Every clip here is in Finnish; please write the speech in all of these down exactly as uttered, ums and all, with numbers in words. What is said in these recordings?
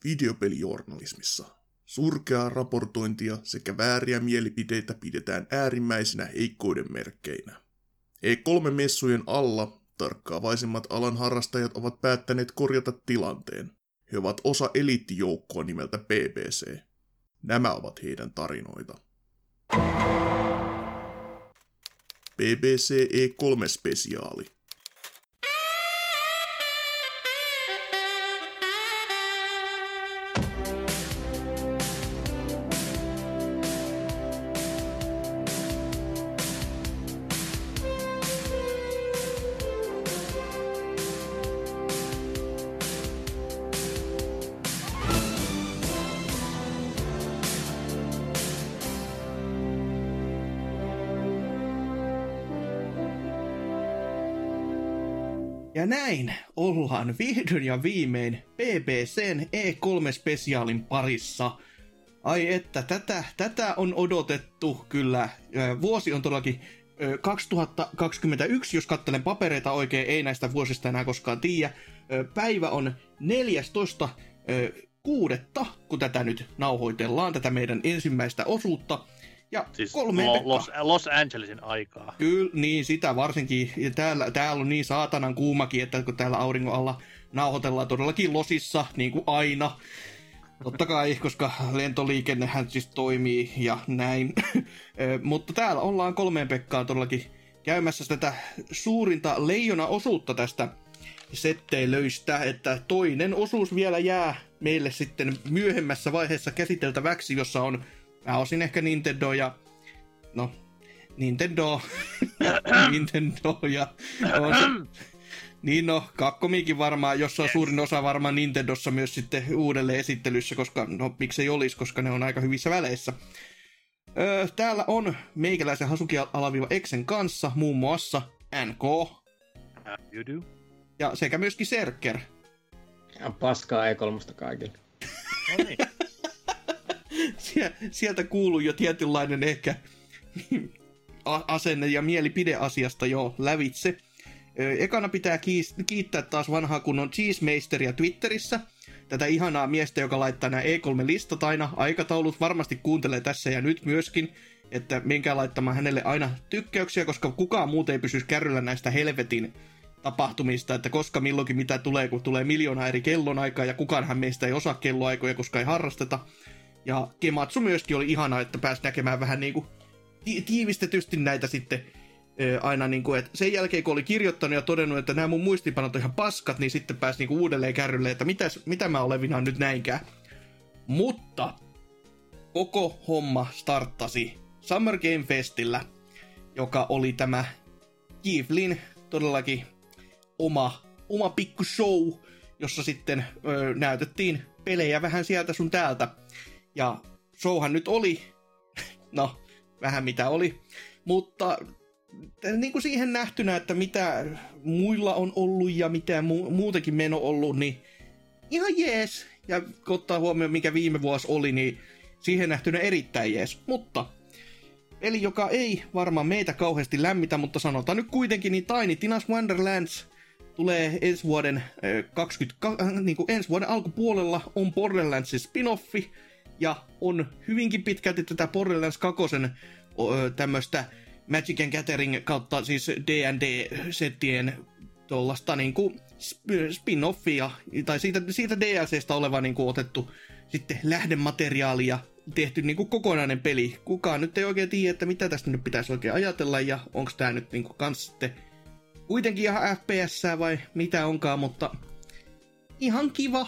Videopelijournalismissa surkeaa raportointia sekä vääriä mielipiteitä pidetään äärimmäisinä heikkouden merkkeinä. E kolme -messujen alla tarkkaavaisimmat alan harrastajat ovat päättäneet korjata tilanteen. He ovat osa eliittijoukkoa nimeltä B B C. Nämä ovat heidän tarinoita. B B C E kolme -spesiaali. Ja näin ollaan vihdoin ja viimein B B C:n E kolme -spesiaalin parissa. Ai että, tätä, tätä on odotettu kyllä. Vuosi on todellakin kaksituhattakaksikymmentäyksi, jos katselen papereita oikein, ei näistä vuosista enää koskaan tiedä. Päivä on neljästoista kuudetta, kun tätä nyt nauhoitellaan, tätä meidän ensimmäistä osuutta. Ja siis kolme Lo- Los, Los Angelesin aikaa. Kyllä, niin sitä varsinkin. Ja täällä, täällä on niin saatanan kuumakin, että kun täällä auringon alla nauhoitellaan todellakin Losissa, niin kuin aina. Totta kai, koska lentoliikennehän siis toimii ja näin. Mutta täällä ollaan kolmeen Pekkaan todellakin käymässä tätä suurinta leijona-osuutta tästä setteilöistä, että toinen osuus vielä jää meille sitten myöhemmässä vaiheessa käsiteltäväksi, jossa on pääosin ehkä Nintendo ja no, Nintendo, Nintendo ja on se, niin no, Capcomikin varmaan, jossa on suurin osa varmaan Nintendossa myös sitten uudelleen esittelyssä, koska no miksei olisi, koska ne on aika hyvissä väleissä. Öö, täällä on meikäläisen Hasuki-Exen kanssa muun muassa N K. You do. Ja sekä myöskin Serker. Ja paskaa E kolme kaikille. No niin. Sieltä kuuluu jo tietynlainen ehkä asenne ja mielipide asiasta jo lävitse. Ekana pitää kiittää taas vanhaa kunnon Cheesemeisteria Twitterissä. Tätä ihanaa miestä, joka laittaa nämä E kolme -listat aina aikataulut. Varmasti kuuntelee tässä ja nyt myöskin, että menkää laittamaan hänelle aina tykkäyksiä, koska kukaan muut ei pysyisi kärryllä näistä helvetin tapahtumista, että koska milloinkin mitä tulee, kun tulee miljoona eri kellonaikaa ja kukaanhan meistä ei osaa kelloaikoja, koska ei harrasteta. Ja Gematsu myöskin oli ihanaa, että pääsi näkemään vähän niinku ti- tiivistetysti näitä sitten ö, aina niinku, että sen jälkeen kun oli kirjoittanut ja todennut, että nämä mun muistiinpanot on ihan paskat, niin sitten pääsi niinku uudelleen kärrylle, että mitäs, mitä mä olevinaan nyt näinkään. Mutta koko homma starttasi Summer Game Festillä, joka oli tämä Kiflin todellakin oma, oma pikku show, jossa sitten ö, näytettiin pelejä vähän sieltä sun täältä. Ja showhan nyt oli, no vähän mitä oli, mutta niin kuin siihen nähtynä, että mitä muilla on ollut ja mitä mu- muutenkin meno ollut, niin ihan jees. Ja kun ottaa huomioon, mikä viime vuosi oli, niin siihen nähtynä erittäin jees. Mutta eli joka ei varmaan meitä kauheasti lämmitä, mutta sanotaan nyt kuitenkin, niin Tiny Tina's Wonderlands tulee ensi vuoden, kaksikymmentä, niin kuin ensi vuoden alkupuolella on Borderlandsin spin-offi, ja on hyvinkin pitkälti tätä Borderlands kaksi tämmöistä Magic and Gathering kautta siis D and D-settien tuollaista niinku spin-offia, tai siitä, siitä D L C:stä oleva niinku otettu sitten lähdemateriaali ja tehty niinku kokonainen peli. Kukaan nyt ei oikein tiedä, että mitä tästä nyt pitäisi oikein ajatella, ja onko tää nyt niinku kans sitten kuitenkin ihan F P S vai mitä onkaan, mutta ihan kiva.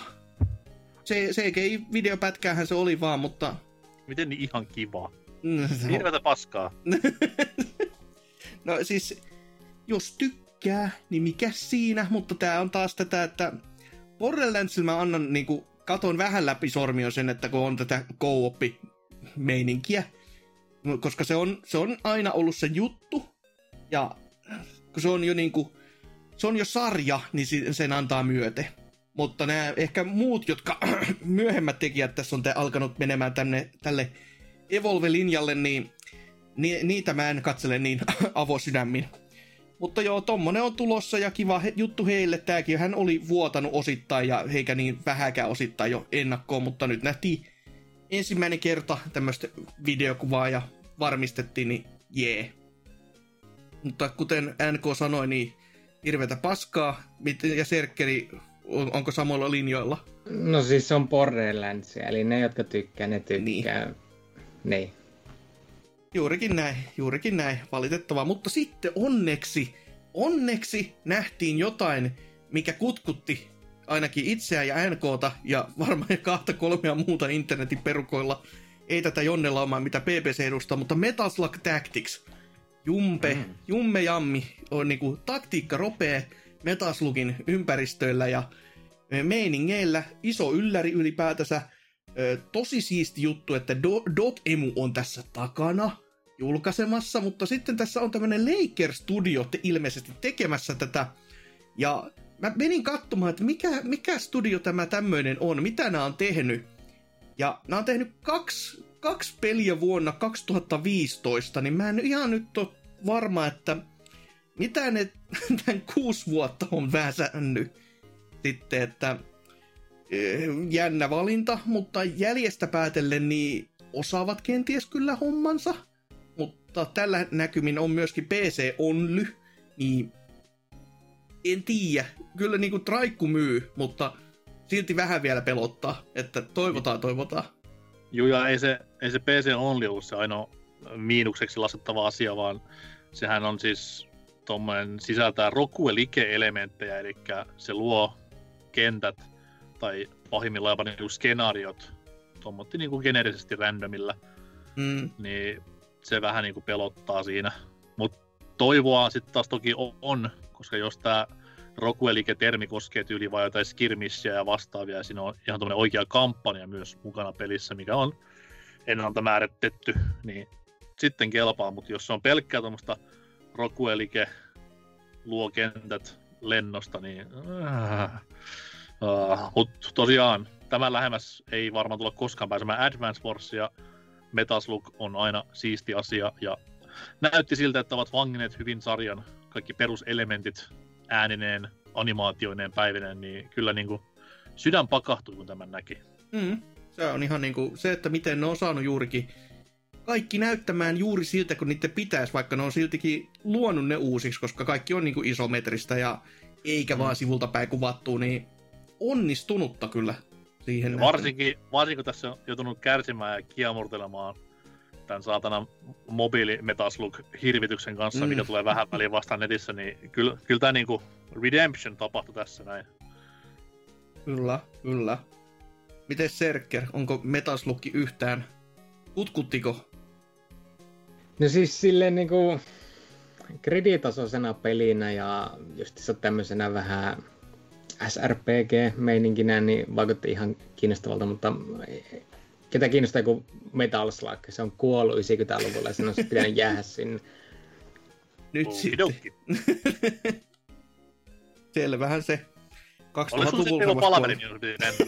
Se C G I-videopätkäähän se oli vaan, mutta miten niin ihan kiva? Hirveätä paskaa. No siis, jos tykkää, niin mikä siinä, mutta tää on taas tätä, että Borderlandsilla mä annan niinku, katon vähän läpi sormio sen, että kun on tätä co-op-meininkiä, koska se on, se on aina ollut se juttu, ja kun se on jo niinku, se on jo sarja, niin sen antaa myöte. Mutta nämä ehkä muut, jotka myöhemmät tekijät tässä on te alkanut menemään tänne, tälle Evolve-linjalle, niin ni, niitä mä en katsele niin avosydämin. Mutta joo, tommonen on tulossa ja kiva he, juttu heille. Tääkin hän oli vuotanut osittain ja eikä niin vähäkään osittain jo ennakkoon, mutta nyt nähtiin ensimmäinen kerta tämmöistä videokuvaa ja varmistettiin, niin jee. Mutta kuten N K sanoi, niin hirveätä paskaa. Ja Serkkeri, on, onko samoilla linjoilla? No siis se on Borderlands, eli ne, jotka tykkää, ne tykkää. Niin. niin. Juurikin näin, juurikin näin, valitettavaa. Mutta sitten onneksi, onneksi nähtiin jotain, mikä kutkutti ainakin itseään ja N K:ta ja varmaan kahta kolmea muuta internetin perukoilla. Ei tätä Jonnelaumaa, mitä P P C edustaa, mutta Metal Slug Tactics. Jumpe, mm. jumme jammi on niinku taktiikka ropee Metal Slugin ympäristöillä ja meiningeillä. Iso ylläri ylipäätänsä. Tosi siisti juttu, että Dotemu on tässä takana julkaisemassa, mutta sitten tässä on tämmönen Laker Studio ilmeisesti tekemässä tätä. Ja mä menin katsomaan, että mikä, mikä studio tämä tämmöinen on, mitä nämä on tehnyt. Ja nämä on tehnyt kaksi, kaksi peliä vuonna kaksituhattaviisitoista, niin mä en ihan nyt ole varma, että mitä ne tämän kuusi vuotta on väsännyt. Sitten, että jännä valinta, mutta jäljestä päätellen niin osaavat kenties kyllä hommansa. Mutta tällä näkymin on myöskin P C-only, niin en tiedä. Kyllä niinku traikku myy, mutta silti vähän vielä pelottaa, että toivotaan, toivotaan. Joo, ja ei se, ei se P C-only ollut se ainoa miinukseksi laskettava asia, vaan sehän on siis tommoinen sisältää Rokuelike-elementtejä, eli se luo kentät tai pahimmillaan jopa niinku skenaariot tommotti niinku geneerisesti randomilla, mm. niin se vähän niinku pelottaa siinä. Mut toivoa sitten taas toki on, koska jos tää Rokuelike-termi koskee tyyliin vai jotain skirmishia ja vastaavia, ja siinä on ihan tommonen oikea kampanja myös mukana pelissä, mikä on ennalta määritetty, niin sitten kelpaa, mutta jos se on pelkkää tommoista Rokuelike luo kentät lennosta, niin äh, Uh, mutta tosiaan, tämän lähemmäs ei varmaan tulla koskaan pääsemään. Advance Wars ja Metal Slug on aina siisti asia, ja näytti siltä, että ovat vangineet hyvin sarjan kaikki peruselementit äänineen, animaatioineen, päivineen, niin kyllä niinku sydän pakahtui, kun tämän näki. Mm, se on ihan niinku se, että miten ne on saanut juurikin kaikki näyttämään juuri siltä, kun niiden pitäisi, vaikka ne on siltikin luonut ne uusiksi, koska kaikki on niinku isometristä ja eikä mm. vaan sivulta päin kuvattu, niin onnistunutta kyllä siihen. Varsinkin, varsinkin kun tässä on joutunut kärsimään ja kiemurtelemaan tämän saatanan mobiili Metal Slug -hirvityksen kanssa, mm. mikä tulee vähän väliin vastaan netissä, niin kyllä, kyllä tämä niinku redemption tapahtui tässä näin. Kyllä, kyllä. Miten Serker, onko Metal Slug yhtään? Kutkuttiko? No siis silleen niinku griditasoisena pelinä ja just tämmöisenä vähän S R P G-meininkinä, niin vaikutti ihan kiinnostavalta, mutta ketä kiinnostaa joku Metal Slug? Se on kuollut yhdeksänkymmentäluvulla ja sen on pitänyt jäädä sinne. Nyt sitten. Selvähän se. kaksituhattaluvulla Oliko palaverin, jos piti lentää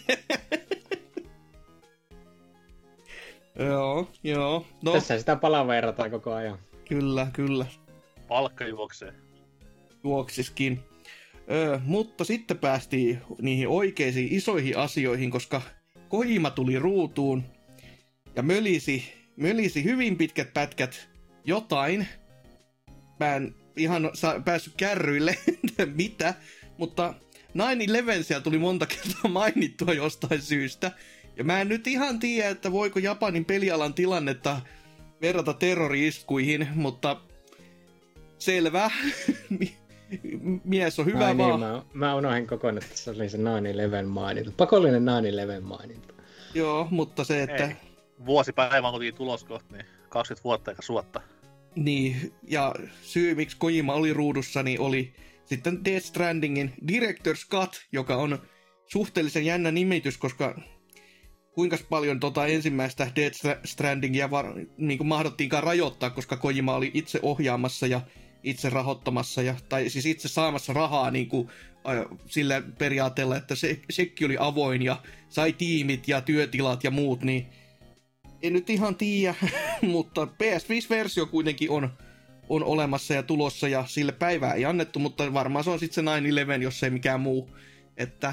Joo, joo. No. Tässä sitä palaveerataan koko ajan. Kyllä, kyllä. Palkka juoksee. Juoksiskin. Öö, mutta sitten päästiin niihin oikeisiin isoihin asioihin, koska Kojima tuli ruutuun ja mölisi, mölisi hyvin pitkät pätkät jotain. Mä en ihan sa- päässyt kärryille, mitä, mutta nine eleven siellä tuli monta kertaa mainittua jostain syystä. Ja mä en nyt ihan tiedä, että voiko Japanin pelialan tilannetta verrata terrori-iskuihin, mutta selvä. Mies on hyvä Ai vaan. Niin, mä, mä unohdin kokonaan, että se oli se nine eleven maininta. Pakollinen nine eleven maininta. Joo, mutta se, että... Ei. Vuosipäivä on kuitenkin tulos kohta, niin kaksikymmentä vuotta eikä suotta. Niin, ja syy miksi Kojima oli ruudussa, niin oli sitten Death Strandingin Director's Cut, joka on suhteellisen jännä nimitys, koska kuinka paljon tota ensimmäistä Death Strandingia var, niin kuin mahdottiinkaan rajoittaa, koska Kojima oli itse ohjaamassa ja itse rahoittamassa, ja, tai siis itse saamassa rahaa niin kuin, äh, sillä periaatteella, että se sekki oli avoin ja sai tiimit ja työtilat ja muut, niin en nyt ihan tiedä, mutta P S viisi-versio kuitenkin on on olemassa ja tulossa ja sille päivää ei annettu, mutta varmaan se on sitten se nine eleven, jos ei mikään muu. Että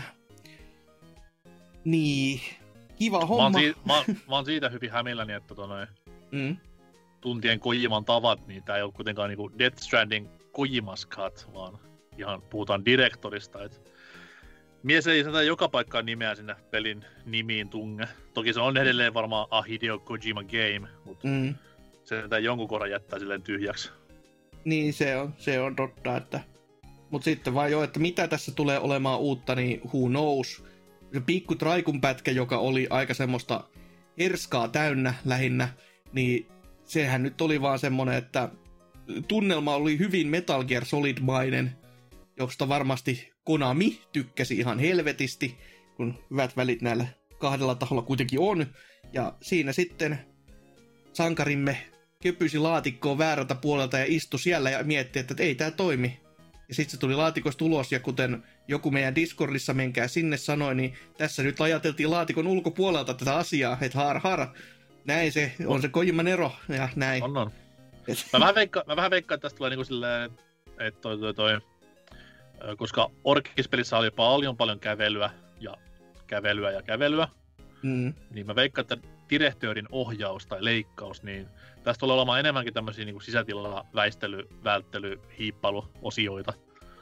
niin, kiva homma. Mä oon, siitä, mä, mä oon siitä hyvin hämilläni, että tonne mm. tuntien Kojiman tavat, niin tää ei ole kuitenkaan niinku Death Stranding Kojimas cut, vaan ihan puhutaan direktorista. Et mies ei sitä joka paikkaan nimeä sinne pelin nimiin tunge. Toki se on edelleen varmaan a Hideo Kojima game, mutta mm. se jonkun kohdan jättää silleen tyhjäksi. Niin, se on, se on totta, että... Mut sitten vaan jo, että mitä tässä tulee olemaan uutta, niin who knows. Se pikku traikun pätkä, joka oli aika semmoista herskaa täynnä lähinnä, niin sehän nyt oli vaan semmonen, että tunnelma oli hyvin Metal Gear Solid-mainen, josta varmasti Konami tykkäsi ihan helvetisti, kun hyvät välit näillä kahdella taholla kuitenkin on. Ja siinä sitten sankarimme köpysi laatikkoon väärältä puolelta ja istui siellä ja mietti, että ei tää toimi. Ja sitten se tuli laatikosta ulos, ja kuten joku meidän Discordissa, menkää sinne, sanoi, niin tässä nyt ajateltiin laatikon ulkopuolelta tätä asiaa, että har har, näin se on se Kojiman ero, ja näin. On, on. Mä vähän veikkaan, mä vähän veikkaan että tästä tulee niinku silleen, että toi, toi, toi, koska Orkispelissä oli paljon paljon kävelyä, ja kävelyä ja kävelyä, mm. niin mä veikkaan, että direktöörin ohjaus tai leikkaus, niin tästä tulee olemaan enemmänkin tämmöisiä niin kuin sisätilalla väistely, välttely, hiippailuosioita.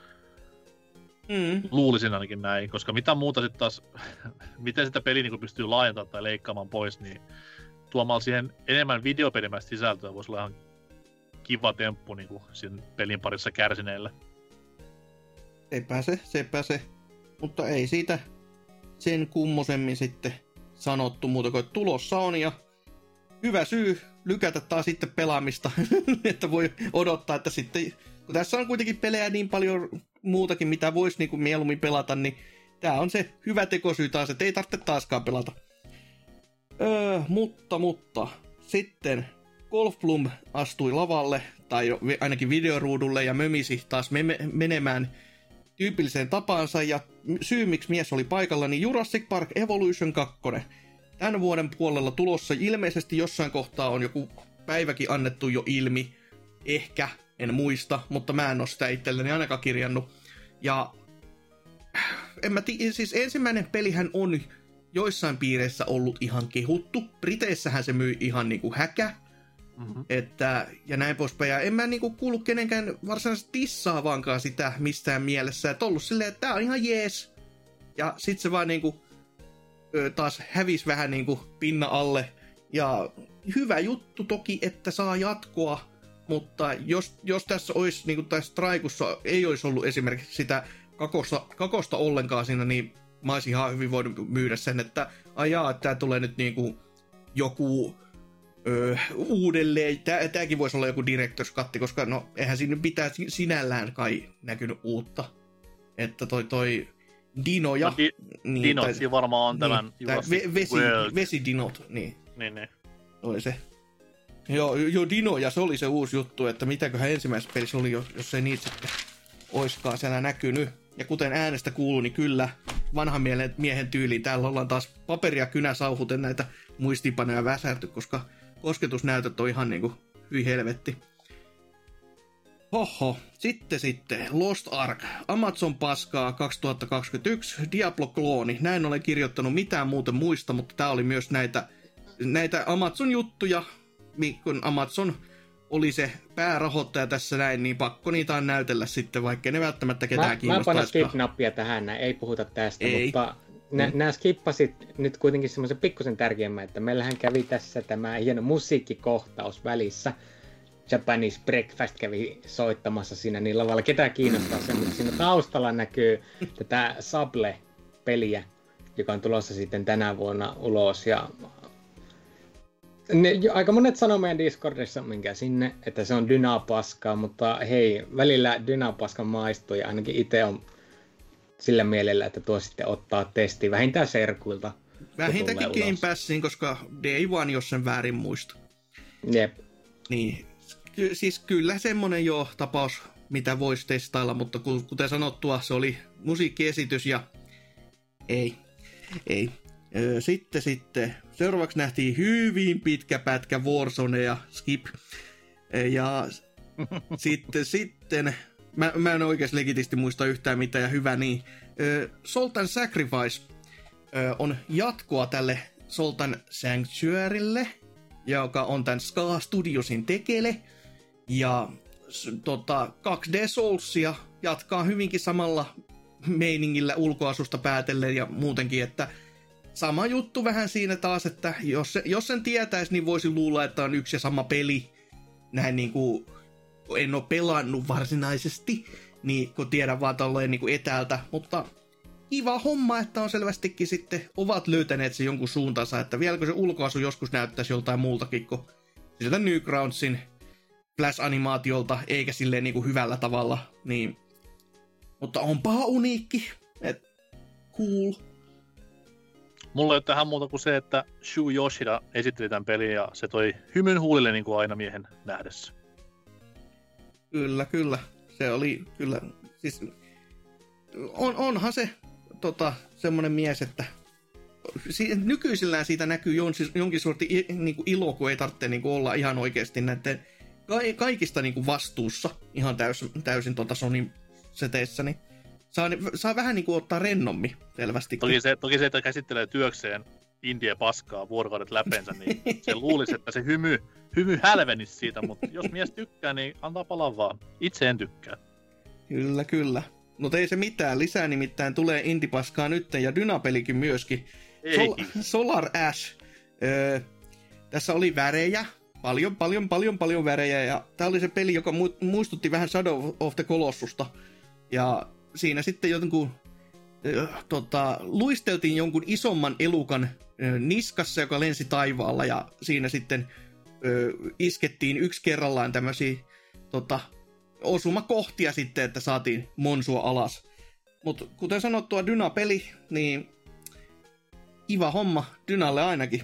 Mm. Luulisin ainakin näin, koska mitä muuta sitten taas, miten sitä peliä niin kuin pystyy laajentamaan tai leikkaamaan pois, niin tuomalla siihen enemmän videopelimäistä sisältöä voisi olla ihan kiva temppu niin kuin siinä pelin parissa kärsineelle. Sepä se, sepä se. Mutta ei siitä sen kummosemmin sitten sanottu muuta kuin tulossa on ja hyvä syy lykätä taas sitten pelaamista, että voi odottaa, että sitten, kun tässä on kuitenkin pelejä niin paljon muutakin, mitä voisi niin kuin mieluummin pelata, niin tää on se hyvä tekosyy taas, että ei tarvitse taaskaan pelata. Öö, mutta, mutta, sitten Golfblum astui lavalle, tai ainakin videoruudulle, ja mömisi taas me- menemään tyypilliseen tapaansa, ja syy miksi mies oli paikalla, niin Jurassic Park Evolution kaksi. Tämän vuoden puolella tulossa ilmeisesti jossain kohtaa on joku päiväkin annettu jo ilmi. Ehkä, en muista, mutta mä en ole sitä itselleni ainakaan kirjannut. Ja en mä tii, siis ensimmäinen pelihän on joissain piireissä ollut ihan kehuttu. Briteissähän se myi ihan niinku häkä. Mm-hmm. Että, ja näin poispäin. Ja en mä niinku kuullut kenenkään varsinaisesti tissaavaankaan sitä mistään mielessä. Että ollut silleen, että tää on ihan jees. Ja sit se vaan niinku taas hävisi vähän niinku pinna alle. Ja hyvä juttu toki, että saa jatkoa, mutta jos, jos tässä olisi, niinku tässä Traikussa ei olisi ollut esimerkiksi sitä kakosta, kakosta ollenkaan siinä, niin mä olisin ihan hyvin voinut myydä sen, että ajaa, että tää tulee nyt niinku joku öö, uudelleen, tää, tääkin voisi olla joku Director's Cut, koska no eihän siinä pitää sinällään kai näkynyt uutta. Että toi toi Dinoja. No, di- niin, dinot tai, siinä varmaan on tämän niin, ve- vesi, vesidinot, niin. Niin, niin. Oli se. Joo, jo Dinoja, se oli se uusi juttu, että mitäköhän ensimmäisessä pelissä oli, jos ei niitä sitten oiskaan siellä näkynyt. Ja kuten äänestä kuuluu, niin kyllä vanhan miehen tyyliin täällä ollaan taas paperia kynä sauhuten näitä muistiinpanoja väsärty, koska kosketusnäytöt on ihan niinku hyi helvetti. Hoho, sitten sitten, Lost Ark, Amazon paskaa kaksituhattakaksikymmentäyksi, Diablo-klooni. Näin olen kirjoittanut mitään muuta muista, mutta tää oli myös näitä, näitä Amazon-juttuja, kun Amazon oli se päärahoittaja tässä näin, niin pakko niitä on näytellä sitten, vaikka ne välttämättä ketään kiinnostaisikaan. Mä panon skip-nappia tähän, ei puhuta tästä, ei. Mutta nä, nää skippasit nyt kuitenkin semmoisen pikkusen tärkeimmän, että meillähän kävi tässä tämä hieno musiikkikohtaus välissä. Japanese Breakfast kävi soittamassa siinä niin lavalla. Ketään kiinnostaa se, mutta siinä taustalla näkyy tätä Sable-peliä, joka on tulossa sitten tänä vuonna ulos. Ja ne, aika monet sanoo meidän Discordissa, minkä sinne, että se on dynapaskaa, mutta hei, välillä dynapaskan maistuu ja ainakin itse on sillä mielellä, että tuo sitten ottaa testi vähintään serkuilta. Vähintäänkin Game Passiin, koska Day One, jos sen väärin muista. Jep. Niin, ky- siis kyllä semmonen jo tapaus, mitä voisi testailla, mutta kuten sanottua, se oli musiikkiesitys ja ei, ei. Sitten, sitten, seuraavaksi nähtiin hyvin pitkä pätkä Warzone ja Skip. Ja sitten, sitten, mä, mä en oikeasti legitisti muista yhtään mitään ja hyvä niin. Salt and Sacrifice on jatkoa tälle Salt and Sanctuarylle, joka on tämän Ska Studiosin tekele. Ja tota, kaksi D Soulsia jatkaa hyvinkin samalla meiningillä ulkoasusta päätellen ja muutenkin, että sama juttu vähän siinä taas, että jos, se, jos sen tietäisi, niin voisi luulla, että on yksi ja sama peli. Näin niin kuin en ole pelannut varsinaisesti, niin kun tiedän vaan tolleen niin kuin etäältä, mutta kiva homma, että on selvästikin sitten ovat löytäneet se jonkun suuntansa, että vieläkö se ulkoasu joskus näyttäisi joltain muultakin kuin sieltä Newgroundsin Flash-animaatiolta, eikä silleen niin kuin hyvällä tavalla, niin mutta onpa uniikki, et cool. Mulla ei ole tähän muuta kuin se, että Shu Yoshida esitteli tämän pelin ja se toi hymyn huulille niin kuin aina miehen nähdessä. Kyllä, kyllä. Se oli kyllä, siis on, onhan se tota, semmoinen mies, että si- nykyisillään siitä näkyy jonkin, jonkin sortin niin kuin ilo, kun ei tarvitse niin kuin olla ihan oikeasti näiden ka- kaikista niin kuin vastuussa ihan täysin, täysin tota Sonyn seteissä, niin saa, saa vähän niin kuin ottaa rennommin selvästi. Toki se, toki se, että käsittelee työkseen indie paskaa vuorokaudet läpeensä, niin se luulisi, että se hymy, hymy hälvenisi siitä, mutta jos mies tykkää, niin antaa palaa vaan. Itse en tykkää. Kyllä, kyllä. No ei se mitään. Lisää nimittäin tulee indie-paskaa nytten ja Dyna-pelikin myöskin. Sol- Solar Ash. Öö, tässä oli värejä. Paljon, paljon, paljon, paljon värejä. Ja tää oli se peli, joka mu- muistutti vähän Shadow of the Colossusta. Ja siinä sitten jotenkin öö, tota, luisteltiin jonkun isomman elukan öö, niskassa, joka lensi taivaalla. Ja siinä sitten öö, iskettiin yksi kerrallaan tämmöisiä tota, osumakohtia sitten, että saatiin monsua alas. Mutta kuten sanottua, Dyna-peli, niin kiva homma Dynalle ainakin.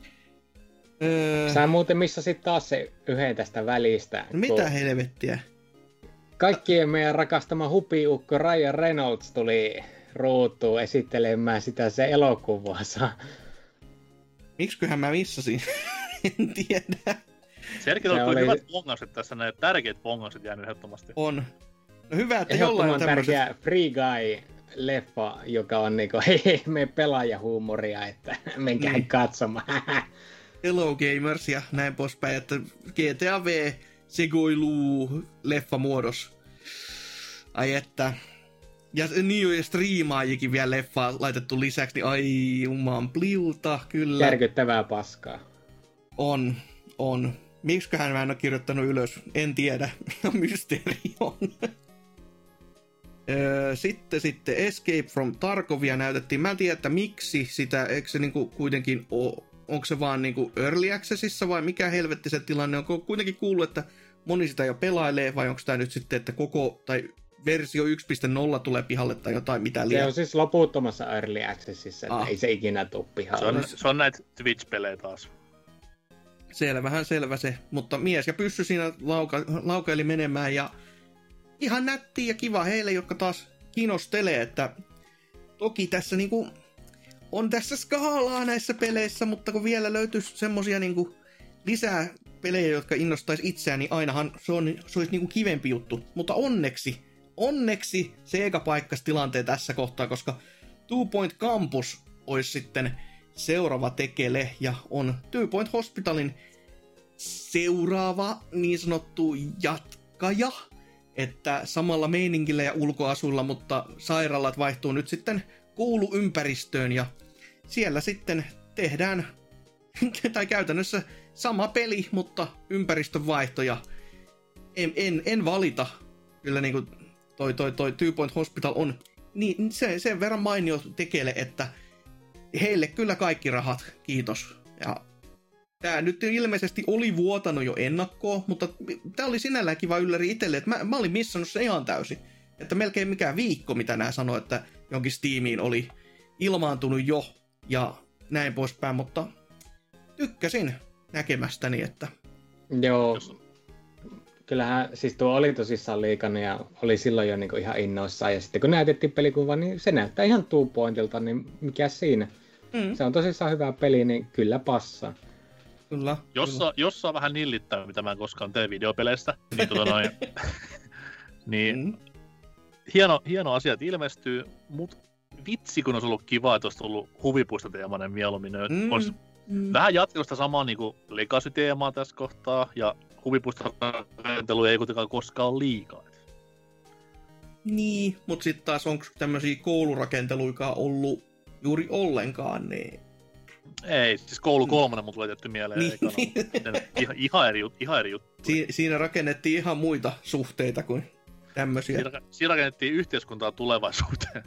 Öö... Sä muuten missasit taas se yhden tästä välistä. No mitä helvettiä? Kaikkien meidän rakastama hupiukko Ryan Reynolds tuli ruutuun esittelemään sitä se elokuvaansa. Miksiköhän mä missasin? En tiedä. Serkin on oli... hyvät bongaukset tässä, ne tärkeät bongaukset jäänyt ehdottomasti. On. No hyvä, että jollain on tämmöiset... tärkeä Free Guy-leffa, joka on niinku hei, me pelaajahuumoria, että menkää niin katsomaan. Hello Gamers ja näin poispäin, että G T A V sekoiluu leffamuodos. Ai että... Ja niin, ja striimaajikin vielä leffaa laitettu lisäksi, niin ai juman pliuta, kyllä. Järkyttävää paskaa. On, on. Miksiköhän mä en ole kirjoittanut ylös? En tiedä. Mysteeri on. sitten, sitten Escape from Tarkovia näytettiin. Mä en tiedä, että miksi sitä, eikö se niinku kuitenkin ole, onko se vaan niinku Early Accessissa vai mikä helvetti se tilanne on? Kuitenkin kuullut, että moni sitä jo pelailee, vai onko tämä nyt sitten, että koko, tai versio yksi piste nolla tulee pihalle tai jotain mitä liian. Se on siis loputtomassa Early Accessissa, että ah. ei se ikinä tule pihalle. Se on, se on näitä Twitch-pelejä taas. Selvähän selvä se, mutta mies ja pyssy siinä lauka, laukaili menemään ja ihan nättiä ja kiva heille, jotka taas kiinnostelee, että toki tässä niinku on tässä skaalaa näissä peleissä, mutta kun vielä löytyisi semmosia niinku lisää pelejä, jotka innostaisi itseään, niin ainahan se, on, se olisi niinku kivempi juttu. Mutta onneksi, onneksi Sega paikkasi tilanteen tässä kohtaa, koska Two Point Campus olisi sitten seuraava tekele ja on Two Point Hospitalin seuraava niin sanottu jatkaja, että samalla meiningillä ja ulkoasuilla, mutta sairaalat vaihtuu nyt sitten kouluympäristöön ja siellä sitten tehdään, tai käytännössä sama peli, mutta ympäristön vaihto ja en, en, en valita. Kyllä niin kuin toi, toi, toi Two Point Hospital on niin, se, sen verran mainio tekele, että heille kyllä kaikki rahat, kiitos. Ja tää nyt ilmeisesti oli vuotanut jo ennakkoon, mutta tää oli sinällään kiva ylläri itselle, että mä, mä olin missannut se ihan täysin. Että melkein mikään viikko, mitä nää sanoi, että jonkin Steamiin oli ilmaantunut jo ja näin poispäin, mutta tykkäsin näkemästäni, että... Joo, kyllähän siis tuo oli tosissaan liikannut ja oli silloin jo niinku ihan innoissaan ja sitten kun näytettiin pelikuva, niin se näyttää ihan Two Pointilta, niin mikä siinä? Mm. Se on tosissaan hyvä peli, niin kyllä passaa. Kyllä. Jos, kyllä. jos on vähän nillittävä, mitä mä en koskaan tee videopeleistä, niin, tuota noin, niin mm. hieno, hieno asia, että ilmestyy, mutta vitsi kun olisi ollut kiva, että olisi tullut huvipuistoteemainen mieluummin. Mm. Olisi mm. vähän jatkunut sitä samaa niin kuin Legacy-teemaa tässä kohtaa, ja huvipuistorakentelu ei kuitenkaan koskaan ole liikaa. Niin, mutta sitten taas onko tämmöisiä koulurakenteluikaan ollut juuri ollenkaan, niin... Ei, siis koulu kolmonen mun tulee tietty mieleen. Niin. ihan, ihan, eri, ihan eri juttu. Si- siinä rakennettiin ihan muita suhteita kuin tämmöisiä. Siinä, siinä rakennettiin yhteiskuntaa tulevaisuuteen.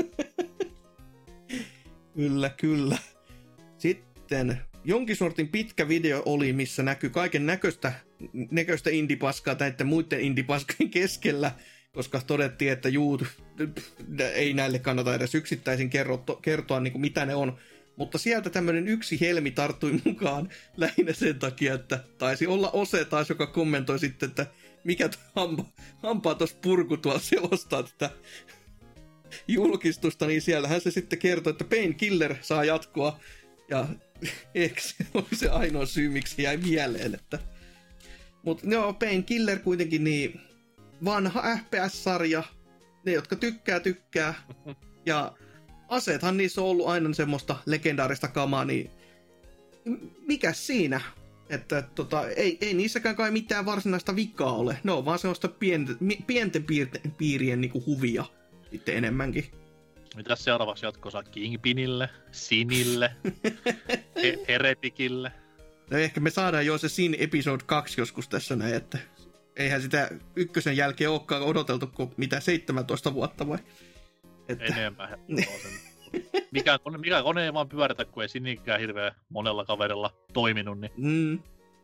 Kyllä, kyllä. Sitten jonkin sortin pitkä video oli, missä näkyy kaiken näköistä, näköistä indie-paskaa näiden muiden indie-paskojen keskellä, koska todettiin, että juu, ei näille kannata edes yksittäisin kertoa, kertoa niin kuin mitä ne on. Mutta sieltä tämmöinen yksi helmi tarttui mukaan lähinnä sen takia, että taisi olla Ose taas, joka kommentoi sitten, että mikä hampa, hampaa tuossa purku tuolla selostaa tätä julkistusta, niin siellähän se sitten kertoi, että Painkiller saa jatkoa, ja ehkä se oli se ainoa syy, miksi jäi mieleen, että... Mutta joo, Painkiller kuitenkin niin vanha F P S-sarja, ne jotka tykkää, tykkää, ja aseethan niissä on ollut aina semmoista legendaarista kamaa, niin mikäs siinä? Että tota, ei, ei niissäkään kai mitään varsinaista vikaa ole, ne on vaan semmoista pienten, pienten piirien, piirien niinku huvia sitten enemmänkin. Mitäs seuraavaksi jatkossa? Kingpinille, Sinille, he- Heretikille? No ehkä me saadaan jo se Sin Episode kaksi joskus tässä näin, että eihän sitä ykkösen jälkeen olekaan odoteltu kuin mitä seitsemäntoista vuotta vai? Että... Enemmän. mikä, kone, mikä kone ei vaan pyöritä, kun ei Sinikään hirveän monella kaverilla toiminut. Niin... Mm.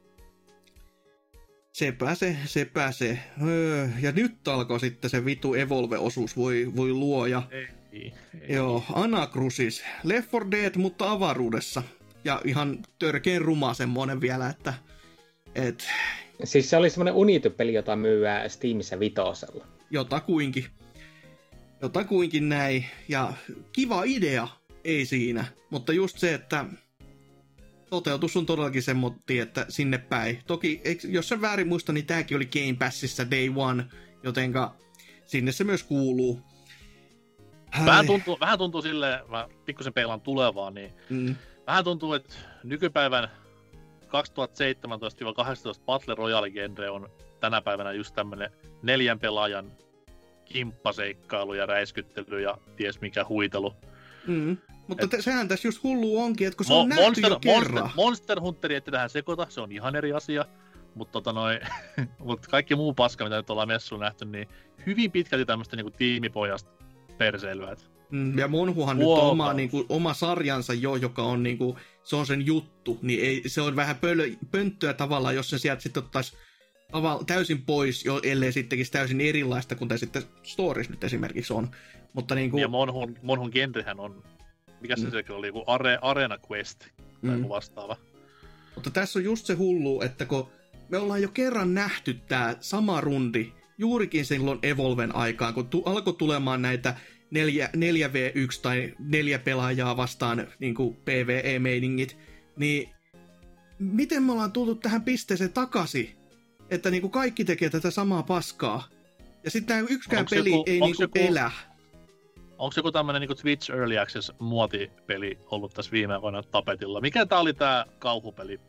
Sepä se, sepä se. Öö, ja nyt alkoi sitten se vitu Evolve-osuus, voi, voi luoja. Ei, ei. Joo, Anacrusis. Left four Dead, mutta avaruudessa. Ja ihan törkeen ruma semmonen vielä, että... Et... Siis se oli semmonen Unity-peli, jota myyää Steamissa vitosella. Jotakuinkin. Jotakuinkin näin. Ja kiva idea, ei siinä. Mutta just se, että... Toteutus on todellakin semmoinen, että sinne päin. Toki, jos sen väärin muista, niin tääkin oli Game Passissa Day One, jotenka sinne se myös kuuluu. Vähän tuntuu, vähän tuntuu silleen, mä pikkusen peilaan tulevaa, niin mm. vähän tuntuu, että nykypäivän kaksituhattaseitsemäntoista kahdeksantoista Battle Royale-genre on tänä päivänä just tämmönen neljän pelaajan kimppaseikkailu ja räiskyttely ja ties mikä huitelu. Mm. Mutta et, te, sehän tässä just hullu onkin, että kun se mo- on nähty Monster, jo kerran. Monster, Monster Hunteri ette tähän sekoita, se on ihan eri asia. Mutta tota noi, mut kaikki muu paska, mitä nyt ollaan messuun nähty, niin hyvin pitkälti tämmöistä niinku tiimipojasta perseilyä. Mm, ja Monhuhan wow. nyt on oma, niinku, oma sarjansa jo, joka on niinku, se on sen juttu, niin ei, se on vähän pölö, pönttöä tavallaan, jos se sieltä sitten ottaisi täysin pois, jo, ellei sittenkin täysin erilaista, kun tämä sitten Stories nyt esimerkiksi on. Mutta niinku... Ja Monhun, Monhun genrehän on, mikä se mm. sekin oli, joku Are, Arena Quest tai mm. vastaava. Mutta tässä on just se hullu, että kun me ollaan jo kerran nähty tämä sama rundi, juurikin silloin Evolven aikaan, kun tu- alkoi tulemaan näitä neljä vastaan yksi tai neljä pelaajaa vastaan niin kuin P V E-meiningit, niin miten me ollaan tultu tähän pisteeseen takaisin, että niin kuin kaikki tekee tätä samaa paskaa, ja sitten tämä yksikään onks peli joku, ei niin kuin joku, elä. Onko joku tämmönen niin Twitch Early Access muotipeli ollut tässä viime aikoina tapetilla? Mikä tää oli tää kauhupeli?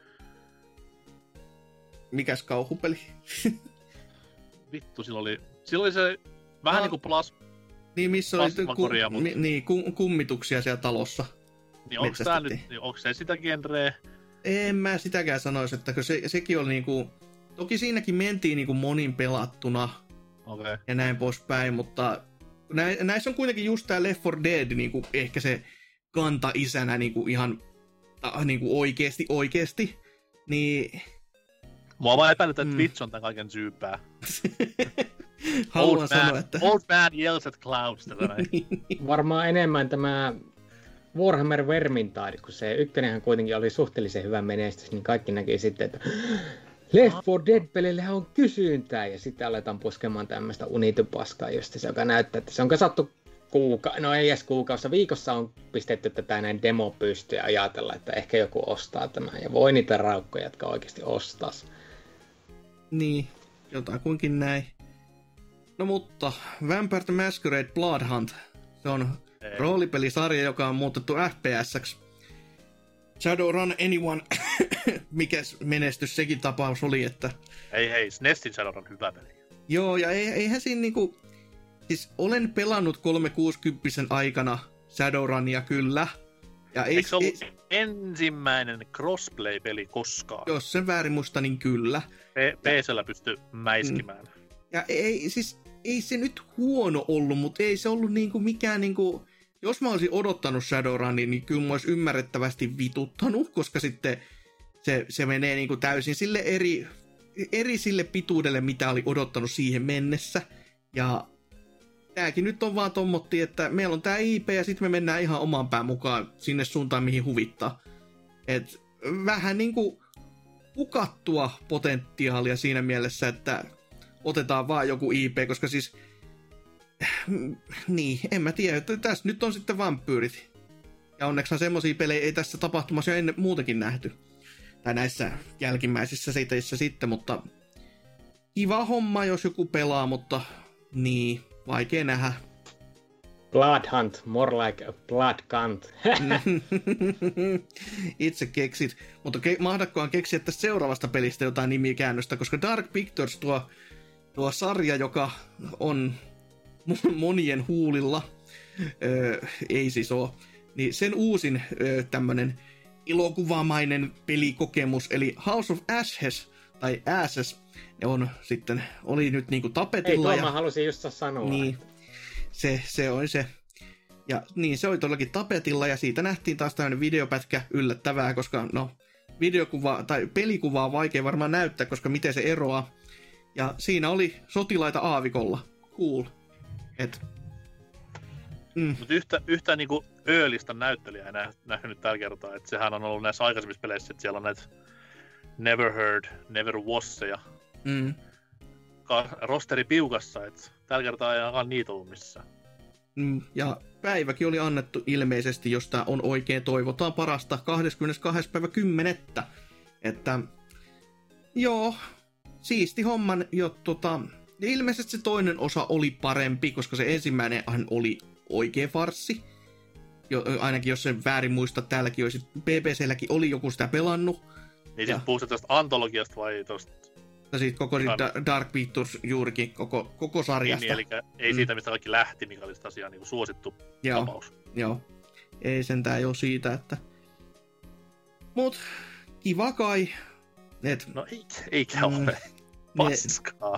Mikäs kauhupeli? Vittu, silloin oli, silloin oli se vähän no. niinku plas... Niin, missä oli ku, mut... mi, niin, kummituksia siellä talossa. Niin onko tää nyt, onko se sitä genreä? En mä sitäkään sanoisi, että se, sekin oli niinku... Toki siinäkin mentiin niinku monin pelattuna. Okay. Ja näin poispäin, mutta... Nä, näissä on kuitenkin just tää Left four Dead niinku ehkä se kanta-isänä niinku ihan ta, niinku oikeesti oikeesti. Niin... Mua vaan epäilyt, että mm. Twitch on tän kaiken syypää. Haluan old sanoa, man, että... Old man yells at clouds. Varmaan enemmän tämä Warhammer Vermintide, kun se ykkönenhän kuitenkin oli suhteellisen hyvä menestys, niin kaikki näki sitten, että Left four Dead-pelillehän on kysyntää, ja sitten aletaan puskemaan tämmöistä Unity-paskaa just se, joka näyttää, että se on kasattu kuuka... no ei edes kuukaussa, viikossa on pistetty tätä näin demo pystyä ja ajatella, että ehkä joku ostaa tämän. Ja voi niitä raukkoja, jotka oikeasti ostais. Niin, jotakuinkin näin. No mutta, Vampire the Masquerade Blood Hunt. Se on ei. roolipelisarja, joka on muutettu F P S-ksi. Shadowrun Anyone, mikä menestys sekin tapaus oli, että... Ei hei, S N E Sin Shadowrun hyvä peli. Joo, ja eihän siinä niinku... Siis olen pelannut kolmesataakuusikymmentä aikana Shadowrunia kyllä. Ja ei, Eikö se ollut ei, ensimmäinen crossplay-peli koskaan? Jos sen väärin muista, niin kyllä. P C:llä pystyy mäiskimään. Ja ei, siis, ei se nyt huono ollut, mutta ei se ollut niinku mikään niinku... Jos mä olisin odottanut Shadowrunia, niin kyllä mä olisi ymmärrettävästi vituttanut, koska sitten se, se menee niinku täysin sille eri, eri sille pituudelle, mitä oli odottanut siihen mennessä. Ja tääkin nyt on vaan tommotti, että meillä on tää I P ja sitten me mennään ihan oman pään mukaan sinne suuntaan, mihin huvittaa. Et vähän niinku hukattua potentiaalia siinä mielessä, että otetaan vaan joku I P, koska siis... Niin, en mä tiedä, että tässä nyt on sitten vampyyrit. Ja onneksi semmosia pelejä ei tässä tapahtumassa jo ennen muutenkin nähty. Tai näissä jälkimmäisissä seteissä sitten, mutta... Kiva homma, jos joku pelaa, mutta... Niin, vaikea nähdä. Blood Hunt, more like a blood cunt. Itse keksit. Mutta ke- mahdakkohan keksiä tästä seuraavasta pelistä jotain nimikäännöstä, koska Dark Pictures, tuo, tuo sarja, joka on... monien huulilla, öö, ei siis oo, niin sen uusin öö, tämmönen ilokuvamainen pelikokemus, eli House of Ashes, tai Ashes, ne on sitten, oli nyt niinku tapetilla. Ei, tuo ja, mä halusin just sanoa. Niin, se, se on se. Ja niin, se oli todellakin tapetilla, ja siitä nähtiin taas tämmönen videopätkä yllättävää, koska no, videokuva, tai pelikuvaa on vaikea varmaan näyttää, koska miten se eroaa. Ja siinä oli sotilaita aavikolla. Cool. Et. Mm. Mutta yhtä, yhtä niinku öölistä näyttelijää ei nä- nähnyt tällä kertaa, että sehän on ollut näissä aikaisemmissa peleissä, että siellä on näitä Never Heard, Never Wasseja Mm. Ka- rosteri piukassa, että tällä kertaa ei ainakaan niitä ollut missään. Mm. Ja päiväkin oli annettu ilmeisesti, jos tää on oikein, toivotaan parasta, kahdeskymmenestoinen päivä kymmenettä. Että joo, siisti homman, jo tota... Ja ilmeisesti se toinen osa oli parempi, koska se ensimmäinen oli oikea farssi. Jo, ainakin jos sen väärin muista, täälläkin olisi, B B C:lläkin oli joku sitä pelannut. Niin siis puhutte tästä antologiasta vai tosta? Ja siitä koko da- Dark Pictures juurikin, koko, koko sarjasta. Niin, eli ei siitä, mistä kaikki lähti, mikä oli tosiaan niin suosittu joo, tapaus. Joo, ei sentään jo siitä, että... Mut, kiva kai. Et... No ei, eikä mm. ole. Paskaa.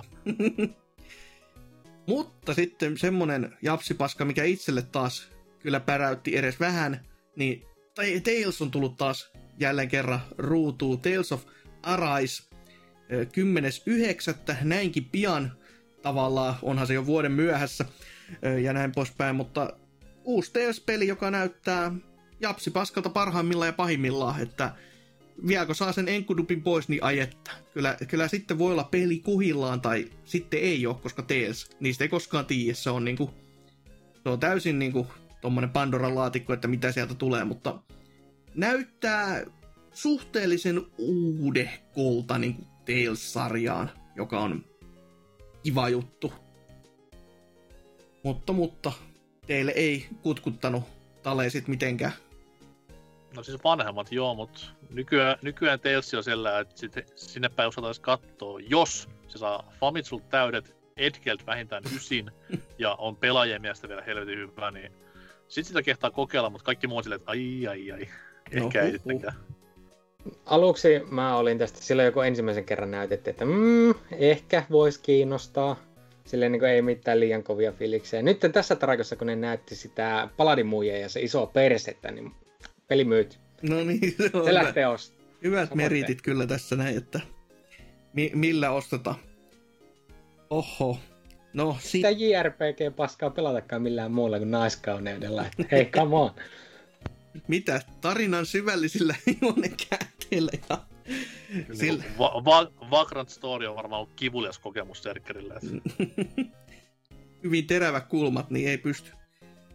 Mutta sitten semmonen japsipaska, mikä itselle taas kyllä päräytti edes vähän, niin Tales on tullut taas jälleen kerran ruutuun. Tales of Arise kymmenes yhdeksättä näinkin pian. Tavallaan onhan se jo vuoden myöhässä ja näin poispäin, mutta uusi Tales-peli, joka näyttää japsipaskalta parhaimmillaan ja pahimmillaan, että vieläkö saa sen enkudupin pois, niin ajetta. Kyllä, kyllä sitten voi olla peli kuhillaan, tai sitten ei ole, koska Tales, niistä ei koskaan tiedä. Se on, niinku, se on täysin niinku tommonen Pandoran laatikko, että mitä sieltä tulee, mutta näyttää suhteellisen uudehkolta niinku Tales-sarjaan, joka on kiva juttu. Mutta, mutta teille ei kutkuttanut taleesit mitenkään. No siis vanhemmat joo, mutta nykyään, nykyään Tales on sellainen, että sit, sinne päin osataan katsoa, jos se saa Famitsulta täydet, Edgelt vähintään ysin ja on pelaajien mielestä vielä helvetin hyvä, niin sit sitä kehtaa kokeilla, mutta kaikki muu on silleen, että ai ai ai, ehkä no, ei uh, sittenkään. Aluksi mä olin tästä silloin joku ensimmäisen kerran näytettiin, että mm, ehkä voisi kiinnostaa. Silleen niin kuin ei mitään liian kovia fiiliksiä. Nyt tässä tarakossa, kun ne näytti sitä Paladin-muijaa ja se iso persettä, niin peli myyty. No niin, se on se lähtee ostamaan. Hyvät Omatte. Meritit kyllä tässä näin, että mi- millä ostetaan. Oho. No, sit... Sitä J R P G-paskaa pelatakaan millään muulla kuin naiskauneudella. Hei, come on. Mitä? Tarinan syvällisillä juonenkäänteillä ja... Sillä... Va- Va- Vagrant Story on varmaan ollut kivulias kokemus Serkkerille. Hyvin terävät kulmat, niin ei pysty.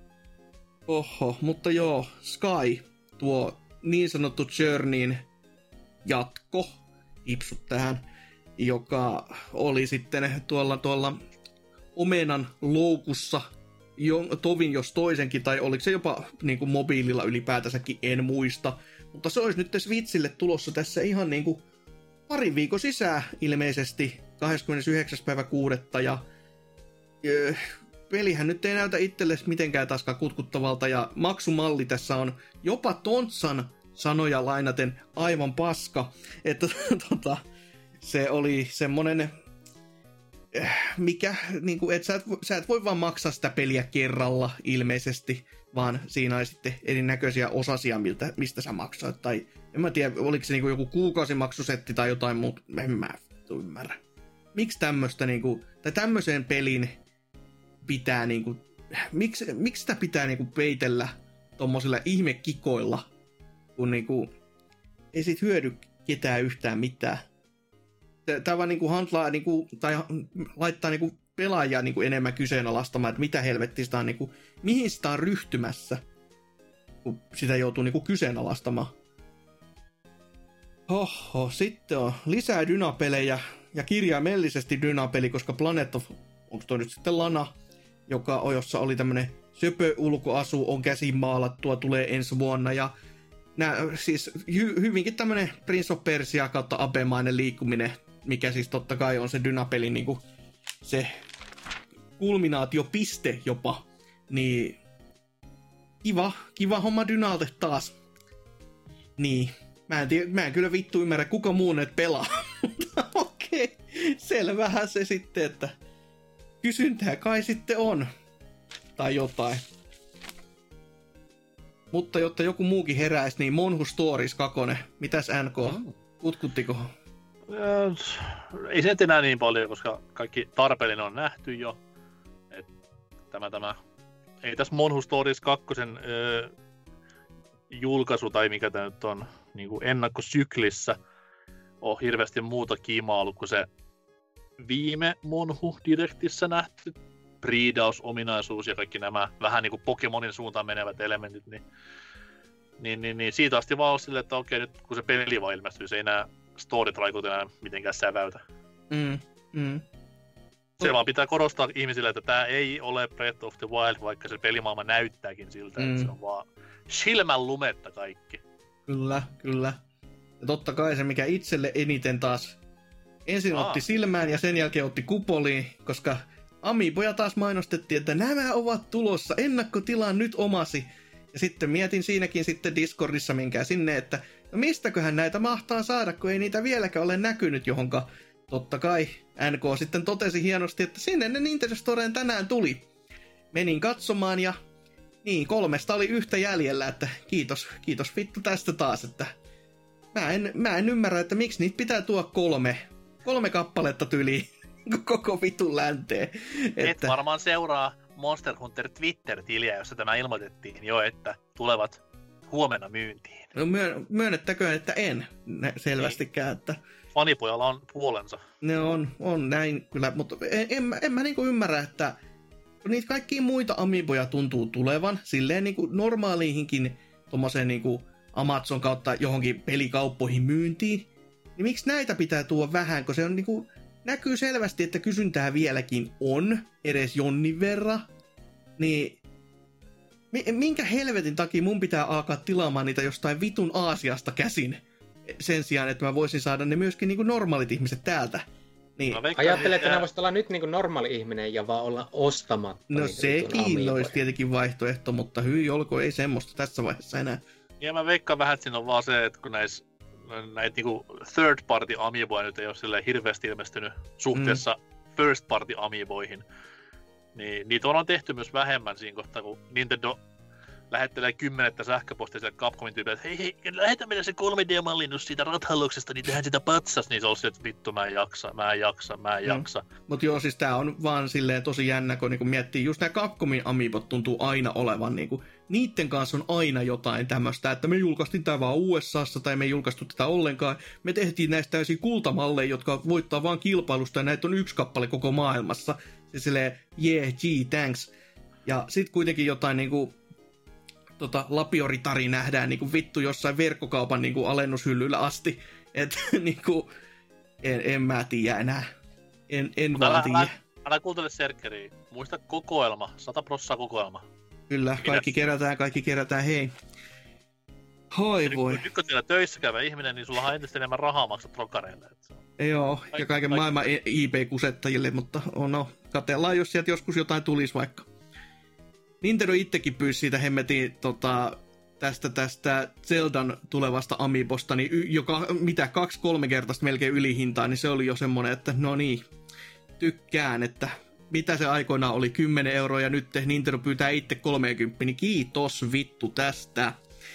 Oho, mutta joo, Sky, tuo niin sanottu Journeyn jatko, ipsut tähän, joka oli sitten tuolla, tuolla Omenan loukussa jo, tovin jos toisenkin, tai oliko se jopa niin kuin mobiililla ylipäätänsäkin, en muista. Mutta se olisi nyt Switchille tulossa tässä ihan niin kuin parin viikon sisään ilmeisesti, kahdeskymmenesyhdeksäs päivä kuudetta, ja öö, pelihän nyt ei näytä itsellesi mitenkään taaskaan kutkuttavalta, ja maksumalli tässä on jopa Tontsan sanoja lainaten aivan paska, että tota, se oli semmonen, mikä, niinku, että sä et, sä et voi vaan maksaa sitä peliä kerralla ilmeisesti, vaan siinä on sitten erinäköisiä osasia, miltä, mistä sä maksat, tai en mä tiedä, oliko se niinku joku kuukausimaksusetti tai jotain muuta, en mä ymmärrä. Miksi tämmöstä niinku, tai tämmöiseen pelin pitää niinku, miksi, miksi sitä pitää niinku peitellä tommosilla ihmekikoilla, kun niinku, ei sit hyödy ketään yhtään mitään. Tää vaan niinku handlaa, niinku, tai laittaa niinku pelaajia niinku enemmän kyseenalaistamaan, että mitä helvettiä sitä on, niinku, mihin sitä on ryhtymässä, kun sitä joutuu niinku kyseenalaistamaan. Oho, sitten on lisää dynapelejä, ja kirjaimellisesti dynapeli, koska Planet of, onko toi nyt sitten Lana, joka on, jossa oli tämmönen söpö ulkoasu, on käsin maalattua, tulee ensi vuonna, ja nää, siis hy, hyvinkin tämmönen Prince of Persia kautta abemainen liikkuminen, mikä siis totta kai on se dynapelin niinku se kulminaatiopiste jopa, niin kiva, kiva homma Dynalte taas. Niin, mä en, tiedä, mä en kyllä vittu ymmärrä, kuka muu net pelaa, mutta okei, selvähän se sitten, että kysyntää kai sitten on, tai jotain. Mutta jotta joku muukin heräisi, niin Monhu Stories kaksi, mitäs N K, kutkuttiko? Ei se enää niin paljon, koska kaikki tarpeellinen on nähty jo. Et tämä, tämä. Ei tässä Monhu Stories kaksi öö, julkaisu, tai mikä tämä nyt on, niin kuin ennakkosyklissä, on hirveästi muuta kiimaa ollut kuin se viime Monhu Directissä nähty breedausominaisuus ja kaikki nämä vähän niin kuin Pokemonin suuntaan menevät elementit, niin, niin, niin, niin siitä asti vaan on silleen, että okei, nyt kun se peli vaan ilmestyy, se ei enää story-traikut enää mitenkään säväytä. Mm, mm. Se vaan pitää korostaa ihmisille, että tämä ei ole Breath of the Wild, vaikka se pelimaailma näyttääkin siltä, mm. että se on vaan silmän lumetta kaikki. Kyllä, kyllä. Ja totta kai se, mikä itselle eniten taas ensin Aa. otti silmään ja sen jälkeen otti kupoliin, koska Amiiboja taas mainostettiin, että nämä ovat tulossa, ennakkotilaan nyt omasi. Ja sitten mietin siinäkin sitten Discordissa minkään sinne, että no mistäköhän näitä mahtaa saada, kun ei niitä vieläkään ole näkynyt, johonka totta kai N K sitten totesi hienosti, että sinne ne Nintendo Storeen tänään tuli. Menin katsomaan ja niin, kolmesta oli yhtä jäljellä, että kiitos, kiitos vittu tästä taas, että mä en, mä en ymmärrä, että miksi niitä pitää tuoda kolme, kolme kappaletta tyliin koko vitun länteen. Että... Et varmaan seuraa Monster Hunter Twitter-tiliä, jossa tämä ilmoitettiin jo, että tulevat huomenna myyntiin. No myön, myönnettäköön, että en selvästikään, että fanipojalla on puolensa. Ne on, on näin kyllä, mutta en, en, mä, en mä niinku ymmärrä, että niitä kaikkia muita amiiboja tuntuu tulevan, silleen niinku normaaliihinkin tommoseen niinku Amazon kautta johonkin pelikauppoihin myyntiin, niin miksi näitä pitää tuoda vähän, kun se on niinku, näkyy selvästi, että kysyntää vieläkin on, edes jonnin verran, niin minkä helvetin takia mun pitää alkaa tilaamaan niitä jostain vitun Aasiasta käsin, sen sijaan, että mä voisin saada ne myöskin niinku normaalit ihmiset täältä. Niin. Ajattelen, että nämä voisit olla nyt niin kuin normaali ihminen ja vaan olla ostamatta. No sekin olisi tietenkin vaihtoehto, mutta hyi olko, ei semmoista tässä vaiheessa enää. Ja mä veikkaan vähän, että siinä on vaan se, että kun näis, näitä niinku third party amiiboja nyt ei ole silleen hirveästi ilmestynyt suhteessa mm. first party amiiboihin, niin niitä on tehty myös vähemmän siinä kohtaa, kun Nintendo lähettelee kymmenettä sähköpostia sille Capcomin tyypille, että hei hei, lähetä meille se kolme D-mallinnus siitä Rathaluksesta, niin tehdään sitä patsas, niin se on silleen, että vittu mä en jaksa, mä en jaksa, mä en mm. jaksa. Mut joo, siis tää on vaan silleen tosi jännä, kun niinku miettii, just nää Capcomin amiibot tuntuu aina olevan niinku, niitten kanssa on aina jotain tämmöstä, että me julkaistiin tää vaan U S A:ssa tai me ei julkaistu tätä ollenkaan, me tehtiin näistä täysin kultamalleja, jotka voittaa vaan kilpailusta ja näitä on yksi kappale koko maailmassa. Se silleen, yeah, gee, thanks. Ja sit kuitenkin jotain niinku tota, Lapioritari nähdään niinku vittu jossain verkkokaupan niinku alennushyllyllä asti. Et niinku, en, en mä tiedä enää. En, en vaan tiedä. Älä, älä kuuntele Serkkeriä. Muista kokoelma. Sata prossaa kokoelma. Kyllä, kaikki kerätään, kaikki kerätään, hei. Hoi voi. Nyt kun siellä töissä käyvä ihminen, niin sulla on entistä enemmän rahaa maksat trokareille. Joo, Kaikki, ja kaiken kaikki. maailman I P-kusettajille, mutta on no, katellaan, jos sieltä joskus jotain tulisi vaikka. Nintendo itsekin pyysi siitä hemmetin tota, tästä, tästä Zeldan tulevasta Amiibosta, niin y- joka mitä kaksi-kolme kertaista melkein ylihintaa, niin se oli jo semmonen, että no niin, tykkään, että mitä se aikoinaan oli, kymmenen euroa, ja nyt Nintendo pyytää itse kolmekymmentä, niin kiitos vittu tästä.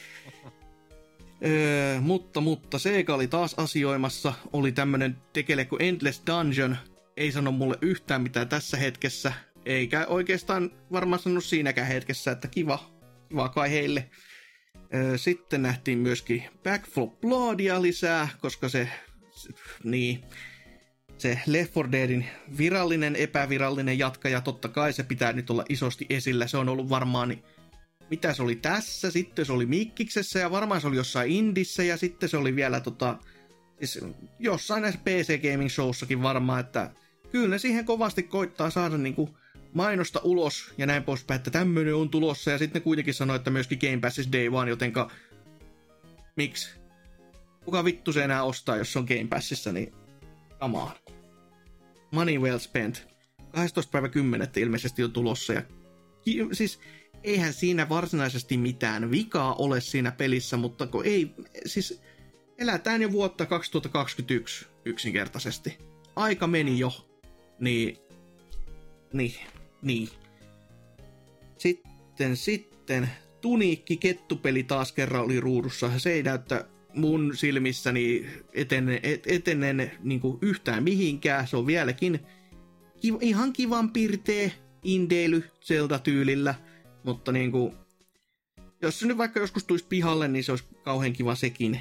Öö, mutta, mutta Sega oli taas asioimassa, oli tämmönen tekele kuin Endless Dungeon, ei sano mulle yhtään mitään tässä hetkessä, eikä oikeastaan varmaan sanonut siinäkään hetkessä, että kiva, kiva kai heille. Öö, sitten nähtiin myöskin Back four Bloodia lisää, koska se, se niin, se Left four Deadin virallinen, epävirallinen jatkaja, totta kai se pitää nyt olla isosti esillä, se on ollut varmaan niin, mitä se oli tässä, sitten se oli Mikkiksessä ja varmaan se oli jossain Indissä ja sitten se oli vielä tota, siis jossain näissä P C Gaming Showssakin varmaan, että kyllä ne siihen kovasti koittaa saada niinku mainosta ulos ja näin poispäin, että tämmöinen on tulossa ja sitten ne kuitenkin sanoi, että myöskin Game Passissa Day One, jotenka miksi? Kuka vittu se enää ostaa, jos se on Game Passissa, niin come on. Money well spent. kahdestoista päivä kymmenettä ilmeisesti on tulossa ja ki- siis eihän siinä varsinaisesti mitään vikaa ole siinä pelissä, mutta kun ei, siis elätään jo vuotta kaksituhattakaksikymmentäyksi yksinkertaisesti. Aika meni jo, niin, niin, niin. Sitten, sitten, Tuniikki kettupeli taas kerran oli ruudussa. Se ei näyttä mun silmissäni etenen, etenen niin kuin yhtään mihinkään. Se on vieläkin kiva, ihan kivan pirtee indeily Zelda-tyylillä. Mutta niinku, jos se nyt vaikka joskus tulisi pihalle, niin se olisi kauhean kiva sekin.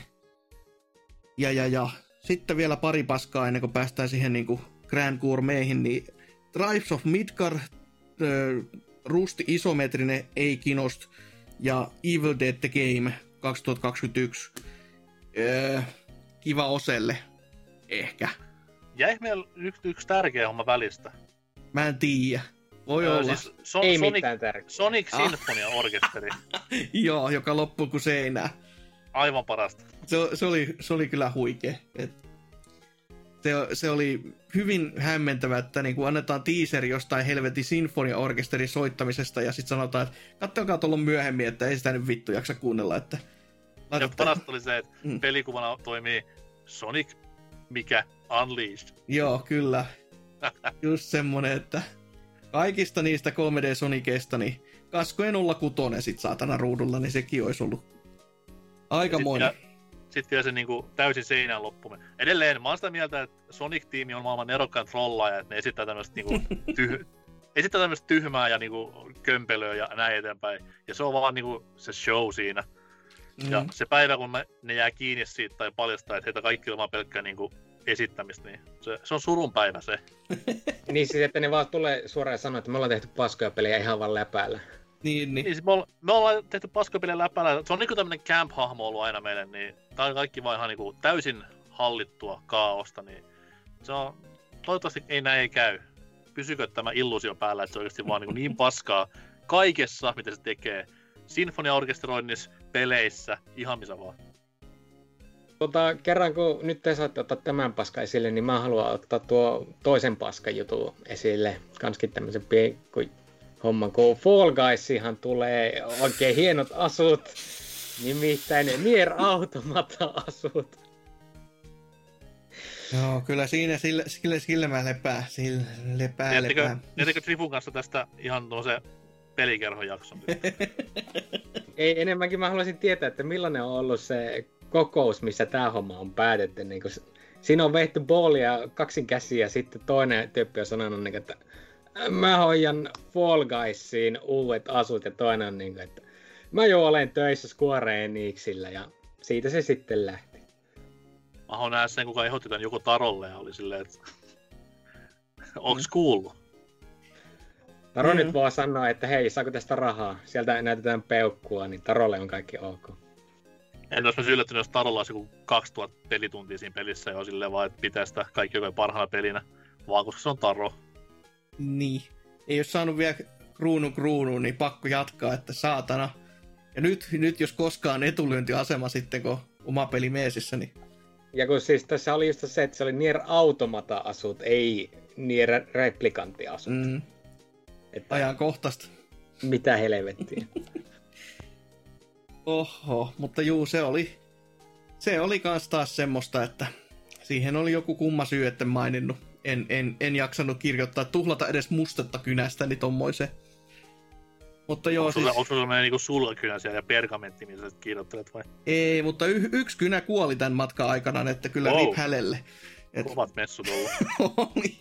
Ja ja ja. Sitten vielä pari paskaa ennen kuin päästään siihen niinku Grand Gourmethin, niin Tribes of Midgard, äh, rusti isometrinen Eikinost ja Evil Dead the Game kaksituhattakaksikymmentäyksi. Äh, kiva Oselle. Ehkä. Jäi meillä yksi, yksi tärkeä homma välistä. Mä en tiedä. Voi öö, olla. Siis so- ei Sonic, mitään tärkeää. Sonic Ah. Sinfonia Orkesteri. Joo, joka loppuu kuin seinää. Aivan parasta. Se, se, oli, se oli kyllä huikea. Et se, se oli hyvin hämmentävä, että niin kun annetaan teaseri jostain helvetin sinfonia-orkesterin soittamisesta ja sitten sanotaan, että katsokaa tuolla myöhemmin, että ei sitä nyt vittu jaksa kuunnella. Että ja parasta oli se, että Mm. pelikuvana toimii Sonic, mikä Unleashed. Joo, kyllä. Just semmonen, että kaikista niistä kolme D Soniceista, niin kaskojen nolla kuusi sit saatana ruudulla, niin sekin olisi ollut aikamoinen. Sitten sit vielä se niinku täysin seinään loppuminen. Edelleen, mä oon sitä mieltä, että Sonic-tiimi on maailman nerokkaan trollaaja, että ne esittää tämmöstä niinku tyh- esittää tämmöstä tyhmää ja niinku kömpelöä ja näin eteenpäin. Ja se on vaan niinku se show siinä. Mm. Ja se päivä, kun me, ne jää kiinni siitä tai paljastaa, että heitä kaikki on vaan pelkkää niinku esittämistä, niin se, se on surun päivä se. Niin siis, että ne vaan tulee suoraan ja sanoo, että me ollaan tehty paskoja pelejä ihan vaan läpäällä. Niin, niin. Niin, siis me, olla, me ollaan tehty paskapelejä läpällä. Se on niinku tämmönen camp-hahmo ollut aina meille, niin tää on kaikki vaan ihan niinku täysin hallittua kaaosta, niin se on, toivottavasti ei näin ei käy. Pysykö tämä illuusio päällä, että se on oikeasti vaan niinku niin paskaa kaikessa, mitä se tekee. Sinfonia-orkesteroinnissa, peleissä, ihan missä vaan. Tota, kerran kun nyt te saatte ottaa tämän paskan esille, niin mä haluan ottaa tuo toisen paskan jutun esille. Kanskin tämmöisen pikku homman, kun Fall Guysihan tulee oikein hienot asut. Nimittäin Nier Automata-asut. Joo, kyllä siinä sillä, sillä, sillä mä lepää, sillä lepää, Tiedättekö, lepää. tiedättekö Trifun kanssa tästä ihan tuollaisen pelikerhon jakson? Ei, enemmänkin mä haluaisin tietää, että millainen on ollut se kokous, missä tää homma on päätetty. Niin kun s- siinä on vehty boolia kaksin käsiä ja sitten toinen tyyppi on sanonut, niin, että mä hoidan Fall Guysiin uudet asut ja toinen on niin, että mä jo olen töissä Square Enixillä ja siitä se sitten lähti. Mä oon nähdä sen, kuka ehdotti tän joku Tarolle ja oli silleen, että onks kuullut? Taro Mm. nyt vaan sanoo, että hei, saako tästä rahaa? Sieltä näytetään peukkua, niin Tarolle on kaikki ok. En olisi myös yllättynyt, jos Tarolla olisi joku kaksituhatta pelituntia siinä pelissä jo silleen vaan, että pitää sitä kaikki oikein parhaana pelinä, vaan koska se on Taro. Niin. Ei ole saanut vielä kruunun kruunuun, niin pakko jatkaa, että saatana. Ja nyt, nyt jos koskaan etulyöntiasema sitten, kun oma peli meesissä, niin... Ja kun siis tässä oli just se, että se oli Nier Automata-asut, ei Nier Replikantti-asut. Mm, Että ajankohtaista. mitä helvettiä. Oho, mutta juu, se oli... Se oli kans taas semmoista, että siihen oli joku kumma syy, etten maininnut. En, en, en jaksanut kirjoittaa, tuhlata edes mustetta kynästäni tommoiseen. Mutta joo, Onko siis... sulla, onko sulla sellainen niinku sulkakynä siellä ja pergamentti, missä sä kirjoittelet vai? Ei, mutta y- yksi kynä kuoli tämän matkan aikana, että kyllä Wow. rip hälelle. Et... Kovat messut ollut. Oli.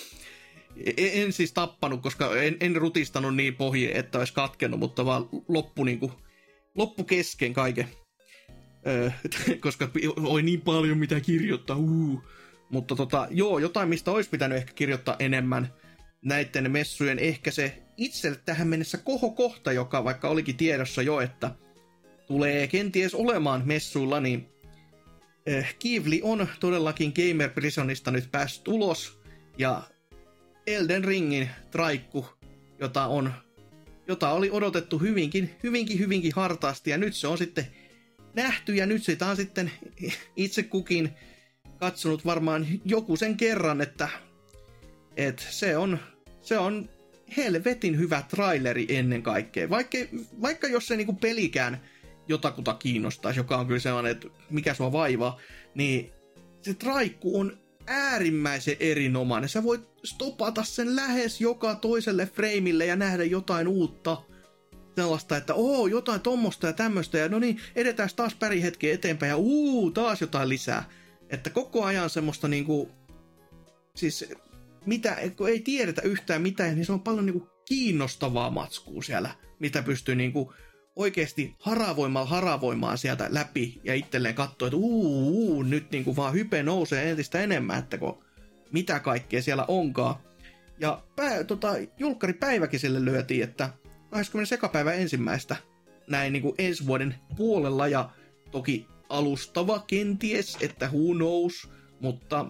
En, en siis tappanut, koska en, en rutistanut niin pohjia, että olisi katkennut, mutta vaan loppu, niin kuin, loppu kesken kaiken. Öö, koska oli niin paljon mitä kirjoittaa. Uh. Mutta tota, joo, jotain mistä olisi pitänyt ehkä kirjoittaa enemmän näiden messujen. Ehkä se itselle tähän mennessä kohokohta, joka vaikka olikin tiedossa jo, että tulee kenties olemaan messuilla, niin äh, Kivli on todellakin Gamer Prisonista nyt päässyt ulos. Ja Elden Ringin traikku, jota, on, jota oli odotettu hyvinkin, hyvinkin, hyvinkin hartaasti. Ja nyt se on sitten nähty ja nyt sitä on sitten itse kukin katsonut varmaan joku sen kerran, että, että se, on, se on helvetin hyvä traileri ennen kaikkea. Vaikka, vaikka jos se niinku pelikään jotakuta kiinnostaisi, joka on kyllä sellainen, että mikä sua vaivaa, niin se traikku on äärimmäisen erinomainen. Sä voit stopata sen lähes joka toiselle freimille ja nähdä jotain uutta. Sellaista, että oo, jotain tommosta ja tämmöstä, ja no niin, edetään taas pari hetkeä eteenpäin, ja uu, taas jotain lisää. Että koko ajan semmoista niinku, siis mitä, kun ei tiedetä yhtään mitään, niin se on paljon niinku kiinnostavaa matskua siellä, mitä pystyy niinku oikeasti haravoimaan, haravoimaan sieltä läpi, ja itselleen katsoo, että uu, uu, nyt niinku vaan hype nousee entistä enemmän, että kun mitä kaikkea siellä onkaan. Ja pää, tota, julkkaripäiväkin sille lyötiin, että kahdeskymmenes päivä ensimmäistä näin niin kuin ensi vuoden puolella, ja toki alustava kenties, että who knows, mutta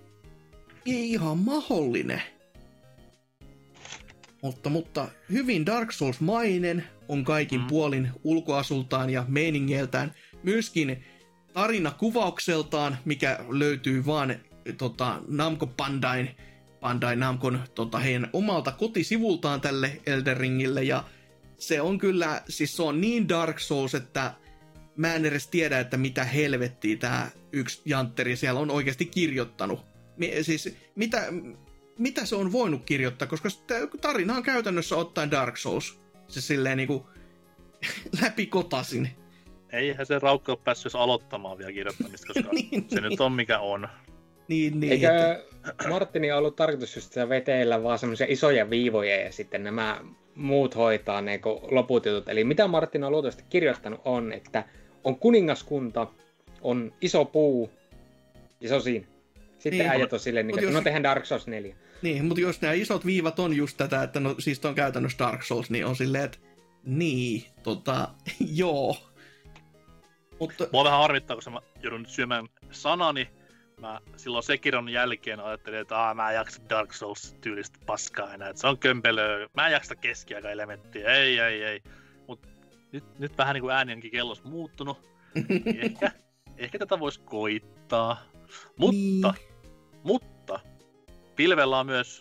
ei ihan mahdollinen. Mutta, mutta hyvin Dark Souls-mainen on kaikin Mm. puolin ulkoasultaan ja meiningeiltään. Myöskin tarinakuvaukseltaan, mikä löytyy vaan tota, Namco Bandain, Bandai Namcon tota, heidän omalta kotisivultaan tälle Elden Ringille, ja se on kyllä, siis se on niin Dark Souls, että mä en edes tiedä, että mitä helvettiä tää yksi jantteri siellä on oikeasti kirjoittanut. Mi- siis mitä, mitä se on voinut kirjoittaa, koska tarina on käytännössä ottaen Dark Souls. Se silleen niinku läpikotasin. Eihän se Raukka ole päässyt edes aloittamaan vielä kirjoittamista, koska Niin, se nyt on mikä on. Niin, niin. Eikö että- Martini ollut tarkoitus just sitä veteillä vaan semmoisia isoja viivoja ja sitten nämä muut hoitaa ne loput jutut. Eli mitä Martin on luultavasti kirjoittanut on, että on kuningaskunta, on iso puu ja se on siinä. Sitten Niin. äijät on silleen, Mut että jos- no tehdään Dark Souls neljä. Niin, mutta jos nämä isot viivat on just tätä, että no siis on käytännössä Dark Souls, niin on silleen, että niin, tota, joo. Mutta Mua vähän harmittaa, koska mä joudun nyt syömään sanani. Mä silloin Sekiron jälkeen ajattelin, että Aa, mä en jaksa Dark Souls-tyylistä paskaa enää. Että se on kömpelöä. Mä en jaksa keskiaika-elementtiä. Ei, ei, ei. Mut nyt, nyt vähän niin kuin äänienkin kellos muuttunut. Niin ehkä, ehkä tätä voisi koittaa. Mutta, Niin. mutta pilvellä on myös,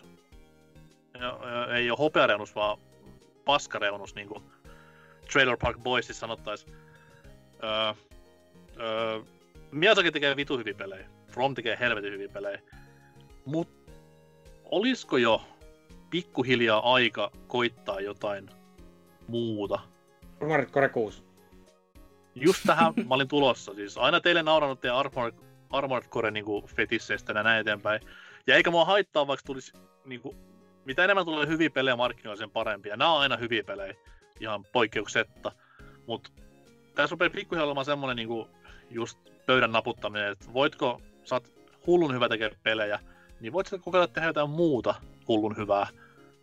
ei ole hopeareunus, vaan paskareunus, niin kuin Trailer Park Boysissa sanottaisiin. Öö, öö, Miyazaki tekee vitu hyviä pelejä. From tekee helvetin hyviä pelejä. Mut olisiko jo pikkuhiljaa aika koittaa jotain muuta? Armored Core kuusi. Just tähän mä olin tulossa. Siis aina teille naurannut teidän Armored, Armored Core niinku fetisseistä ja näin eteenpäin. Ja eikä mua haittaa, vaikka tulisi niinku, mitä enemmän tulee hyviä pelejä markkinoilla, sen parempia. Nämä on aina hyviä pelejä. Ihan poikkeuksetta. Mut tässä rupeaa pikkuhiljaa olemaan semmonen niinku just pöydän naputtaminen, että voitko, sä oot hullun hyvä tekemään pelejä, niin voit sä kokeilla tehdä jotain muuta hullun hyvää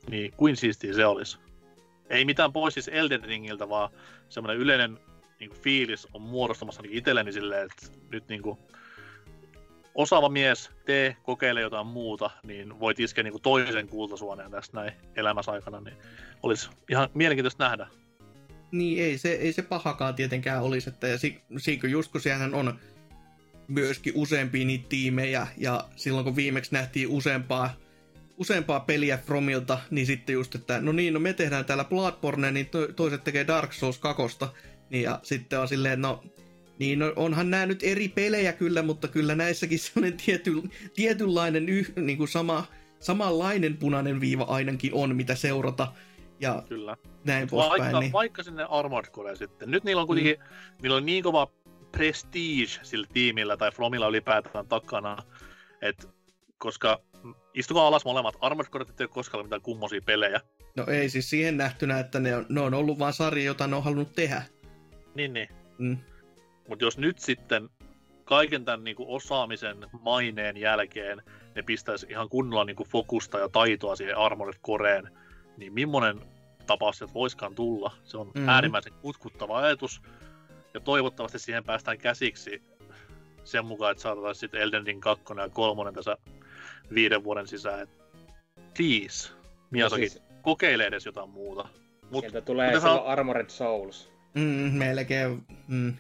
niin kuin siistiä se olisi. Ei mitään pois siis Elden Ringiltä, vaan semmoinen yleinen niin kuin fiilis on muodostamassa niin itselleni silleen, että nyt niin kuin osaava mies, tee, kokeile jotain muuta, niin voit iskeä niin kuin toisen kultasuoneen tästä näin elämässä aikana, niin olisi ihan mielenkiintoista nähdä. Niin, ei se, ei se pahakaan tietenkään olisi, että ja si, siinä just kun siellähän on myöskin useampia niitä tiimejä, ja silloin kun viimeksi nähtiin useampaa, useampaa peliä Fromilta, niin sitten just, että no niin, no me tehdään täällä Bloodborne, niin to, toiset tekee Dark Souls kaksi, niin ja sitten on silleen, no niin no, onhan nämä nyt eri pelejä kyllä, mutta kyllä näissäkin sellainen tiety, tietynlainen yh, niin kuin sama, samanlainen punainen viiva ainakin on, mitä seurata. Ja kyllä. Näin Vaikka, poispäin. Niin. vaikka sinne Armored Core sitten. Nyt niillä on kuitenkin mm. niillä on niin kova prestige sillä tiimillä tai Fromilla ylipäätään takana, että koska istukaa alas molemmat, Armored Core ei ole koskaan mitään kummosia pelejä. No ei siis siihen nähtynä, että ne on, ne on ollut vaan sarja, jota ne on halunnut tehdä. Niin, niin. Mm. Mutta jos nyt sitten kaiken tämän niinku osaamisen maineen jälkeen ne pistäisi ihan kunnolla niinku fokusta ja taitoa siihen Armored Coreen, niin millainen tapaus sieltä voiskaan tulla. Se on mm-hmm. äärimmäisen kutkuttava ajatus, ja toivottavasti siihen päästään käsiksi sen mukaan, että saataisiin sitten Elden Ring kaksi ja kolme tässä viiden vuoden sisään. Et please, Miyazaki, siis kokeile edes jotain muuta. Mut, sieltä tulee silloin on Armored Souls. Mm, melkein. Mm.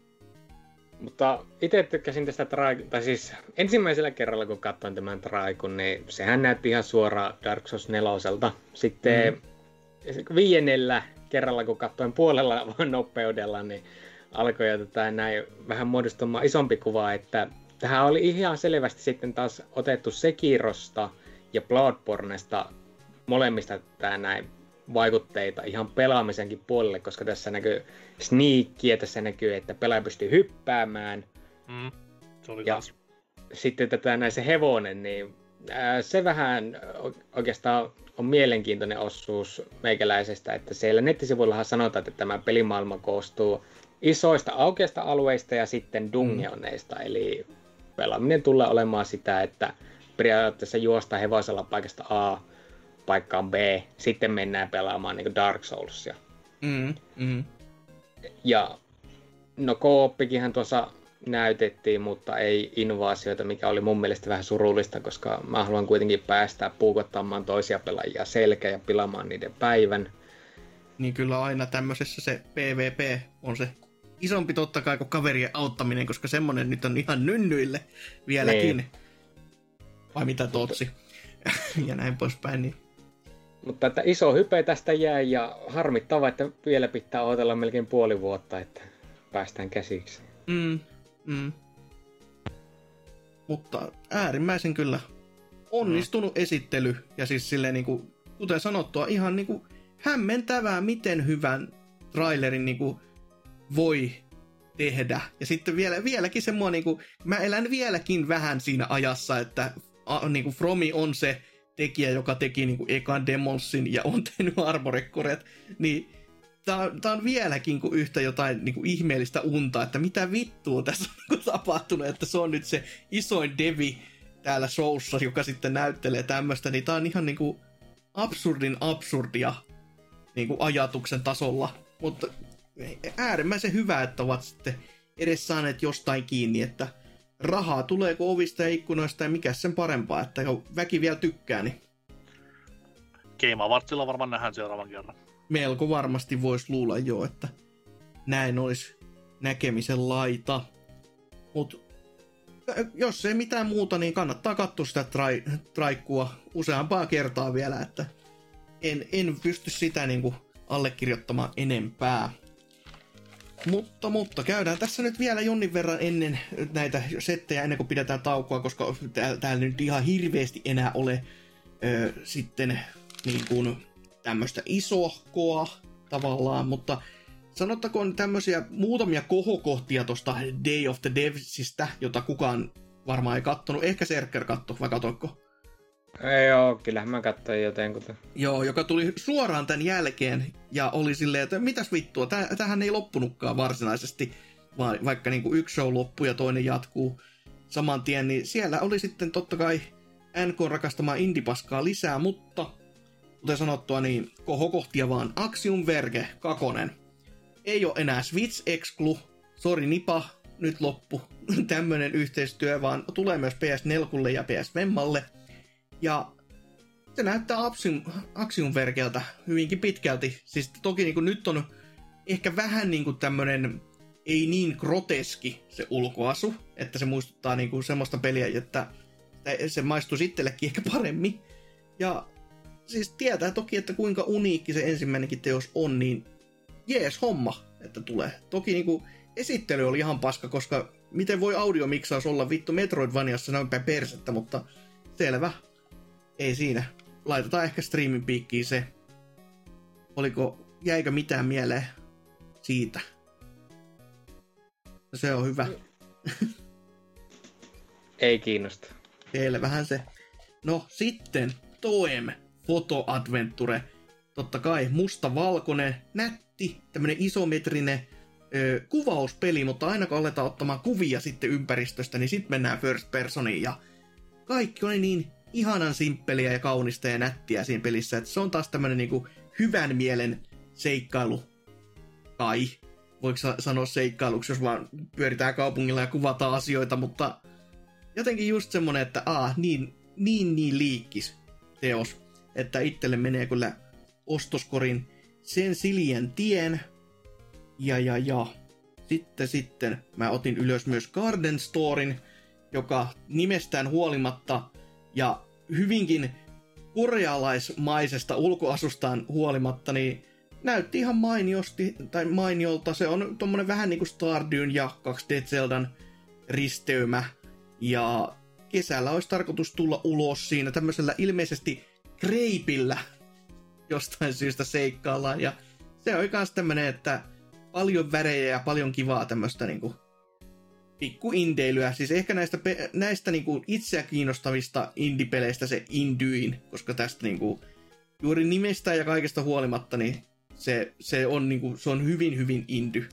Mutta itse tykkäsin tästä Traikun, tai siis ensimmäisellä kerralla kun katsoin tämän Traikun, niin sehän näytti ihan suoraan Dark Souls neloselta. Sitten mm. viiennellä kerralla kun katsoin puolella nopeudella, niin alkoi jo tätä näin vähän muodostumaan isompi kuva, että tähän oli ihan selvästi sitten taas otettu Sekirosta ja Bloodbornesta molemmista tää näin vaikutteita ihan pelaamisenkin puolelle, koska tässä näkyy sneakkiä, tässä näkyy, että pelaaja pystyy hyppäämään. Mm, se oli ja taas. Sitten tätä näin se hevonen, niin ää, se vähän oikeastaan on mielenkiintoinen osuus meikäläisestä, että siellä nettisivuillahan sanotaan, että tämä pelimaailma koostuu isoista aukeista alueista ja sitten dungeoneista, mm. eli pelaaminen tulee olemaan sitä, että periaatteessa juostaan hevosella paikasta A paikkaan B, sitten mennään pelaamaan niin kuin Dark Soulsia. Mm, mm. Ja no kooppikinhan tuossa näytettiin, mutta ei invaasioita, mikä oli mun mielestä vähän surullista, koska mä haluan kuitenkin päästä puukottamaan toisia pelaajia selkä ja pilaamaan niiden päivän. Niin kyllä aina tämmöisessä se PvP on se isompi totta kai kuin kaverien auttaminen, koska semmonen nyt on ihan nynnyille vieläkin. Niin. Vai mitä Totsi? Ja näin poispäin. Niin. Mutta että iso hype tästä jäi ja harmittava, että vielä pitää odotella melkein puoli vuotta, että päästään käsiksi. Mm, mm. Mutta äärimmäisen kyllä onnistunut mm. esittely ja siis silleen niinku, kuten sanottua, ihan niinku hämmentävää, miten hyvän trailerin niinku voi tehdä. Ja sitten vielä, vieläkin semmoinen, niinku, mä elän vieläkin vähän siinä ajassa, että a, niinku Fromi on se tekijä, joka teki niinku ekan Demonsin ja on tehnyt Armored Coret, niin tää, tää on vieläkin kuin yhtä jotain niinku ihmeellistä unta, että mitä vittua tässä on tapahtunut, että se on nyt se isoin devi täällä showssa, joka sitten näyttelee tämmöstä, niin tää on ihan niinku absurdin absurdia niinku ajatuksen tasolla, mutta äärimmäisen hyvä, että ovat sitten edes saaneet jostain kiinni, että rahaa tuleeko ovista ja ikkunoista ja mikä sen parempaa, että väki vielä tykkää, niin Game Awardsilla varmaan nähdään seuraavan kerran. Melko varmasti voisi luulla jo, että näin olisi näkemisen laita. Mut jos ei mitään muuta, niin kannattaa katsoa sitä trai- traikkua useampaa kertaa vielä, että en, en pysty sitä niinku allekirjoittamaan enempää. Mutta, mutta käydään tässä nyt vielä jonnin verran ennen näitä settejä, ennen kuin pidetään taukoa, koska täällä, täällä nyt ihan hirveästi enää ole ö, sitten niin kuin tämmöistä isohkoa tavallaan, mutta sanottakoon tämmöisiä muutamia kohokohtia tosta Day of the Devsistä, jota kukaan varmaan ei kattonut. Ehkä Serker katto, vai katoiko? Ei oo, kyllähän mä katsoin jotenkin. Joo, joka tuli suoraan tämän jälkeen ja oli silleen, että mitäs vittua, täh- tähän ei loppunutkaan varsinaisesti, vaan vaikka niinku yksi show loppuu ja toinen jatkuu saman tien, niin siellä oli sitten totta kai N K rakastamaa indie-paskaa lisää, mutta kuten sanottua, niin kohokohtia vaan. Axiom Verge kaksi. Ei ole enää Switch-exclu. Sori Nipa, nyt loppu. Tämmönen yhteistyö, vaan tulee myös P S neljälle ja P S Vemmalle. Ja se näyttää Axiom, Axiom Vergeltä hyvinkin pitkälti. Siis toki niin kuin nyt on ehkä vähän niin kuin tämmönen ei niin groteski se ulkoasu, että se muistuttaa niin kuin semmoista peliä, että se maistuu itsellekin ehkä paremmin. Ja siis tietää toki, että kuinka uniikki se ensimmäinenkin teos on, niin jees homma, että tulee. Toki niin kuin esittely oli ihan paska, koska miten voi audiomiksaus olla vittu Metroidvaniassa noin päin persettä, mutta selvä. Ei siinä. Laitetaan ehkä streamin piikkiin se. Oliko, jäikö mitään mieleen siitä? Se on hyvä. Ei kiinnosta. Selvähän se. No sitten Toem Photo Adventure. Totta kai musta-valkoinen, nätti, tämmönen isometrinen ö, kuvauspeli, mutta aina kun aletaan ottamaan kuvia sitten ympäristöstä, niin sitten mennään first personiin ja kaikki on niin ihanan simppeliä ja kaunista ja nättiä siinä pelissä, että se on taas tämmönen niinku hyvän mielen seikkailu. Kai. Voiko sanoa seikkailuksi, jos vaan pyöritään kaupungilla ja kuvataan asioita, mutta jotenkin just semmonen, että aa, niin, niin, niin liikkis teos, että itselle menee kyllä ostoskorin sen Silien tien. Ja, ja, ja. Sitten, sitten mä otin ylös myös Garden Storin, joka nimestään huolimatta ja hyvinkin korealaismaisesta ulkoasustaan huolimatta, niin näytti ihan mainiosti, tai mainiolta. Se on tommonen vähän niinku Stardewn ja kaksi D Zeldan risteymä. Ja kesällä olisi tarkoitus tulla ulos siinä tämmöisellä ilmeisesti kreipillä jostain syystä seikkaillaan. Ja se on kans tämmönen, että paljon värejä ja paljon kivaa tämmöstä niinku pikku indeilyä. Siis ehkä näistä, pe- näistä niinku itseä kiinnostavista indie-peleistä se indyin, koska tästä niinku juuri nimestä ja kaikesta huolimatta, niin se, se, on, niinku, se on hyvin hyvin indy.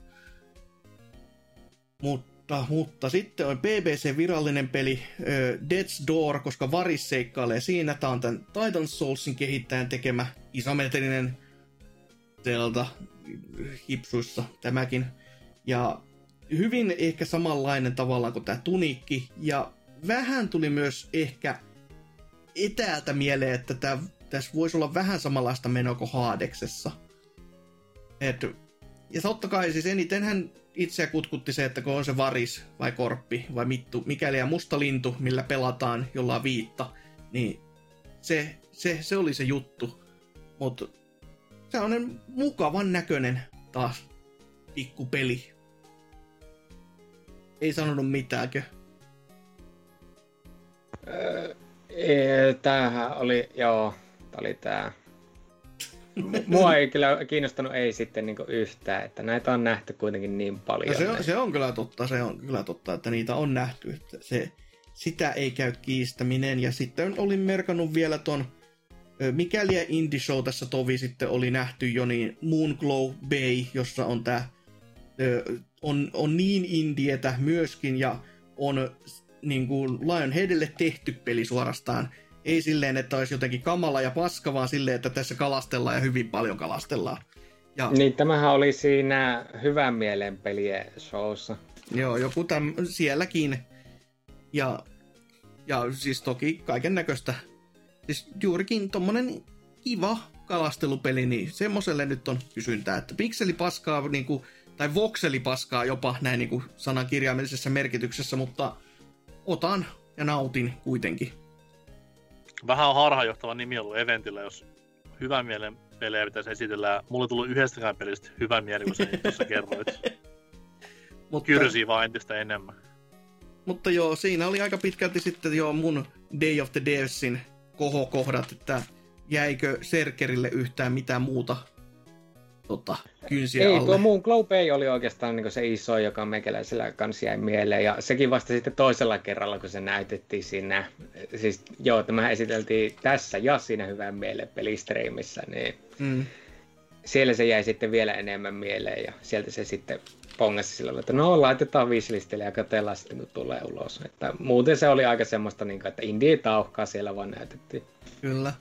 Mutta, mutta sitten on B B C-virallinen peli äh, Death's Door, koska Varis seikkailee siinä. Tää on tämän Titan Soulsin kehittäjän tekemä isometrinen Zelda hipsuissa tämäkin. Ja hyvin ehkä samanlainen tavallaan kuin tää Tunikki. Ja vähän tuli myös ehkä etäältä mieleen, että tää, tässä voisi olla vähän samanlaista menoa kuin Hadeksessa. Et, ja totta kai siis enitenhän itseä kutkutti se, että kun on se varis vai korppi vai mittu, mikäli ja musta lintu, millä pelataan jollain viitta, niin se, se, se oli se juttu. Mutta se on mukavan näköinen taas pikkupeli. Ei sanonut mitäänkö? Öö, tämähän oli, joo, tää oli tää. Mua ei kyllä kiinnostanut ei sitten niinku yhtään, että näitä on nähty kuitenkin niin paljon. No se, on, se on kyllä totta, se on kyllä totta, että niitä on nähty. Että se, sitä ei käy kiistäminen. Ja sitten olin merkannut vielä ton, mikäli Indie Show tässä tovi sitten oli nähty jo, niin Moonglow Bay, jossa on tää, on, on niin indietä myöskin ja on niin kuin Lionheadille tehty peli suorastaan. Ei silleen, että olisi jotenkin kamala ja paska, vaan silleen, että tässä kalastellaan ja hyvin paljon kalastellaan. Ja niin, tämähän oli siinä hyvän mielen pelien showssa. Joo, joku täm, sielläkin. Ja, ja siis toki kaiken näköistä. Siis juurikin tommonen kiva kalastelupeli, niin semmoselle nyt on kysyntää, että pikselipaskaa, niin kuin, tai vokselipaskaa jopa näin niin kuin sanan kirjaimellisessä merkityksessä, mutta otan ja nautin kuitenkin. Vähän on harhaanjohtava nimi ollut eventillä, jos hyvän mielen pelejä pitäisi esitellä. Mulla ei tullut yhdestäkään pelistä hyvän mieli, kun sä tuossa kerroit. Mutta kyrsii vaan entistä enemmän. Mutta joo, siinä oli aika pitkälti sitten jo mun Day of the Devsin kohokohdat, että jäikö Serkerille yhtään mitään muuta tota, kynsiä ei, alle. Ei, tuo muun Globey oli oikeastaan niin se iso, joka meikäläisellä kanssa jäi mieleen. Ja sekin vasta sitten toisella kerralla, kun se näytettiin siinä. Siis joo, tämä esiteltiin tässä ja siinä hyvän mielen pelistriimissä, niin mm. siellä se jäi sitten vielä enemmän mieleen. Ja sieltä se sitten pongasi sillä, että no laitetaan wishlistille ja katsellaan sitten, kun tulee ulos. Että muuten se oli aika semmoista, että indie tauhkaa siellä vaan näytettiin. Kyllä.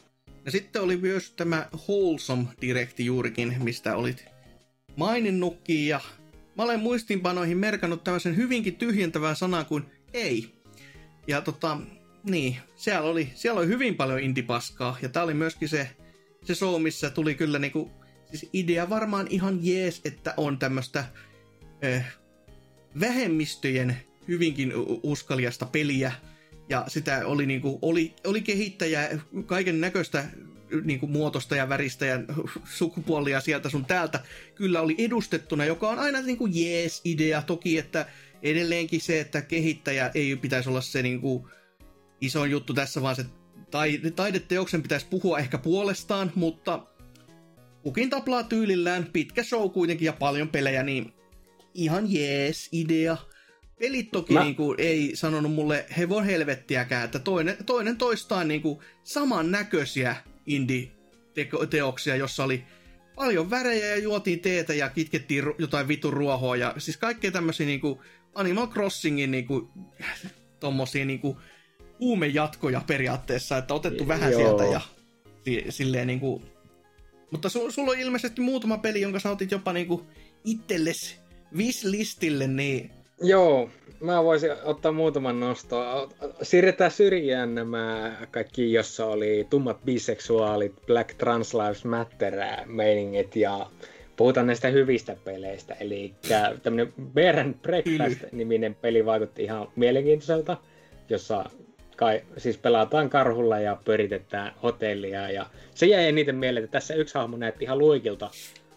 Ja sitten oli myös tämä Wholesome Directi juurikin, mistä olit maininnutkin, ja mä olen muistiinpanoihin merkannut tämmöisen hyvinkin tyhjentävää sanaa kuin ei. Ja tota, niin, siellä oli, siellä oli hyvin paljon indie-paskaa, ja tää oli myöskin se, se show, missä tuli kyllä niinku, siis idea varmaan ihan jees, että on tämmöstä äh, vähemmistöjen hyvinkin uskaliasta peliä, ja sitä oli, niinku, oli, oli kehittäjä kaiken näköistä niinku, muotosta ja väristä ja sukupuolia sieltä sun täältä kyllä oli edustettuna, joka on aina niinku, jees idea. Toki, että edelleenkin se, että kehittäjä ei pitäisi olla se niinku, iso juttu tässä, vaan se taideteoksen pitäisi puhua ehkä puolestaan, mutta kukin taplaa tyylillään, pitkä show kuitenkin ja paljon pelejä, niin ihan jees idea. Pelit toki Mä... niinku, ei sanonut mulle hevon helvettiäkään, että toinen, toinen toistaan niinku, samannäköisiä indie-teoksia, jossa oli paljon värejä ja juotiin teetä ja kitkettiin ru- jotain vitun ruohoa ja siis kaikkea tämmöisiä niinku Animal Crossingin niinku, tommosia niinku huumejatkoja periaatteessa, että otettu vähän Joo. sieltä ja si- silleen niinku. Mutta su- sulla on ilmeisesti muutama peli, jonka sä otit jopa niinku itsellesi wishlistille, niin Joo, mä voisin ottaa muutaman nostoa. Siirretään syrjään nämä kaikki, jossa oli tummat biseksuaalit, Black Trans Lives Matter -meiningit ja puhutaan näistä hyvistä peleistä. Eli tämmönen Bear and Breakfast-niminen peli vaikutti ihan mielenkiintoiselta, jossa kai, siis pelataan karhulla ja pyöritetään hotellia. Ja se jäi eniten mieleen, että tässä yksi hahmo näytti ihan luikilta,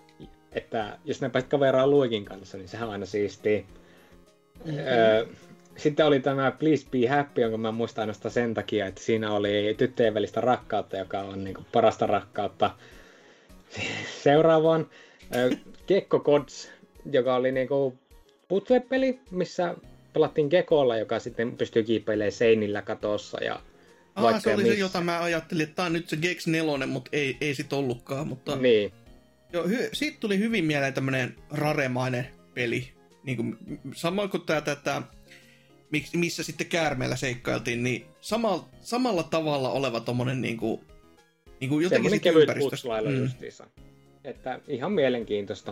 että jos ne pääsit kaveraan luikin kanssa, niin sehän on aina siistiä. Mm-hmm. Öö, sitten oli tämä Please Be Happy, jonka mä muistan ainoastaan sen takia, että siinä oli tyttöjen välistä rakkautta, joka on niin kuin parasta rakkautta. Seuraavaan öö, Gekko Gods, joka oli niin kuin puzzle-peli, missä pelattiin Gekolla, joka sitten pystyy kiipeilemään seinillä katossa. Ja ah, se oli missä. Se, jota mä ajattelin, että tää on nyt se Gex neljä, mutta ei, ei sit ollutkaan. Mutta niin. Jo, hy- siitä tuli hyvin mieleen tämmönen raremainen peli. Niin kuin, samoin kuin tää, tätä, missä sitten käärmeellä seikkailtiin, niin sama, samalla tavalla oleva tommonen niinku, niinku jotenkin sitten ympäristössä. Semmoinen kevyt justiinsa. Että ihan mielenkiintoista.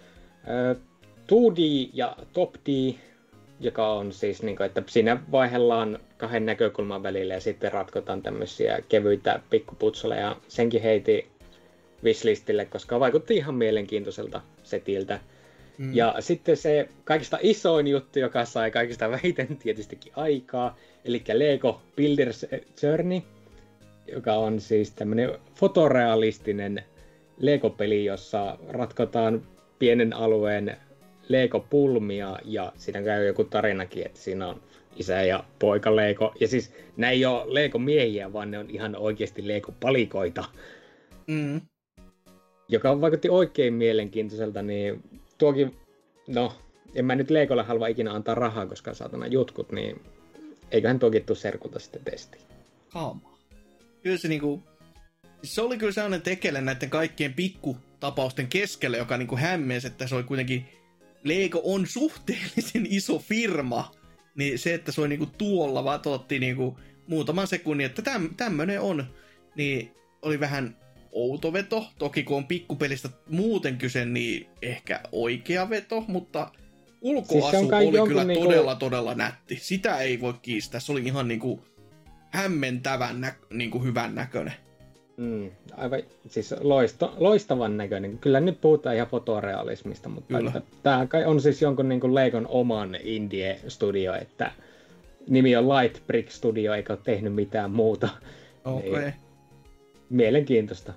kaksi D ja Top D, joka on siis, niin kuin, että siinä vaihdellaan kahden näkökulman välillä ja sitten ratkotaan tämmöisiä kevyitä pikkuputsaleja. Senkin heiti wishlistille, koska vaikutti ihan mielenkiintoiselta setiltä. Mm. Ja sitten se kaikista isoin juttu, joka sai kaikista vähiten tietystikin aikaa, eli Lego Builders Journey, joka on siis tämmöinen fotorealistinen Lego-peli, jossa ratkotaan pienen alueen Lego-pulmia, ja siinä käy joku tarinakin, että siinä on isä ja poika Lego. Ja siis nämä ei ole Lego-miehiä, vaan ne on ihan oikeasti Lego-palikoita. Mm. Joka vaikutti oikein mielenkiintoiselta, niin tuokin, no, en mä nyt Legolle halua ikinä antaa rahaa, koska saatana jutkut, niin eiköhän tuokin tuu serkulta sitten testiin. Kaama. Kyllä se niinku, se oli kyllä sellainen tekele näiden kaikkien pikkutapausten keskellä, joka niinku hämmensi, että se oli kuitenkin, Lego on suhteellisen iso firma, niin se, että se oli niinku tuolla, vaan otti niinku muutaman sekunnin, että täm, tämmönen on, niin oli vähän outo veto. Toki kun on pikkupelistä muuten kyse, niin ehkä oikea veto, mutta ulkoasu siis oli kyllä niinku todella todella nätti. Sitä ei voi kiistää. Se oli ihan niinku hämmentävän nä- niinku hyvän näköinen. Mm, aivan siis loisto, loistavan näköinen. Kyllä nyt puhutaan ihan fotorealismista, mutta tämä on siis jonkun niinku Legon oman indie-studio, että nimi on Light Brick Studio, eikä ole tehnyt mitään muuta. Okei. Okay. Mielenkiintoista.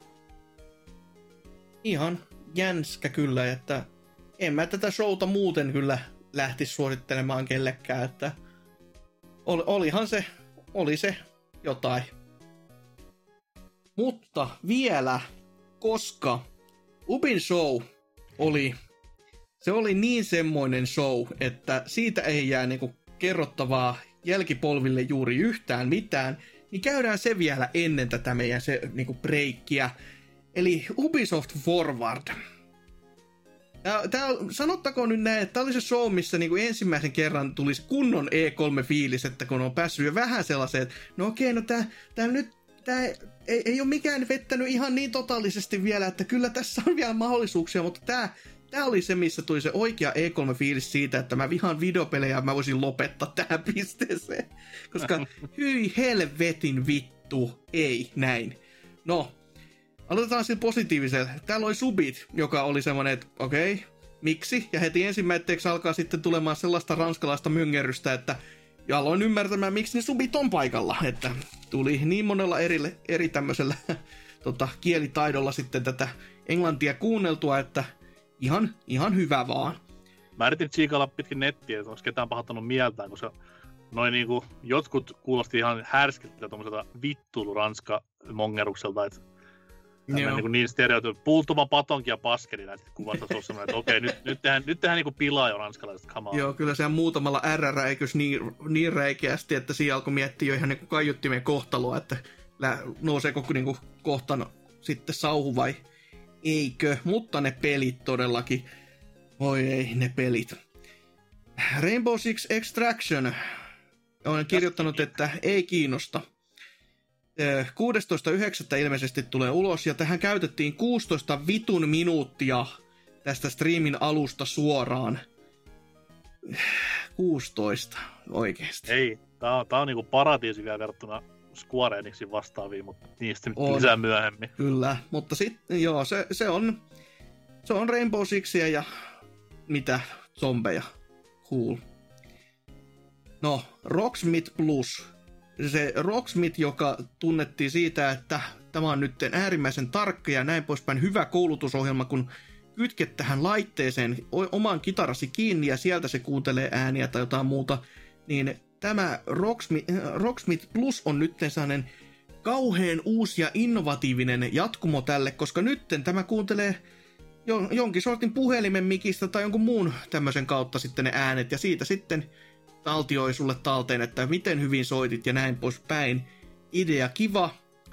Ihan jänskä kyllä, että en mä tätä showta muuten kyllä lähtisi suosittelemaan kellekään, että ol, olihan se, oli se jotain. Mutta vielä, koska Upin show oli, se oli niin semmoinen show, että siitä ei jää niinku kerrottavaa jälkipolville juuri yhtään mitään, niin käydään se vielä ennen tätä meidän se niinku breikkiä. Eli Ubisoft Forward. Tää, tää, sanottakoon nyt näin, että tää oli se show, missä niinku ensimmäisen kerran tulisi kunnon E kolme-fiilis, että kun on päässyt jo vähän sellaiseen, että no okei, no tää, tää nyt tää ei, ei ole mikään vettänyt ihan niin totaalisesti vielä, että kyllä tässä on vielä mahdollisuuksia, mutta tää, tää oli se, missä tuli se oikea E kolme-fiilis siitä, että mä vihaan videopelejä ja mä voisin lopettaa tähän pisteeseen. Koska hyi helvetin vittu, ei näin. No, aloitetaan sillä positiivisella. Täällä oli subit, joka oli semmonen, että okei, okay, miksi? Ja heti ensimmäiseksi alkaa sitten tulemaan sellaista ranskalaista myngerrystä, että ja aloin ymmärtämään, miksi ne subit on paikalla. Että tuli niin monella eri, eri tämmöisellä tota, kielitaidolla sitten tätä englantia kuunneltua, että ihan, ihan hyvä vaan. Mä yritin tsiikailla pitkin nettiä, että onko ketään pahoittanut mieltään, koska noin niinku, jotkut kuulosti ihan härskiltä tommoselta vittuilu ranska mongerukselta, että niin, niin stereotyp, puultuma patonki ja paskeli näistä kuvasta on semmoinen, että okei, nyt, nyt tehdään, nyt tehdään niinku pilaa jo ranskalaiset, come on. Joo, kyllä se muutamalla R-räikös niin, niin räikeästi, että siinä alkoi miettiä jo ihan niinku kaiuttimien kohtaloa, että nousee koko niinku kohtan sitten sauhu vai eikö, mutta ne pelit todellakin, oi ei, ne pelit. Rainbow Six Extraction, olen kirjoittanut, että ei kiinnosta. kuudestoista yhdeksättä ilmeisesti tulee ulos, ja tähän käytettiin kuusitoista vitun minuuttia tästä streamin alusta suoraan. kuusitoista, oikeesti. Ei, tää on, tää on niinku paratiisi vielä verrattuna Square Enixin vastaaviin, mutta niistä on, lisää myöhemmin. Kyllä, mutta sitten joo, se, se on se on Rainbow Sixia ja mitä, zombeja. Cool. No, Rocksmith Plus. Se Rocksmith, joka tunnettiin siitä, että tämä on nyt äärimmäisen tarkka ja näin poispäin hyvä koulutusohjelma, kun kytket tähän laitteeseen oman kitarasi kiinni ja sieltä se kuuntelee ääniä tai jotain muuta, niin tämä Rocksmith, Rocksmith Plus on nyt sellainen kauhean uusi ja innovatiivinen jatkumo tälle, koska nytten tämä kuuntelee jonkin sortin puhelimen mikistä tai jonkun muun tämmöisen kautta sitten ne äänet ja siitä sitten taltioi sulle talteen, että miten hyvin soitit ja näin poispäin. Idea kiva.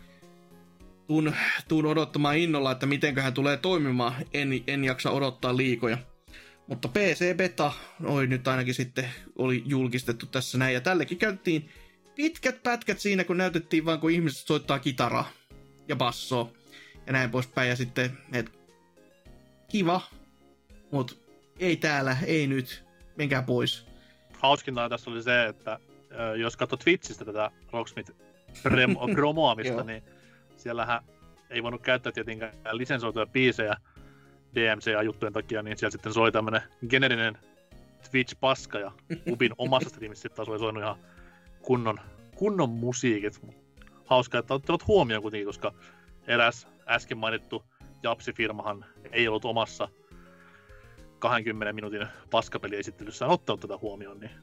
Tuun, tuun odottamaan innolla, että mitenköhän tulee toimimaan. En, en jaksa odottaa liikoja. Mutta P C-beta oi, nyt ainakin sitten oli julkistettu tässä näin. Ja tällekin käytettiin pitkät pätkät siinä, kun näytettiin vaan, kun ihmiset soittaa kitaraa ja bassoa ja näin poispäin. Ja sitten, et, kiva, mut ei täällä, ei nyt, menkää pois. Hauskinta tässä oli se, että jos katsot Twitchistä tätä Rocksmith promoamista, niin siellähän ei voinut käyttää tietenkään lisensoituja biisejä D M C-juttujen takia, niin siellä sitten soi tämmönen generinen Twitch-paska, ja Ubin omassa streamissä sitten taas oli soinut ihan kunnon, kunnon musiikit. Hauska, että otat huomioon kuitenkin, koska eräs äsken mainittu Japsi-firmahan ei ollut omassa kaksikymmentä minuutin paskapeliesittelyssään ottanut tätä huomioon, niin...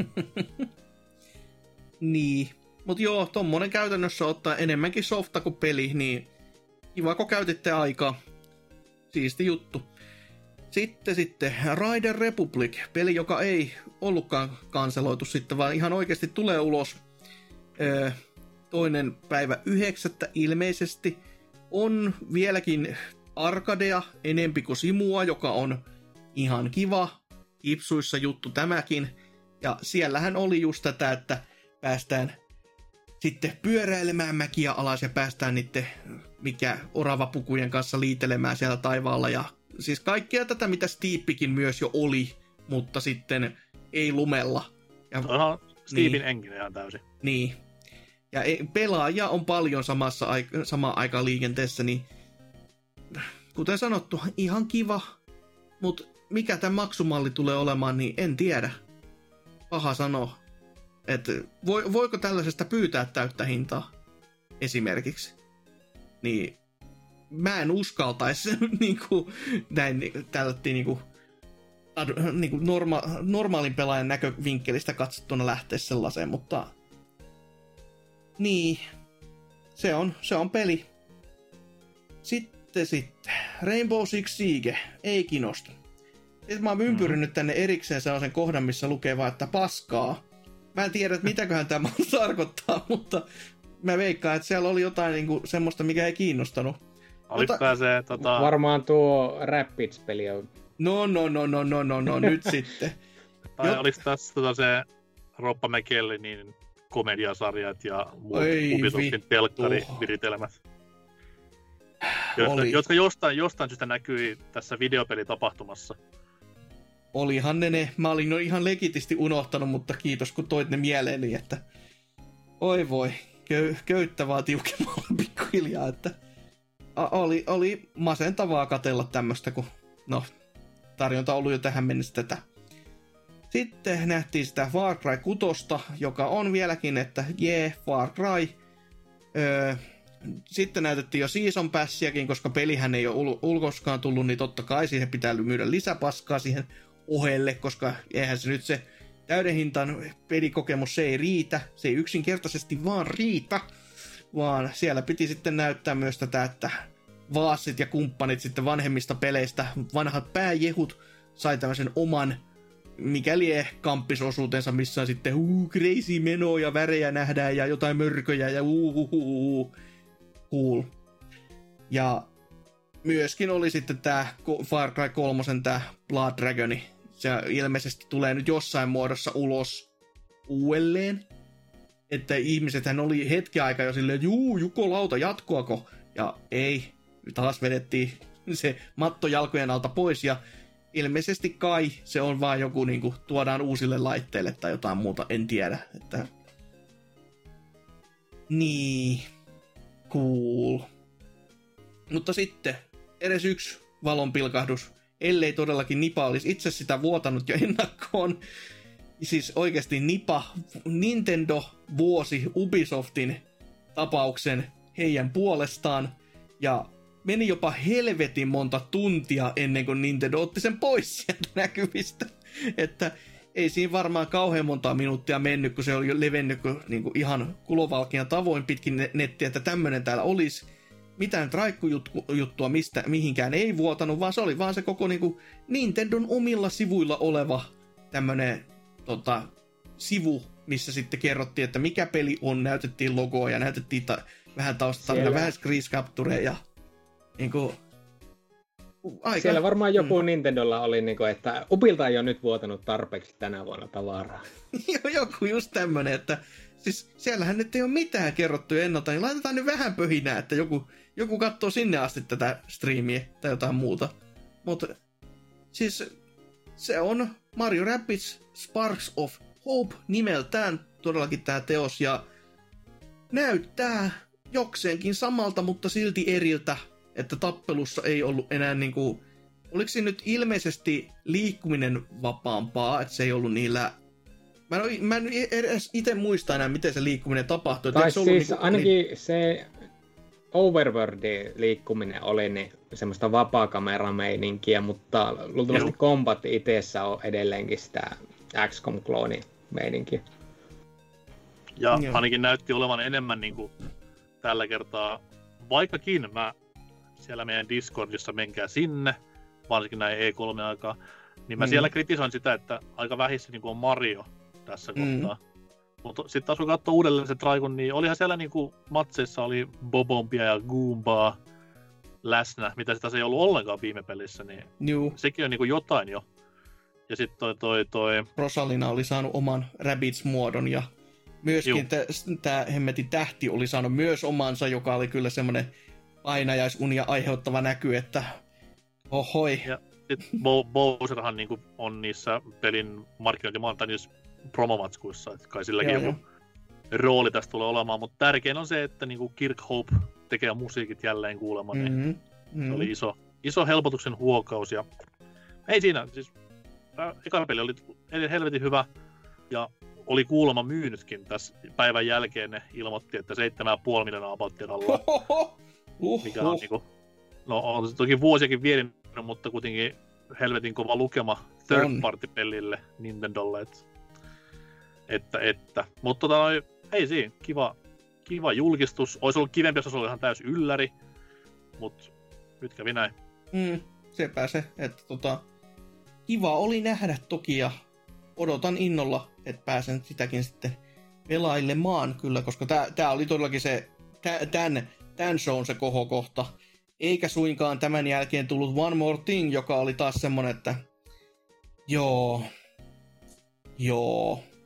niin. Mut joo, tommonen käytännössä ottaa enemmänkin softa kuin peli, niin kiva kun käytitte aikaa. Siisti juttu. Sitten sitten Rider Republic, peli joka ei ollutkaan kanseloitu sitten, vaan ihan oikeasti tulee ulos öö, toinen päivä yhdeksättä ilmeisesti. On vieläkin arcadea enempi kuin simua, joka on ihan kiva, ipsuissa juttu tämäkin. Ja siellähän oli just tätä, että päästään sitten pyöräilemään mäkiä alas ja päästään niiden mikä oravapukujen kanssa liitelemään siellä taivaalla. Ja siis kaikkea tätä, mitä Steepikin myös jo oli, mutta sitten ei lumella. Ja, onhan Steepin niin, engine ihan täysin. Niin. Ja pelaajia on paljon samassa aika, samaan aikaan liikenteessä, niin kuten sanottu, ihan kiva, mutta mikä tämä maksumalli tulee olemaan, niin en tiedä. Paha sanoa. Että voiko tällaisesta pyytää täyttä hintaa esimerkiksi? Niin mä en uskaltaisi niinku, näin tällättiin niinku, niinku norma, normaalin pelaajan näkövinkkelistä katsottuna lähteä sellaiseen, mutta niin, se on, se on peli. Sitten sitten, Rainbow Six Siege, ei kiinnosta. Sitten mä oon ympyrinyt tänne erikseen sellaisen kohdan, missä lukee vaan, että paskaa. Mä en tiedä, että mitäköhän tämä tarkoittaa, mutta mä veikkaan, että siellä oli jotain niinku semmoista, mikä ei kiinnostanut. Oliko mutta... se tota... Varmaan tuo Rabbids-peli on... No, no, no, no, no, no, no, nyt sitten. Tai oliko tässä tota se Roppa McKellin niin komediasarjat ja muut Ei Ubisoftin telkkariviritelmät. Oli. Jotka jostain, jostain syystä näkyi tässä videopelitapahtumassa. Olihan ne ne. Mä olin no ihan legitisti unohtanut, mutta kiitos kun toit ne mieleeni, että oi voi, köy, köyttä vaan tiukemmalla pikkuhiljaa, että a, oli, oli masentavaa katsella tämmöstä, kun no, tarjonta on ollut jo tähän mennessä tätä. Sitten nähtiin sitä Far Cry kuusi, joka on vieläkin, että jee, yeah, Far Cry. Öö, sitten näytettiin jo Season Passiakin, koska pelihän ei ole ul- ulkoskaan tullut, niin totta kai siihen pitää myydä lisäpaskaa siihen ohelle, koska eihän se nyt se täyden hintan pelikokemus, se ei riitä. Se ei yksinkertaisesti vaan riitä, vaan siellä piti sitten näyttää myös tätä, että Vaasit ja kumppanit sitten vanhemmista peleistä, vanhat pääjehut, sai tämmöisen oman mikäli kamppisosuutensa, missä on sitten uu, crazy menoja, värejä nähdään ja jotain mörköjä ja uu, cool. Ja myöskin oli sitten tää Far Cry kolme, tää Blood Dragoni. Se ilmeisesti tulee nyt jossain muodossa ulos uudelleen. Että ihmisethän oli hetki aikaa jo silleen, että juu, jukolauta, jatkoako? Ja ei, taas vedettiin se matto jalkojen alta pois ja ilmeisesti kai se on vaan joku niinku tuodaan uusille laitteille tai jotain muuta, en tiedä. Että niin, cool. Mutta sitten edes yksi valonpilkahdus, ellei todellakin Nipa olisi itse sitä vuotanut jo ennakkoon. Siis oikeasti Nipa, Nintendo vuosi Ubisoftin tapauksen heidän puolestaan ja meni jopa helvetin monta tuntia ennen kuin Nintendo otti sen pois sieltä näkyvistä. Että ei siinä varmaan kauhean monta minuuttia mennyt, kun se oli jo levennyt niin kuin ihan kulovalkean tavoin pitkin nettiä, että tämmöinen täällä olisi. Mitään traikkujuttua mistä mihinkään ei vuotanut, vaan se oli vaan se koko niin kuin Nintendon omilla sivuilla oleva tämmöinen tota, sivu, missä sitten kerrottiin, että mikä peli on, näytettiin logoa ja näytettiin ta- vähän taustaa, vähän screen captureja. Niin kuin, aika. Siellä varmaan joku mm. Nintendolla oli, niin kuin, että Ubilta ei ole nyt vuotanut tarpeeksi tänä vuonna tavaraa. Joku just tämmönen, että siis siellähän nyt ei ole mitään kerrottu ennalta, niin laitetaan nyt vähän pöhinää, että joku, joku katsoo sinne asti tätä striimiä tai jotain muuta. Mutta siis se on Mario Rabbids Sparks of Hope nimeltään todellakin tämä teos ja näyttää jokseenkin samalta, mutta silti eriltä, että tappelussa ei ollut enää niinku, oliko se nyt ilmeisesti liikkuminen vapaampaa, että se ei ollut niillä, mä en, mä en edes itse muista enää, miten se liikkuminen tapahtui. Tai siis niinku, ainakin niin se overworldin liikkuminen oli niin semmoista vapaakamerameininkiä, mutta luultavasti Joo. Combat itsessä on edelleenkin sitä X COM-klooni-meininkiä. Ja Joo. ainakin näytti olevan enemmän niin kuin tällä kertaa, vaikkakin mä siellä meidän Discordissa, menkää sinne, varsinkin näin E kolme aikaa, niin mä Mm. siellä kritisoin sitä, että aika vähissä niin kuin on Mario tässä Mm. kohtaa. Mutta sitten taas kun katsoo uudelleen se Traikon, niin olihan siellä niin kuin matseissa oli Bobombia ja Goombaa läsnä, mitä sitä se ei ollut ollenkaan viime pelissä, niin Juu, sekin on niin kuin jotain jo. Ja sitten toi, toi, toi... Rosalina oli saanut oman Rabbids-muodon ja myöskin tämä hemmetin tähti oli saanut myös omansa, joka oli kyllä semmoinen painajaisunia aiheuttava näky, että ohoi. Ja sitten Bo- Bowserhan niin kuin on niissä pelin markkinointimaan tai niissä promomatskuissa, että kai silläkin Joo, joku rooli tästä tulee olemaan, mutta tärkein on se, että niin kuin Kirkhope tekee musiikit jälleen kuulemma, niin Mm-hmm. Mm-hmm. se oli iso, iso helpotuksen huokaus ja ei siinä, siis tää eka peli oli helvetin hyvä ja oli kuulemma myynytkin tässä päivän jälkeen, ne ilmoitti, että seitsemän pilkku viisi miljoonaa apauttiin alla, Ohoho. Uhuh. mikä on niinku, no on se toki vuosiakin vierin, mutta kuitenkin helvetin kova lukema third On. party pelille Nintendolle, et, että, että, mutta tota noi, ei siinä, kiva, kiva julkistus, olisi ollut kivempi, jos olisi ollut ihan täys ylläri, mutta nyt kävi näin. Mm, sepä se, että tota, kiva oli nähdä toki ja odotan innolla, että pääsen sitäkin sitten pelailemaan kyllä, koska tää, tää oli todellakin se, tä, tän, tän shown se kohokohta, eikä suinkaan tämän jälkeen tullut One More Thing, joka oli taas semmonen, että joo, joo,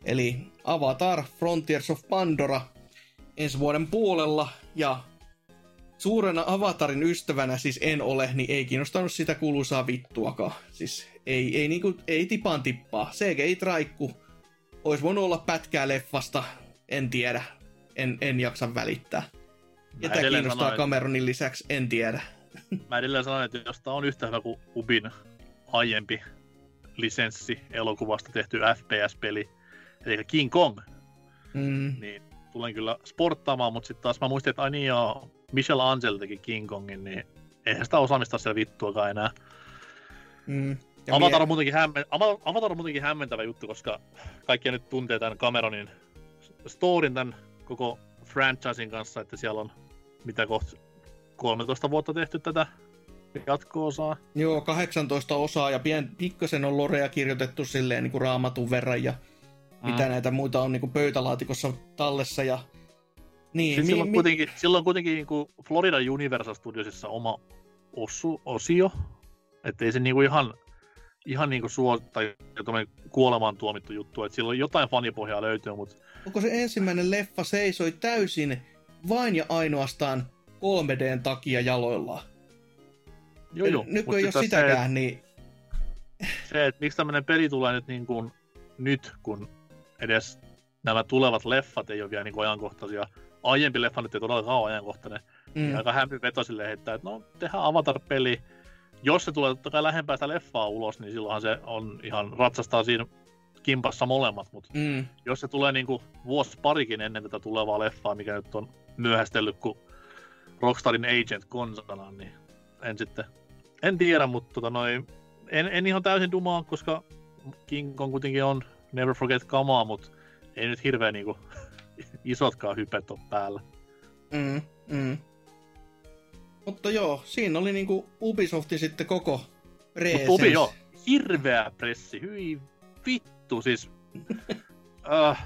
Eli Avatar Frontiers of Pandora ensi vuoden puolella, ja suurena Avatarin ystävänä siis en ole, niin ei kiinnostanut sitä kuuluisaa vittuakaan. Siis ei, ei, niinku, ei tipaan tippaa. C G I-traikku. Ois voinut olla pätkää leffasta, en tiedä. En, en jaksa välittää. Ja tää kiinnostaa sanoin, Cameronin lisäksi, en tiedä. Mä edelleen sanoin, että jos tää on yhtä hyvä kuin Ubin aiempi lisenssi elokuvasta tehty F P S-peli, eli King Kong, mm. niin tulen kyllä sporttaamaan, mutta sitten taas mä muistin, että ai niin joo, Michel Angel teki King Kongin, niin eihän sitä osaamista siellä vittuakaan enää. Mm. Avatar, on muutenkin hämmen... Avatar on muutenkin hämmentävä juttu, koska kaikki nyt tuntee tämän Cameronin storin tämän koko franchisin kanssa, että siellä on mitä kohta kolmetoista vuotta tehty tätä jatko-osaa. Joo, kahdeksantoista osaa ja pien, pikkasen on lorea kirjoitettu silleen niin kuin Raamatun verran ja mm. mitä näitä muita on niin kuin pöytälaatikossa tallessa. Ja... Niin, mi- silloin, mi- kuitenkin, silloin kuitenkin niin kuin Florida Universal Studiosissa oma osu, osio, ettei se niin kuin ihan, ihan niin kuin suo, tai kuolemaan tuomittu juttu, että silloin jotain fanipohjaa löytyy, mutta... Onko se ensimmäinen leffa seisoi täysin vain ja ainoastaan kolme D:n takia jaloillaan? Joo, joo. Nyt kun ei ole sitäkään, se, niin... Se, että miksi tämmöinen peli tulee nyt niin kuin nyt, kun edes nämä tulevat leffat ei ole vielä niin kuin ajankohtaisia. Aiempi leffa nyt ei todellakaan ole ajankohtainen. Mm. Niin aika hämmenveto silleen, että, että no, tehdään Avatar-peli. Jos se tulee totta kai lähempää sitä leffaa ulos, niin silloinhan se on ihan ratsastaa siinä kimpassa molemmat. Mutta mm. jos se tulee niin kuin vuosi parikin ennen tätä tulevaa leffaa, mikä nyt on myöhästellyt kuin Rockstarin Agent konsanaan, niin en sitten... En tiedä, mutta tota noi, en, en ihan täysin dumaa, koska King Kong kuitenkin on Never Forget kamaa, mutta ei nyt hirveän niinku isotkaan hypet ole päällä. Mm, mm. Mutta joo, siinä oli niinku Ubisoftin sitten koko presence. Ubi joo, hirveä pressi, hyi vittu, siis... uh.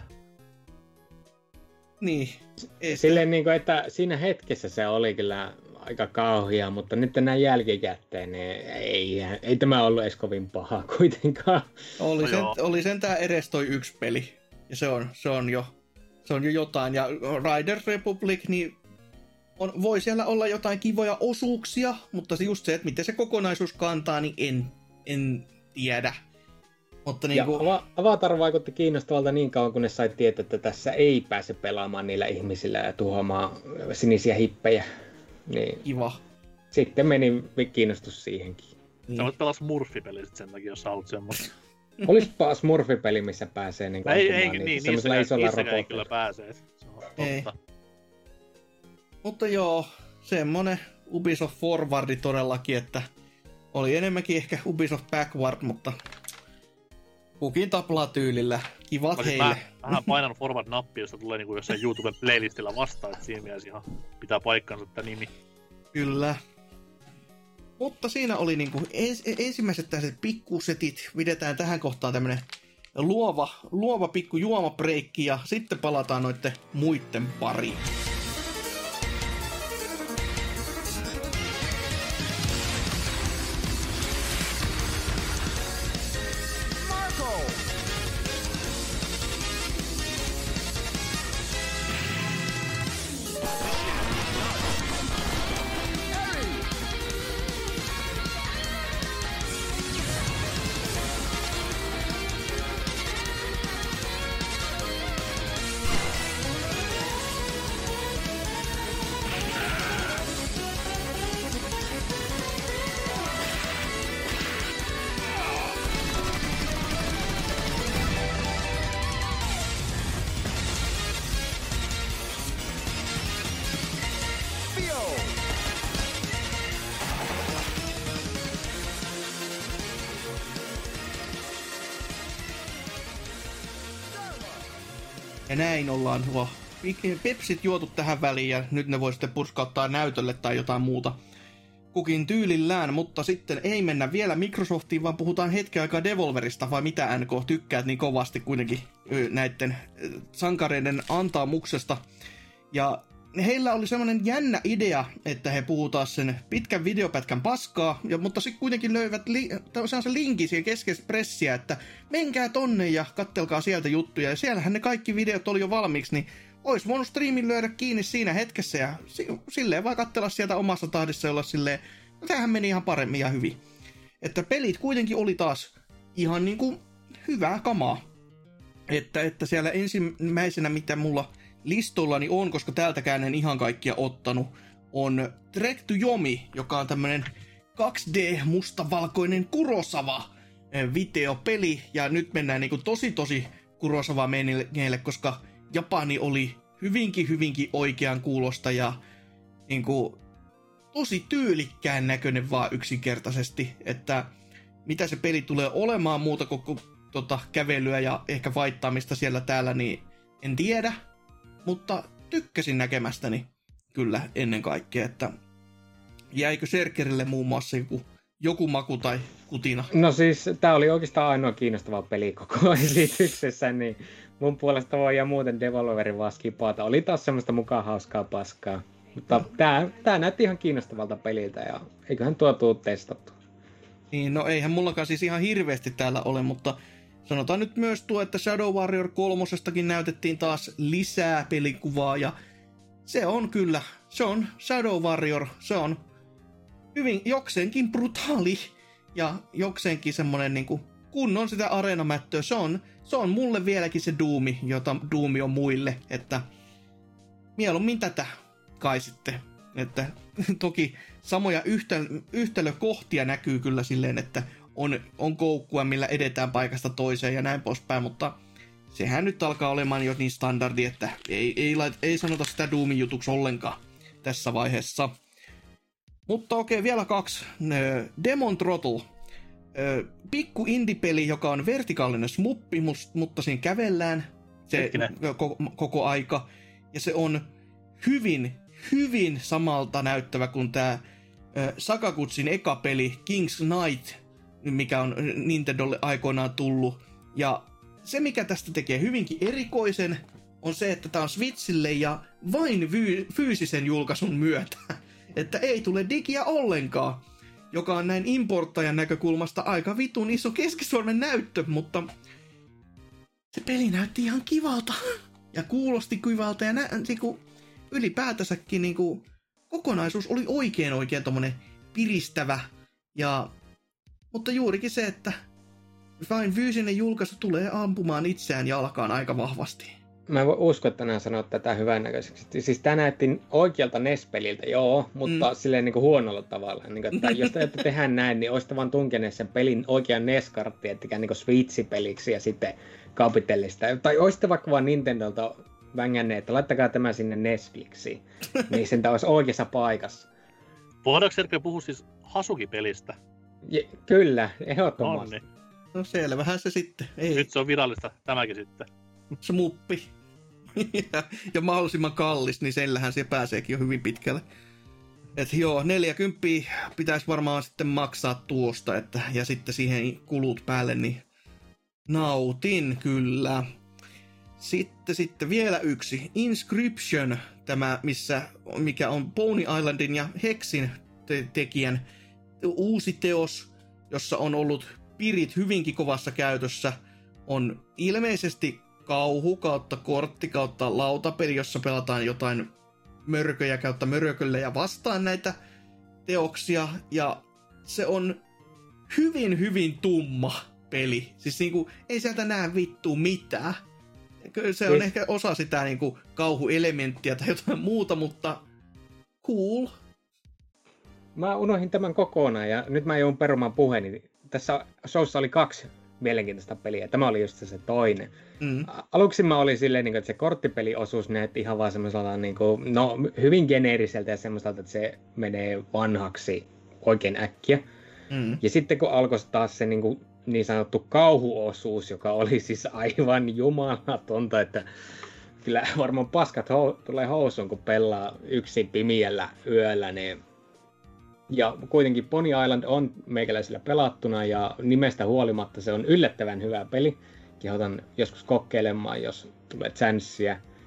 Niin. Silleen niinku, että siinä hetkessä se oli kyllä... aika kauhia, mutta nyt näin jälkikäteen niin ei, ei tämä ollut edes kovin paha kuitenkaan. Oli, sen, oli sentään edes toi yksi peli, ja se on, se on, jo, se on jo jotain. Ja Riders Republic, niin on, voi siellä olla jotain kivoja osuuksia, mutta just se, että miten se kokonaisuus kantaa, niin en, en tiedä. Mutta niin kuin... ja Avatar vaikutti kiinnostavalta niin kauan, kun ne sai tietää, että tässä ei pääse pelaamaan niillä ihmisillä ja tuhoamaan sinisiä hippejä. Niin. Kiva. Sitten meni kiinnostus siihenkin. Niin. Sä voit pelaa Smurfi-peli sen takia, jos sä haluat semmoista. Olispa Smurfi-peli, missä pääsee niin ei, ei, niin, niin, niissä ei kyllä pääsee. Ei. Mutta joo, semmonen Ubisoft Forwardi todellakin, että oli enemmänkin ehkä Ubisoft Backward, mutta kukin taplaa tyylillä. Kivat mä heille. Mä, vähän painan forward-nappia, josta tulee niinku jossain YouTuben playlistillä vastaan, että siinä mielessä ihan pitää paikkansa tämä nimi. Kyllä. Mutta siinä oli niinku ens, ensimmäiset tällaiset pikkusetit. Videtään tähän kohtaan tämmönen luova, luova pikku juomabreikki ja sitten palataan noitten muitten pariin. Ja näin ollaan nuo pepsit juotu tähän väliin ja nyt ne voi sitten purskauttaa näytölle tai jotain muuta kukin tyylillään, mutta sitten ei mennä vielä Microsoftiin, vaan puhutaan hetken aikaa Devolverista, vai mitä N K tykkäät niin kovasti kuitenkin näiden sankareiden antaamuksesta. Ja heillä oli semmoinen jännä idea, että he puhutaan sen pitkän videopätkän paskaa, ja, mutta sitten kuitenkin löivät li, se linkin siihen keskessä pressiä, että menkää tonne ja kattelkaa sieltä juttuja, ja siellähän ne kaikki videot oli jo valmiiksi, niin olisi voinut striimin lyödä kiinni siinä hetkessä, ja silleen vaan katsella sieltä omassa tahdissa ja olla silleen, no tämähän meni ihan paremmin ja hyvin. Että pelit kuitenkin oli taas ihan niinku hyvää kamaa. Että, että siellä ensimmäisenä, mitä mulla listollani on, koska täältäkään en ihan kaikkia ottanut, on Trek to Yomi, joka on tämmönen kaksi D-mustavalkoinen Kurosawa-videopeli. Ja nyt mennään niinku tosi tosi Kurosawa-menille, koska Japani oli hyvinkin hyvinkin oikean kuulosta ja niinku tosi tyylikkään näköinen vaan yksinkertaisesti, että mitä se peli tulee olemaan muuta kuin tota, kävelyä ja ehkä vaittaamista siellä täällä, niin en tiedä, mutta tykkäsin näkemästäni kyllä ennen kaikkea, että jäikö Serkerille muun muassa joku, joku maku tai kutina? No siis tää oli oikeastaan ainoa kiinnostava peli koko esityksessä, niin mun puolesta voi ja muuten Devolverin vaan skipata. Oli taas semmoista mukaan hauskaa paskaa. Mutta tää, tää näytti ihan kiinnostavalta peliltä ja eiköhän tuo tuu testattu. Niin, no eihän mullakaan siis ihan hirveästi täällä ole, mutta sanotaan nyt myös tuo, että Shadow Warrior kolmosestakin näytettiin taas lisää pelikuvaa ja se on kyllä, se on Shadow Warrior, se on hyvin jokseenkin brutaali ja jokseenkin semmonen niinku kunnon sitä areenamättöä, se on, se on mulle vieläkin se Doomi, jota Doomi on muille, että mieluummin tätä kai sitten, että toki samoja yhtä, yhtälökohtia näkyy kyllä silleen, että on, on koukkua, millä edetään paikasta toiseen ja näin poispäin, mutta sehän nyt alkaa olemaan jo niin standardi, että ei, ei, lait, ei sanota sitä Doomin jutuksi ollenkaan tässä vaiheessa. Mutta okei, vielä kaksi. Demon Throttle. Pikku indie-peli, joka on vertikaalinen smuppi, mutta siinä kävellään se koko, koko aika. Ja se on hyvin, hyvin samalta näyttävä kuin tämä Sakagutsin eka peli King's Knight, mikä on Nintendolle aikoinaan tullut. Ja se, mikä tästä tekee hyvinkin erikoisen, on se, että tämä on Switchille ja vain vy- fyysisen julkaisun myötä. Että ei tule digiä ollenkaan, joka on näin importtajan näkökulmasta aika vitun iso keskisormen näyttö, mutta se peli näytti ihan kivalta ja kuulosti kivalta ja nä- niinku, ylipäätänsäkin niinku, kokonaisuus oli oikein oikein tommonen piristävä. Ja, mutta juurikin se, että vain fyysinen julkaisu tulee ampumaan itseään jalkaan aika vahvasti. Mä en voi uskoa, että nää sanoo tätä hyvännäköiseksi. Siis tää näytti oikealta N E S-peliltä, joo, mutta mm. silleen niin kuin huonolla tavalla. Niin kuin, että jos te tehdään näin, niin olisitte vaan tunkeneet sen pelin oikean N E S-karttiin, ettekä niin Switch-peliksi ja sitten kaupitellista. Tai olisitte vaikka vaan Nintendolta vängänneet, että laittakaa tämä sinne Netflixiin. Niin sen olisi oikeassa paikassa. Voidaanko Sergei puhua siis Hasuki-pelistä? Je, kyllä, ehdottomasti. Onni. No selvähän se sitten. Ei. Nyt se on virallista, tämäkin sitten. Smuppi. ja, ja mahdollisimman kallis, niin sellähän se pääseekin jo hyvin pitkälle. Et joo, neljäkymmentä pitäisi varmaan sitten maksaa tuosta, että, ja sitten siihen kulut päälle, niin nautin kyllä. Sitten, sitten vielä yksi. Inscription, tämä, missä, mikä on Pony Islandin ja Hexin te- tekijän uusi teos, jossa on ollut pirit hyvinkin kovassa käytössä. On ilmeisesti kauhu kautta kortti kautta lautapeli, jossa pelataan jotain mörköjä kautta mörkölle vastaan näitä teoksia. Ja se on hyvin, hyvin tumma peli. Siis niinku, ei sieltä näe vittu mitään. Se on siis ehkä osa sitä niinku kauhuelementtiä tai jotain muuta, mutta cool. Mä unohdin tämän kokonaan ja nyt mä joudun perumaan puheeni. Tässä showssa oli kaksi mielenkiintoista peliä. Tämä oli just se toinen. Mm. Aluksi mä olin silleen, että se korttipeliosuus näytti ihan vaan semmoiselta no, hyvin geneeriseltä ja semmoiselta, että se menee vanhaksi oikein äkkiä. Mm. Ja sitten kun alkoi taas se niin, kuin, niin sanottu kauhuosuus, joka oli siis aivan jumalatonta, että kyllä varmaan paskat hou- tulee housuun, kun pelaa yksin pimiällä yöllä, niin ja kuitenkin Pony Island on meikäläisillä pelattuna ja nimestä huolimatta se on yllättävän hyvä peli. Kehotan joskus kokeilemaan, jos tulee chanssiä.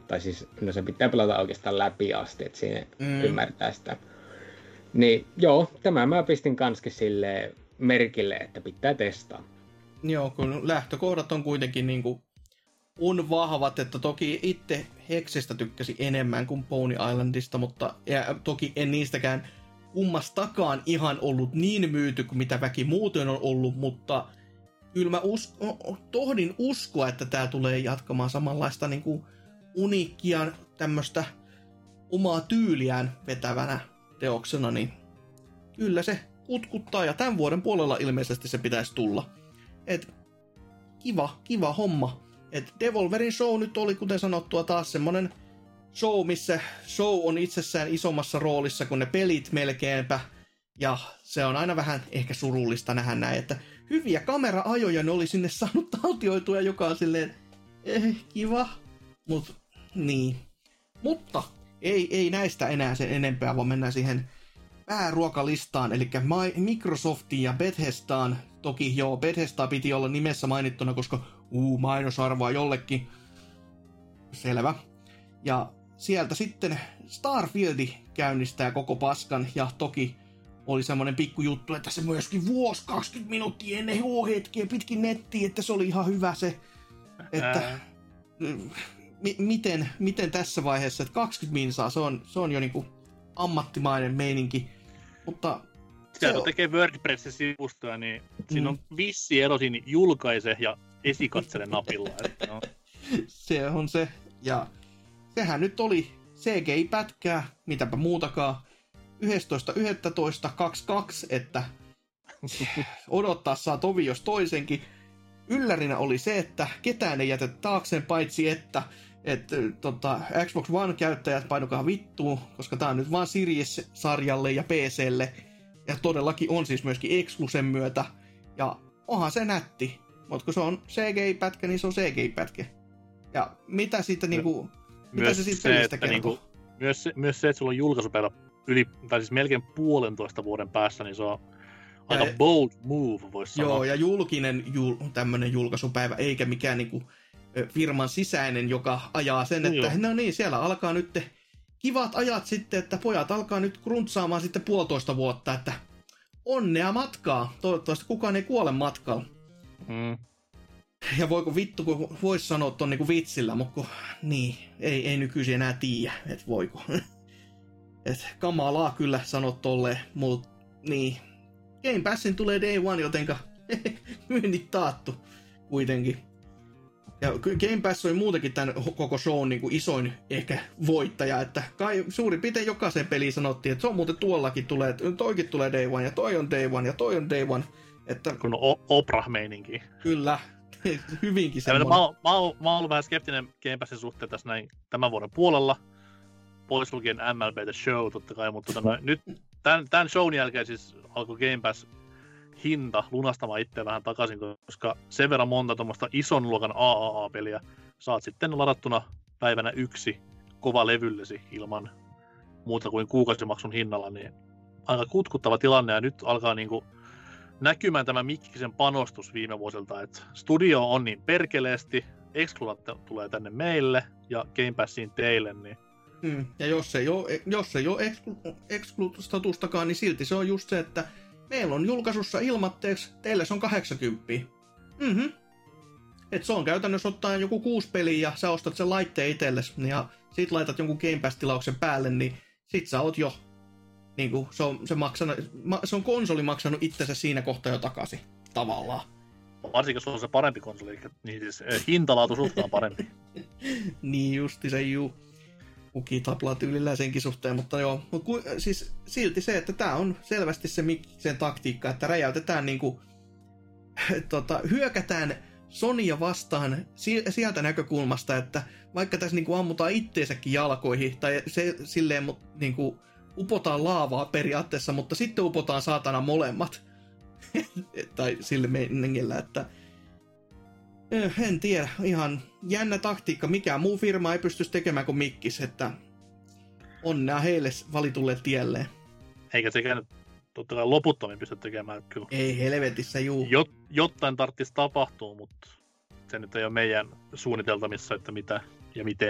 Tai siis, no se pitää pelata oikeastaan läpi asti, että siinä Mm. ymmärtää sitä. Niin joo, tämä mä pistin kanskin silleen merkille, että pitää testaa. Joo, kun lähtökohdat on kuitenkin niinku on vahvat, että toki itse Hexestä tykkäsi enemmän kuin Pony Islandista, mutta ja toki en niistäkään kummastakaan ihan ollut niin myyty kuin mitä väki muuten on ollut, mutta kyllä mä usko, tohdin uskoa, että tää tulee jatkamaan samanlaista niinku uniikkia tämmöstä omaa tyyliään vetävänä teoksena, niin kyllä se kutkuttaa, ja tämän vuoden puolella ilmeisesti se pitäisi tulla. Et kiva, kiva homma. Et Devolverin show nyt oli, kuten sanottua, taas semmonen show, missä show on itsessään isommassa roolissa kuin ne pelit melkeinpä. Ja se on aina vähän ehkä surullista nähdä näin, että hyviä kamera-ajoja ne oli sinne saanut taltioitua, joka on silleen, eh, kiva, mut niin. Mutta ei, ei näistä enää sen enempää, vaan mennään siihen pääruokalistaan, eli Microsoftiin ja Bethesdaan. Toki joo, Bethesda piti olla nimessä mainittuna, koska uu, mainosarvoa jollekin. Selvä. Ja sieltä sitten Starfield käynnistää koko paskan, ja toki oli semmonen pikkujuttu, että se myöskin vuosi kaksikymmentä minuuttia ennen hetkeä pitkin nettiä, että se oli ihan hyvä se, että m- miten, miten tässä vaiheessa, että kaksikymmentä minsaa, se on, se on jo niinku ammattimainen meininki, mutta Sieltä on... tekee WordPress-sivustoja, niin mm. siinä on vissi ero siinä julkaise ja esikatsele napilla. Että no. Se on se, ja sehän nyt oli C G I-pätkää, mitäpä muutakaan, yhdestoista yhdestoista kaksikymmentäkaksi, että odottaa saa tovi jos toisenkin. Yllärinä oli se, että ketään ei jätetä taakseen, paitsi että et, tota, Xbox One-käyttäjät painokaa vittuun, koska tää on nyt vaan Series-sarjalle ja P C:lle, ja todellakin on siis myöskin Exclusen myötä, ja onhan se nätti, mutta kun se on C G I-pätkä, niin se on C G I-pätkä. Ja mitä siitä niinku, mitä se siitä pelistä kertoo? Niinku, myös, myös se, että sulla on julkaisupäivä yli, tai siis melkein puolentoista vuoden päässä, niin se on aika ja, bold move, voisi sanoa. Joo, ja julkinen jul, tämmönen julkaisupäivä, eikä mikään niinku firman sisäinen, joka ajaa sen, että no, no niin, siellä alkaa nyt kivat ajat sitten, että pojat alkaa nyt gruntsaamaan sitten puolitoista vuotta, että onnea matkaa. Toivottavasti kukaan ei kuole matkalla. Mm. Ja voiko vittu, kun vois sanoa ton niinku vitsillä, mutta kun, niin, ei, ei nykyisin enää tiedä, että voiko. Et kamalaa kyllä sanot tolleen, mut niin. Game Passin tulee Day One, jotenka myynnit taattu kuitenkin. Ja Game Pass oli muutenkin tämän koko shown niin kuin isoin ehkä voittaja, että kai suurin piirtein jokaisen peliin sanottiin, että se on muuten tuollakin tulee, toikin tulee Day One, ja toi on Day One, ja toi on Day One. Että kun on Oprah-meininki. Kyllä, hyvinkin semmoinen. Mä, mä, mä, mä oon ollut vähän skeptinen Game Passin suhteen tässä näin tämän vuoden puolella. Pois lukien M L B The Show totta kai, mutta tota, nyt tämän, tämän shown jälkeen siis alkoi Game Pass hinta lunastamaan itseään vähän takaisin, koska sen verran monta tuommoista ison luokan A A A-peliä saat sitten ladattuna päivänä yksi kova levyllesi ilman muuta kuin kuukausimaksun hinnalla, niin aika kutkuttava tilanne, ja nyt alkaa niinku näkymään tämä Mikkisen panostus viime vuosilta, että studio on niin perkeleesti, Excludat tulee tänne meille ja Game Passiin teille, niin mm, ja jos ei ole, jos ei ole Exclu-statustakaan, niin silti se on just se, että meillä on julkaisussa ilmatteeksi, teille se on kahdeksankymmentä. Mhm. Et se on käytännössä ottaa joku kuusi peliä ja sä ostat sen laitteen itsellesi ja sit laitat jonkun Game Pass-tilauksen päälle, niin sit sä oot jo, niinku, se on, se maksanut, se on konsoli maksanut itsensä siinä kohtaa jo takaisin, tavallaan. Varsinkin jos on se parempi konsoli, niin siis hintalaatu suhtaan parempi. Niin justi se juu. Kuki taplaa tyylillä senkin suhteen, mutta joo. Mut ku, siis silti se, että tää on selvästi se Mikkisen taktiikka, että räjäytetään niinku, tota, hyökätään Sonya vastaan sieltä näkökulmasta, että vaikka tässä niinku ammutaan itteensäkin jalkoihin, tai se silleen niinku upotaan laavaa periaatteessa, mutta sitten upotaan saatana molemmat. Tai sille meiningillä, että en tiedä, ihan jännä taktiikka. Mikään muu firma ei pystyisi tekemään kuin Mikkis, että onnea heille valitulle tielleen. Eikä sekään totta kai loputtomin pysty tekemään kyllä. Ei helvetissä, juu. Jot, jotain tarvitsisi tapahtua, mutta se nyt ei ole meidän suunniteltamissa, että mitä ja miten.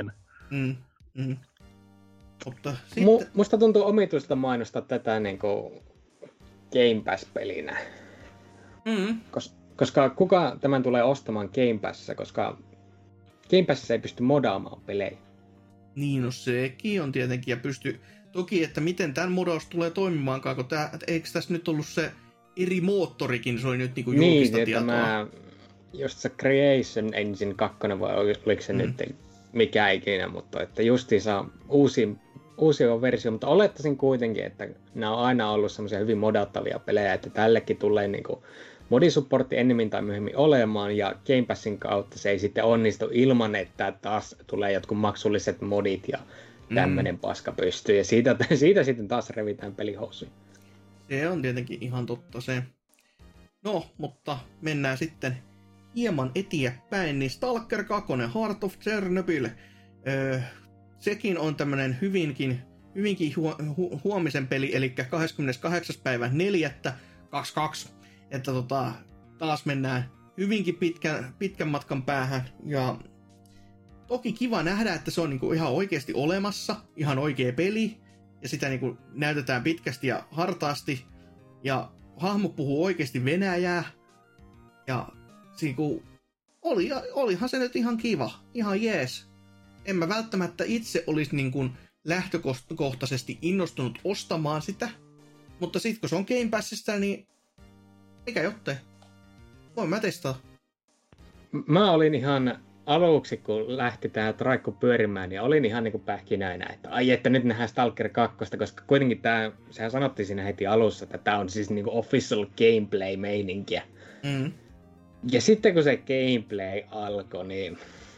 Mm, mm. Mutta sitten... Mu- musta tuntuu omituista mainostaa tätä niinku Game Pass-pelinä. Mm. Kos- koska kuka tämän tulee ostamaan Game Passissa, koska Game Passissa ei pysty modaamaan pelejä. Niin, no sekin on tietenkin, ja pysty... Toki, että miten tämän modaus tulee toimimaankaan, kun tää, eikö tässä nyt ollut se eri moottorikin, se oli nyt niinku julkista niin, tietoa. Tämä, just se Creation Engine kaksi, vai oliko se mm. nyt mikä ikinä, mutta että justiinsa uusi, uusi on versio, mutta olettaisin kuitenkin, että nämä on aina ollut semmoisia hyvin modattavia pelejä, että tällekin tulee niinku modisupportti ennemmin tai myöhemmin olemaan, ja Game Passin kautta se ei sitten onnistu ilman, että taas tulee jotkut maksulliset modit ja tämmöinen mm. paska pystyy, ja siitä, siitä sitten taas revitään pelihousuja. Se on tietenkin ihan totta se. No, mutta mennään sitten hieman eteenpäin, niin Stalker kaksi, Heart of Chernobyl. Öö, sekin on tämmönen hyvinkin, hyvinkin hu- hu- huomisen peli, eli kahdeskymmeneskahdeksas päivä neljättä kaksikymmentäkaksi. Että tota, taas mennään hyvinkin pitkän, pitkän matkan päähän, ja toki kiva nähdä, että se on niinku ihan oikeasti olemassa, ihan oikea peli, ja sitä niinku näytetään pitkästi ja hartaasti, ja hahmo puhuu oikeasti venäjää, ja niinku, oli, olihan se nyt ihan kiva, ihan jees. En mä välttämättä itse olisi niinku lähtökohtaisesti innostunut ostamaan sitä, mutta sit kun se on Game Passista, niin mikä jottei. Voin mä testaa. Mä olin ihan aluksi, kun lähti tää traikku pyörimään, niin olin ihan niinku pähkinäinä, että ai että nyt nähdään Stalker kaksi, koska kuitenkin tää, sehän sanottiin siinä heti alussa, että tää on siis niinku official gameplay-meininkiä. Mm. Ja sitten kun se gameplay alkoi, niin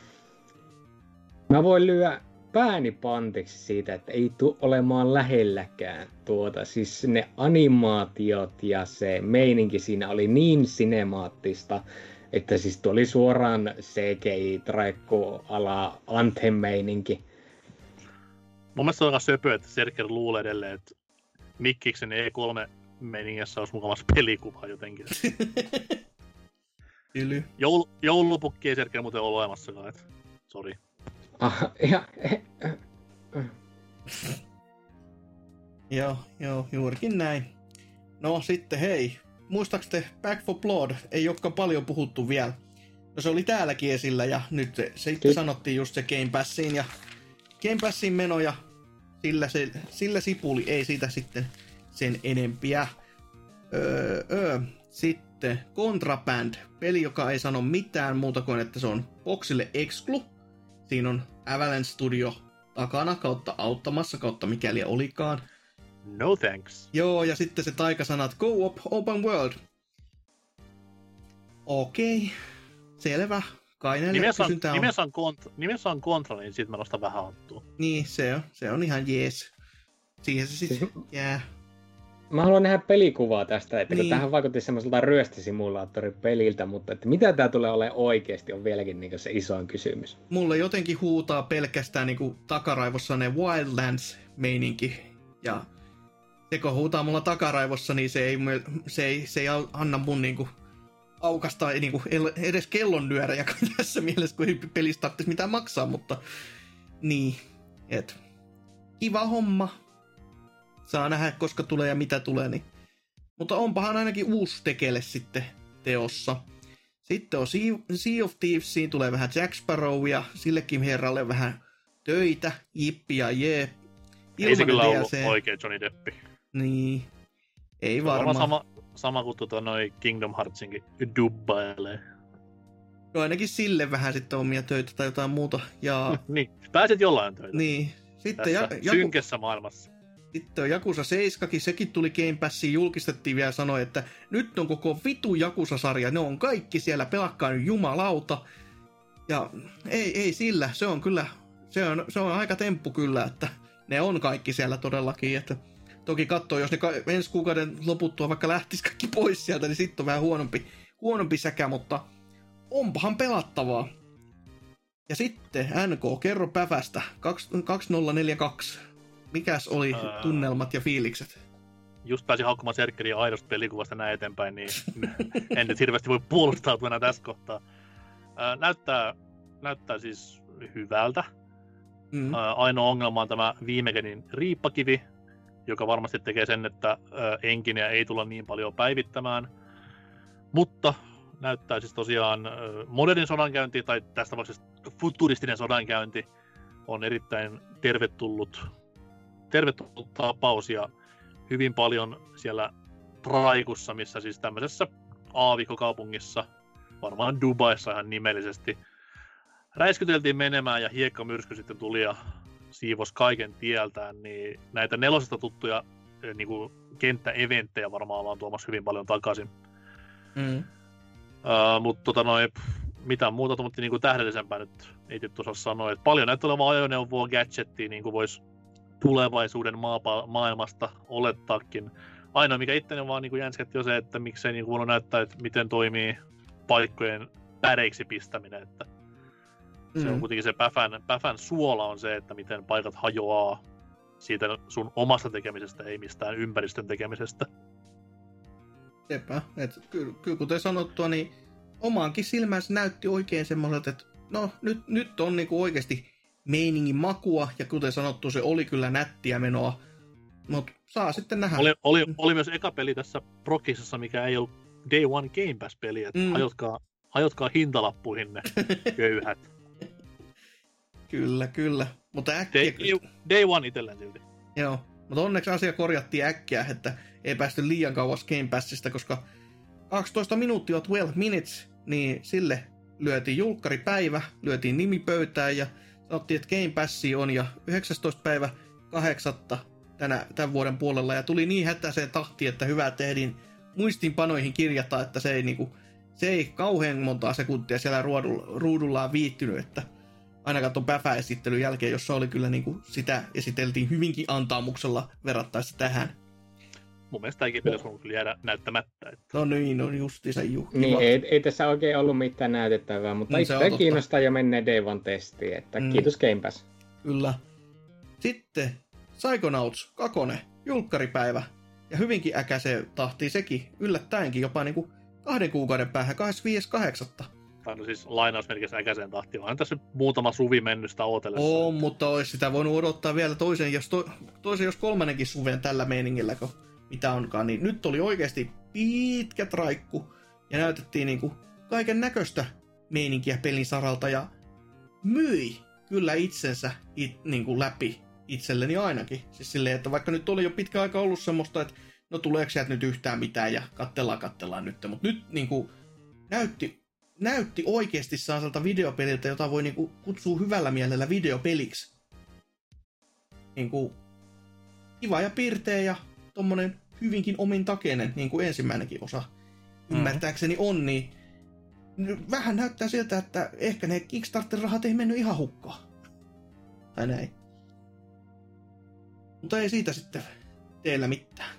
mä voin lyödä pääni pantiksi siitä, että ei tule olemaan lähelläkään tuota. Siis ne animaatiot ja se meininki siinä oli niin sinemaattista, että siis tuo oli suoraan C G I-traikku-ala Anthem-meininki. Mun mielestä se on aika söpö, että Serker luulee edelleen, että Mikkiksen E kolme meiningissä olisi mukavassa pelikuva jotenkin. Yly. Joul- joulupukki ei Serker muuten ole olemassakaan, että sori. Ah, ja, eh, eh, eh. Joo, joo, juurikin näin. No sitten hei, muistaaks te Back for Blood? Ei olekaan paljon puhuttu vielä. No se oli täälläkin esillä ja nyt se, se sitten sanottiin just se Game Passiin ja Game Passiin meno ja sillä, se, sillä sipuli, ei siitä sitten sen enempiä. Öö, öö. Sitten Contraband, peli joka ei sano mitään muuta kuin että se on boxille exclu. Siinä on Avalanche Studio takana kautta auttamassa kautta mikäli olikaan. No thanks. Joo, ja sitten se taikasanat Go-op Open World. Okei, selvä. Kai näille nimessä on, kysyntää on. nimessä on, kontra, nimessä on kontra, niin siitä mä nostan vähän hattua. Niin, se on, se on ihan jees. Siihen se sitten jää. Mä haluan nähdä pelikuvaa tästä, että niin. Kun tähän vaikutti semmoiselta ryöstisimulaattoripeliltä, mutta että mitä tää tulee olemaan oikeasti on vieläkin niin se isoin kysymys. Mulle jotenkin huutaa pelkästään niin takaraivossa ne Wildlands-meininki. Ja se kun huutaa mulla takaraivossa, niin se ei, se ei, se ei anna mun niinku aukasta niinku edes kellonlyörejä tässä mielessä, kun ei pelistä tarvitsisi mitään maksaa, mutta niin, et kiva homma. Saa nähdä, koska tulee ja mitä tulee, niin. Mutta onpahan ainakin uusi tekele sitten teossa. Sitten on Sea of Thievesiin tulee vähän Jack Sparrowia, sillekin herralle vähän töitä, jippi ja jee. Ei se kyllä ollut oikein Johnny Deppi. Niin, ei varmaan. Sama, sama kuin tuota noi Kingdom Heartsinkin dubbailee. No ainakin sille vähän sitten omia töitä tai jotain muuta. Ja... niin, pääset jollain töitä. Niin. Sitten tässä ja, synkessä maailmassa. Sitten on Yakuza seitsemän, sekin tuli Game Passiin, julkistettiin vielä ja sanoi, että nyt on koko vitu Yakuza-sarja, ne on kaikki siellä, pelakkaa nyt jumalauta. Ja ei, ei sillä, se on kyllä, se on, se on aika temppu kyllä, että ne on kaikki siellä todellakin, että toki katsoo, jos ne ka- ensi kuukauden loputtua vaikka lähtis kaikki pois sieltä, niin sitten on vähän huonompi, huonompi säkä, mutta onpahan pelattavaa. Ja sitten N K, kerro pävästä, kaksituhattaneljäkymmentäkaksi. Mikäs oli Ää... tunnelmat ja fiilikset? Just pääsin haukkumaan Serkkeliä aidosta pelikuvasta näin eteenpäin, niin en nyt hirveästi voi puolustautua enää tässä kohtaa. Ää, näyttää, näyttää siis hyvältä. Mm. Ainoa ongelma on tämä viime genin riippakivi, joka varmasti tekee sen, että engineä ei tulla niin paljon päivittämään. Mutta näyttää siis tosiaan modernin sodankäynti, tai tästä tapauksessa futuristinen sodankäynti, on erittäin tervetullut, tervetullut tapaus, ja hyvin paljon siellä Traikussa, missä siis tämmöisessä aavikkokaupungissa, varmaan Dubaissa ihan nimellisesti, räiskyteltiin menemään ja hiekkamyrsky sitten tuli ja siivos kaiken tieltään, niin näitä nelosesta tuttuja niin kuin kenttäeventtejä varmaan ollaan tuomassa hyvin paljon takaisin. Mm. Uh, mutta tota noin, mitään muuta tuommoista niin tähdellisempää nyt ei tietysti osaa sanoa. Et paljon näitä olevaa ajoneuvoa, gadgettia, niin kuin voisi tulevaisuuden maapa- maailmasta olettaakin. Ainoa mikä itteni vaan niin jänsketti on se, että miksei niin voinut näyttää, että miten toimii paikkojen päreiksi pistäminen. Että mm. Se on kuitenkin se päfän, päfän suola on se, että miten paikat hajoaa siitä sun omasta tekemisestä, ei mistään ympäristön tekemisestä. Sepä, että kyllä, kyllä kuten sanottua, niin omaankin silmänsä näytti oikein semmoiselta, että no nyt, nyt on niinku oikeasti meiningin makua, ja kuten sanottu, se oli kyllä nättiä menoa, mutta saa sitten nähdä. Oli, oli, oli myös eka peli tässä Prokisessa, mikä ei ollut Day One Game Pass-peli, että mm. hajotkaa, hajotkaa hintalappuihin ne köyhät. Kyllä, kyllä. Mutta äkkiä... Day, day One itselleen silti. Joo, mutta onneksi asia korjattiin äkkiä, että ei päästy liian kauas Game Passista, koska kaksitoista minuuttia, twelve minutes, niin sille lyötiin julkkaripäivä, lyötiin nimi pöytään ja sanottiin, että Game Passi on ja yhdeksästoista päivä kahdeksatta tänä, tämän vuoden puolella, ja tuli niin hätäiseen tahtiin, että hyvä tehdin muistiinpanoihin kirjata, että se ei, niinku, se ei kauhean montaa sekuntia siellä ruudulla, ruudullaan viittynyt, että ainakaan tuon päfä-esittelyn jälkeen, jossa oli kyllä niinku, sitä esiteltiin hyvinkin antaamuksella verrattaessa tähän. Mun mielestä tämäkin pitäisi kyllä jäädä näyttämättä. Että... No niin, no justiinsa ju. Niin, ei, ei tässä oikein ollut mitään näytettävää, mutta mm, itse kiinnostaa jo mennä Day One testiin, että mm. kiitos Game Pass. Kyllä. Sitten Psychonauts kaksi, julkkaripäivä, ja hyvinkin äkäiseen tahtiin sekin, yllättäenkin jopa niinku kahden kuukauden päähän, kahdeskymmenesviides kahdeksatta Tai no siis lainausmerkissä äkäiseen tahtiin, onhan tässä muutama suvi mennyt sitä ootellessa. On, mutta olisi sitä voinut odottaa vielä toisen, jos, to, toisen, jos kolmannenkin suven tällä meiningillä, kun mitä onkaan, niin nyt oli oikeasti pitkä traikku, ja näytettiin niinku kaiken näköistä meininkiä pelin saralta, ja myi kyllä itsensä it, niinku läpi itselleni ainakin. Siis silleen, että vaikka nyt oli jo pitkä aika ollut semmoista, että no tuleeko sieltä nyt yhtään mitään, ja kattellaan, kattellaan nyt, mutta nyt niinku näytti, näytti oikeasti sellaiselta videopeliltä, jota voi niinku kutsua hyvällä mielellä videopeliksi. Niinku kiva ja pirteä ja tommonen hyvinkin omintakeinen, niin kuin ensimmäinenkin osa mm. ymmärtääkseni on, niin vähän näyttää siltä, että ehkä ne Kickstarter-rahat ei mennyt ihan hukkaan. Tai näin. Mutta ei siitä sitten teillä mitään.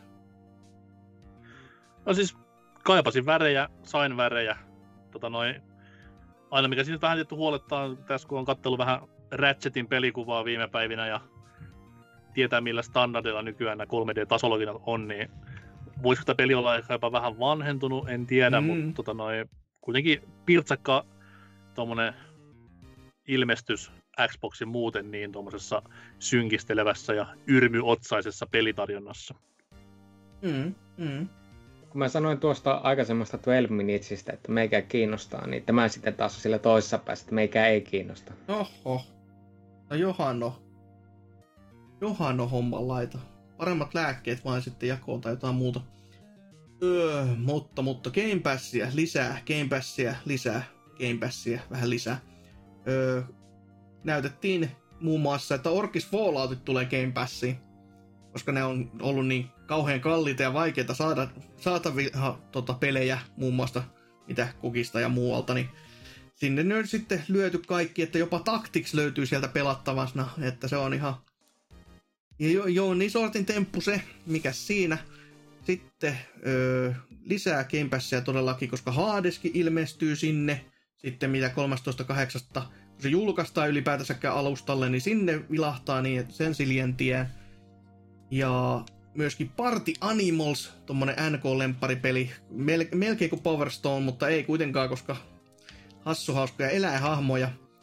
No siis kaipasin värejä, sain värejä. Tota noin, aina mikä siinä vähän tietty huolettaa, tässä kun on katsellut vähän Ratchetin pelikuvaa viime päivinä ja tietää millä standardilla nykyään nämä kolme D-tasologinat on, niin voisiko tämä peli olla ehkä jopa vähän vanhentunut, en tiedä, mm. mutta tota noin, kuitenkin pirtsakka tommonen ilmestys Xboxin muuten niin tuommoisessa synkistelevässä ja yrmyotsaisessa pelitarjonnassa. Mm, mm. Kun mä sanoin tuosta aikaisemmasta twelve minutesista, että meikä kiinnostaa, niin tämä sitten taas on sillä toisessa päässä, että meikä ei kiinnosta. Oho. No johan on. Johan on homman laita. Paremmat lääkkeet vain sitten jakoon tai jotain muuta. Öö, mutta, mutta Game Passia lisää, Game Passia lisää, Game Passia vähän lisää. Öö, näytettiin muun muassa, että Orkis Falloutit tulee Game Passiin, koska ne on ollut niin kauhean kalliita ja vaikeita saada saatavia tota, pelejä muun muassa mitä Kukista ja muualta, niin sinne ne on sitten lyöty kaikki, että jopa Tactics löytyy sieltä pelattavana, että se on ihan joo, joo niin sortin temppu se, mikä siinä. Sitten öö, lisää Game Passia todellakin, koska Hadeskin ilmestyy sinne, sitten mitä kolmastoista kahdeksasta kun se julkaistaan ylipäätänsäkään alustalle, niin sinne vilahtaa niin, että sen siljentien. Ja myöskin Party Animals, tommonen N K-lempparipeli, Mel- melkein kuin Power Stone, mutta ei kuitenkaan, koska hassuhauskoja eläinhahmoja.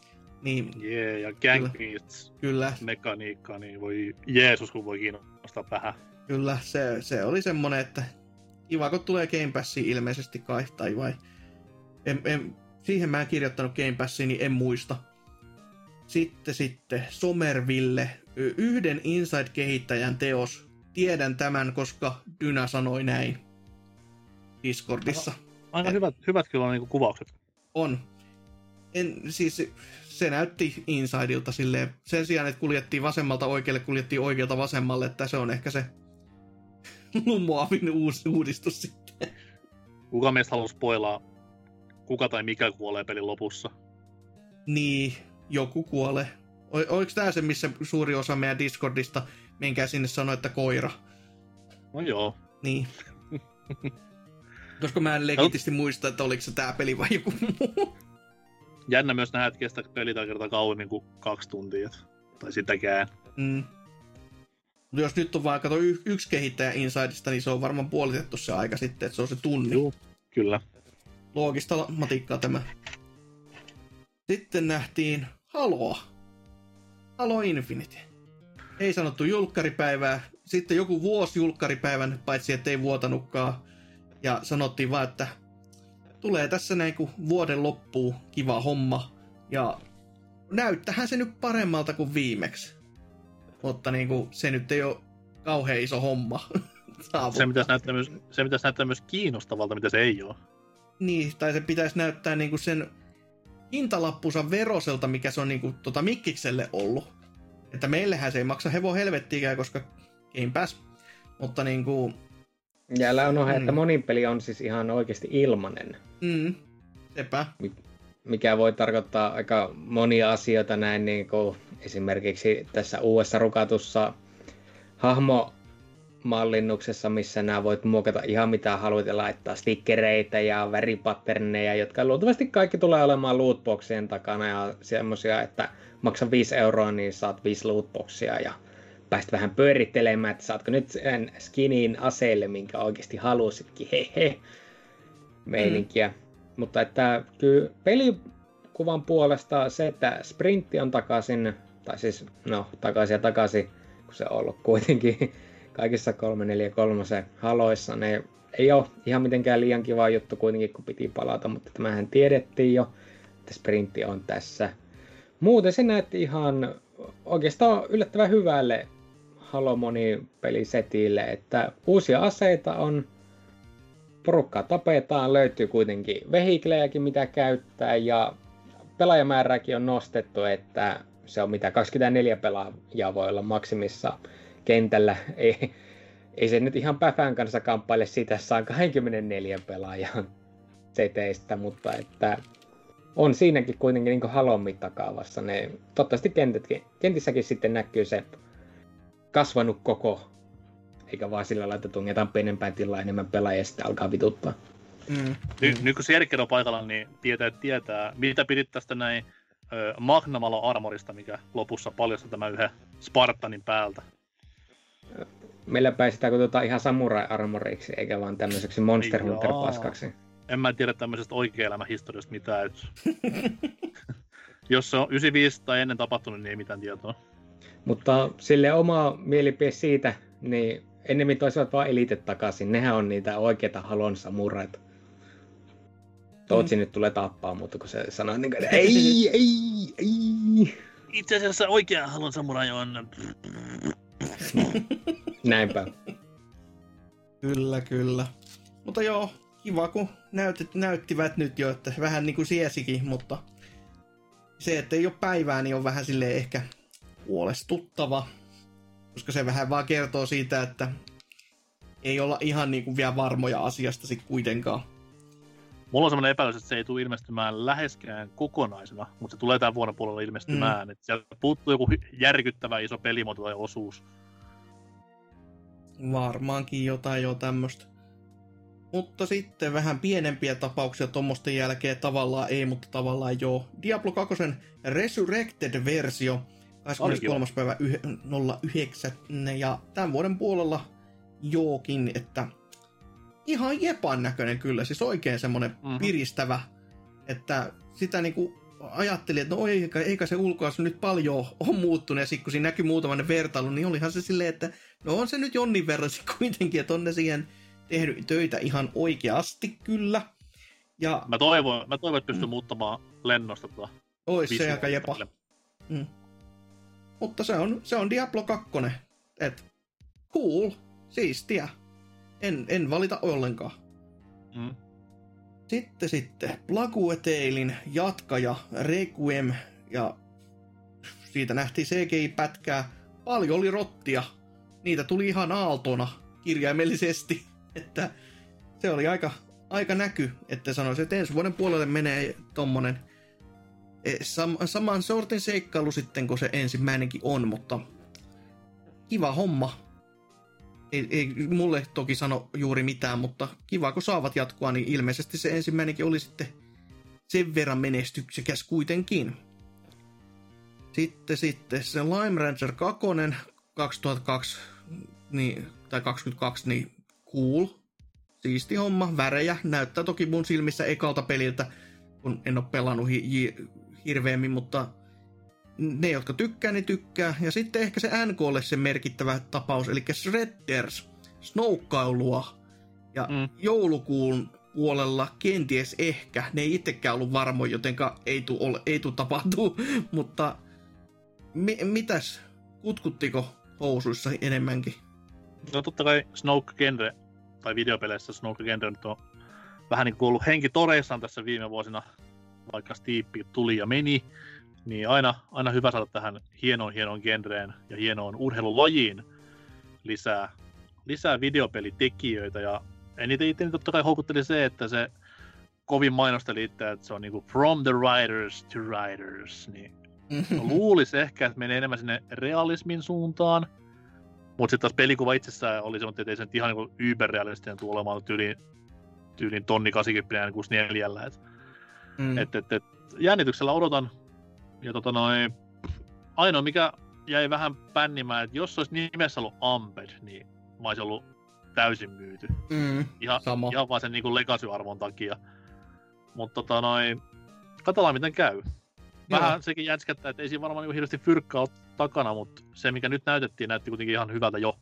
Niin, Jee, ja Gang Beasts kyllä, mekaniikka, niin voi Jeesus, kun voi kiinnostaa vähän. kyllä se, se oli semmonen, että kiva, kun tulee Game Passiin ilmeisesti kai, tai vai... En, en, siihen mä en kirjoittanut Game Passiin, niin en muista. Sitten sitten Somerville, yhden Inside-kehittäjän teos. Tiedän tämän, koska Dyna sanoi näin Discordissa. Aika hyvät, hyvät kyllä on niinku kuvaukset. On. En, siis se näytti Insideilta silleen, sen sijaan, että kuljettiin vasemmalta oikealle, kuljettiin oikealta vasemmalle, että se on ehkä se lumoavin uusi uudistus sitten. Kuka meistä haluaa spoilaa, kuka tai mikä kuolee pelin lopussa? Niin, joku kuolee. O, oliko tää se, missä suuri osa meidän Discordista menkää sinne sanoi, että koira? No joo. Niin. Koska mä en legitisti muista, että oliko se tää peli vai joku muu. Jännä myös nähdä, että kestää peli tai kertaa kauemmin kuin kaksi tuntia. Tai sitäkään. Mm. Jos nyt on vaan kato y- yksi kehittäjä Insideista, niin se on varmaan puolitettu se aika sitten, että se on se tunni. Joo, kyllä. Loogista matikkaa tämä. Sitten nähtiin Haloa. Halo Infinite. Ei sanottu julkkaripäivää. Sitten joku vuosi julkkaripäivän, paitsi ettei vuotanutkaan. Ja sanottiin vaan, että tulee tässä näin kuin vuoden loppuun kiva homma. Ja näyttähän se nyt paremmalta kuin viimeksi. Mutta niin kuin, se nyt ei ole kauhean iso homma. Se pitäisi näyttää myös, se pitäisi näyttää myös kiinnostavalta, mitä se ei ole. Niin, tai se pitäisi näyttää niin kuin sen hintalappunsa veroselta, mikä se on niin kuin, tota Mikkikselle ollut. Että meillähän se ei maksa hevo helvettiikään, koska Game Pass. Mutta niin kuin... Ja älä unohda, mm. että monin peli on siis ihan oikeasti ilmanen. Mm, sepä. Mikä voi tarkoittaa aika monia asioita näin, niin kuin esimerkiksi tässä uudessa rukatussa hahmomallinnuksessa, missä nämä voit muokata ihan mitä haluat ja laittaa stickereitä ja väripatterneja, jotka luultavasti kaikki tulee olemaan lootboxien takana ja semmosia, että maksa viisi euroa, niin saat viisi lootboxia ja pääst vähän pyörittelemään, että saatko nyt sen skinin aseelle, minkä oikeasti halusitkin, hehe, meininkiä. Mm. Mutta että kyllä pelikuvan puolesta se, että sprintti on takaisin, tai siis no takaisin ja takaisin, kun se on ollut kuitenkin kaikissa kolme neljä kolme haloissa, ne ei ole ihan mitenkään liian kiva juttu kuitenkin, kun piti palata, mutta tämähän tiedettiin jo, että sprintti on tässä. Muuten se näytti ihan oikeastaan yllättävän hyvälle Halo monipelisetille, että uusia aseita on, porukkaa tapetaan, löytyy kuitenkin vehiklejäkin mitä käyttää ja pelaajamäärääkin on nostettu, että se on mitä kaksikymmentäneljä pelaajaa voi olla maksimissa kentällä. Ei, ei se nyt ihan päfän kanssa kamppaile siitä, saa kaksikymmentäneljä pelaajan seteistä, mutta että on siinäkin kuitenkin niin kuin Halon mittakaavassa. Ne, toivottavasti kentätkin, kentissäkin sitten näkyy se kasvanut koko, eikä vaan sillä lailla, että tungetaan pienempään tilaa enemmän pelaajia ja sitten alkaa vituttaa. Mm. Ny, nyt kun Sierker on paikalla, niin tietää, tietää. Mitä pidit tästä näin ö, Magnamalo Armorista, mikä lopussa paljastui tämän yhden Spartanin päältä? Meillä päin sitä kutsutaan ihan samurai-armoriksi, eikä vaan tämmöiseksi Monster Hunter-paskaksi. En mä tiedä tämmöisestä oikea-elämän historiasta mitään. Et... Jos se on yhdeksänkymmentäviisi tai ennen tapahtunut, niin ei mitään tietoa. Mutta sille oma mielipide siitä, niin ennemmin toisivat vaan elitet takaisin. Nehän on niitä oikeita Halon samuraita. Tootsi mm. nyt tulee tappaa, mutta kun se sanoo niin kuin, ei, ei, ei. Itse asiassa oikea Halon samurai on... Näinpä. Kyllä, kyllä. Mutta joo, kiva kun näytit, näyttivät nyt jo, että vähän niin kuin siesikin, mutta se, että ei ole päivää, niin on vähän silleen ehkä huolestuttava. Koska se vähän vaan kertoo siitä, että ei olla ihan niin kuin vielä varmoja asiasta sit kuitenkaan. Mulla on semmoinen epäilys, että se ei tule ilmestymään läheskään kokonaisena, mutta se tulee tämän vuoden puolella ilmestymään. Mm. Että sieltä puuttuu joku järkyttävä iso pelimuoto tai osuus. Varmaankin jotain jo tämmöistä. Mutta sitten vähän pienempiä tapauksia tuommoisten jälkeen tavallaan ei, mutta tavallaan joo. Diablo kaksi Resurrected-versio kahdeskymmeneskolmas päivä nolla yhdeksän ja tämän vuoden puolella jookin, että ihan jepan näköinen kyllä, siis oikein semmonen mm-hmm. piristävä, että sitä niinku ajattelin, että no eikä, eikä se ulkoasu nyt paljon ole muuttunut, ja sitten kun siinä näkyi muutaman vertailu, niin olihan se silleen, että no on se nyt jonnin verran kuitenkin, että on ne siihen tehnyt töitä ihan oikeasti kyllä. Ja mä toivon, mä toivon, että pystyy mm. muuttamaan lennosta tuota. Ois se aika jepa. Mm. Mutta se on, se on Diablo kaksi. Et cool, siistiä. En, en valita ollenkaan. Mm. Sitten sitten Plague Talein jatkaja Requiem, ja siitä nähtiin C G I-pätkää. Paljon oli rottia. Niitä tuli ihan aaltona kirjaimellisesti. Että se oli aika, aika näky, että sanoisin, että ensi vuoden puolelle menee tommonen sam, saman sortin seikkailu sitten, kun se ensimmäinenkin on, mutta kiva homma. Ei, ei mulle toki sano juuri mitään, mutta kiva, kun saavat jatkoa, niin ilmeisesti se ensimmäinenkin oli sitten sen verran menestyksekäs kuitenkin. Sitten, sitten se Lime Rancher kaksi kaksituhattakaksi niin, tai kaksikymmentäkaksi, niin cool. Siisti homma, värejä. Näyttää toki mun silmissä ekalta peliltä, kun en ole pelannut hi- hi- hirveämmin, mutta ne, jotka tykkää, niin tykkää. Ja sitten ehkä se N K:lle se merkittävä tapaus, eli Shredders, snoukkailua. Ja mm. joulukuun puolella kenties ehkä, ne ei itsekään ollut varmoja, jotenka ei tule ei tu tapahtuu, mutta mi- mitäs, kutkuttiko housuissa enemmänkin? No totta kai Snoke-genre, tai videopeleissä Snoke-genre on vähän niin kuin ollut henki toreissaan tässä viime vuosina, vaikka Steep tuli ja meni, niin aina, aina hyvä saada tähän hienoon hienoon genreen ja hienoon urheilulajiin lisää, lisää videopelitekijöitä, ja eniten itse totta kai houkutteli se, että se kovin mainosteli itse, että se on niinku from the writers to writers, niin luulisi ehkä, että menee enemmän sinne realismin suuntaan, mutta sitten taas pelikuva itsessään oli semmoinen, että ei se nyt ihan niinku yberrealistinen tule olemaan tyyliin, tyyliin tonni kahdeksankymmentä ja kuusikymmentäneljä, että mm. et, et, et, jännityksellä odotan, ja tota noin, ainoa mikä jäi vähän pännimään, että jos olisi nimessä ollut Amped, niin mä olisin ollut täysin myyty. Mm, ihan, sama. ihan vaan sen niinku legacy-arvon takia. Mutta tota noin, katsotaan miten käy. Vähän Joo. sekin jätskättää, että ei siinä varmaan niinku hirveästi fyrkkaa ole takana, mutta se mikä nyt näytettiin, näytti kuitenkin ihan hyvältä jo.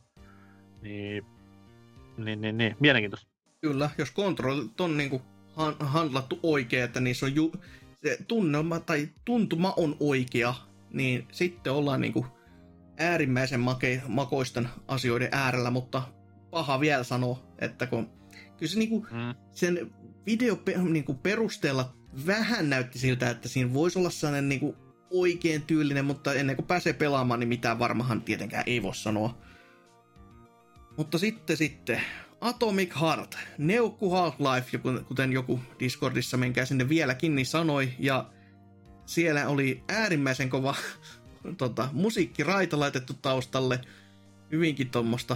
Niin, niin, niin, niin. Mielenkiintoista. Kyllä, jos kontrollit on niinku han, handlattu oikein, että niissä on ju, se tunnelma tai tuntuma on oikea, niin sitten ollaan niinku äärimmäisen make, makoisten asioiden äärellä, mutta paha vielä sanoa, että kun kyllä se niinku mm. sen video niinku perusteella vähän näytti siltä, että siinä voisi olla sellainen niinku oikein tyylinen, mutta ennen kuin pääsee pelaamaan, niin mitään varmahan tietenkään ei voi sanoa. Mutta sitten sitten Atomic Heart, neukku Half-Life, kuten joku Discordissa, menkää sinne vieläkin, niin sanoi, ja siellä oli äärimmäisen kova tota, musiikkiraita laitettu taustalle, hyvinkin tommoista,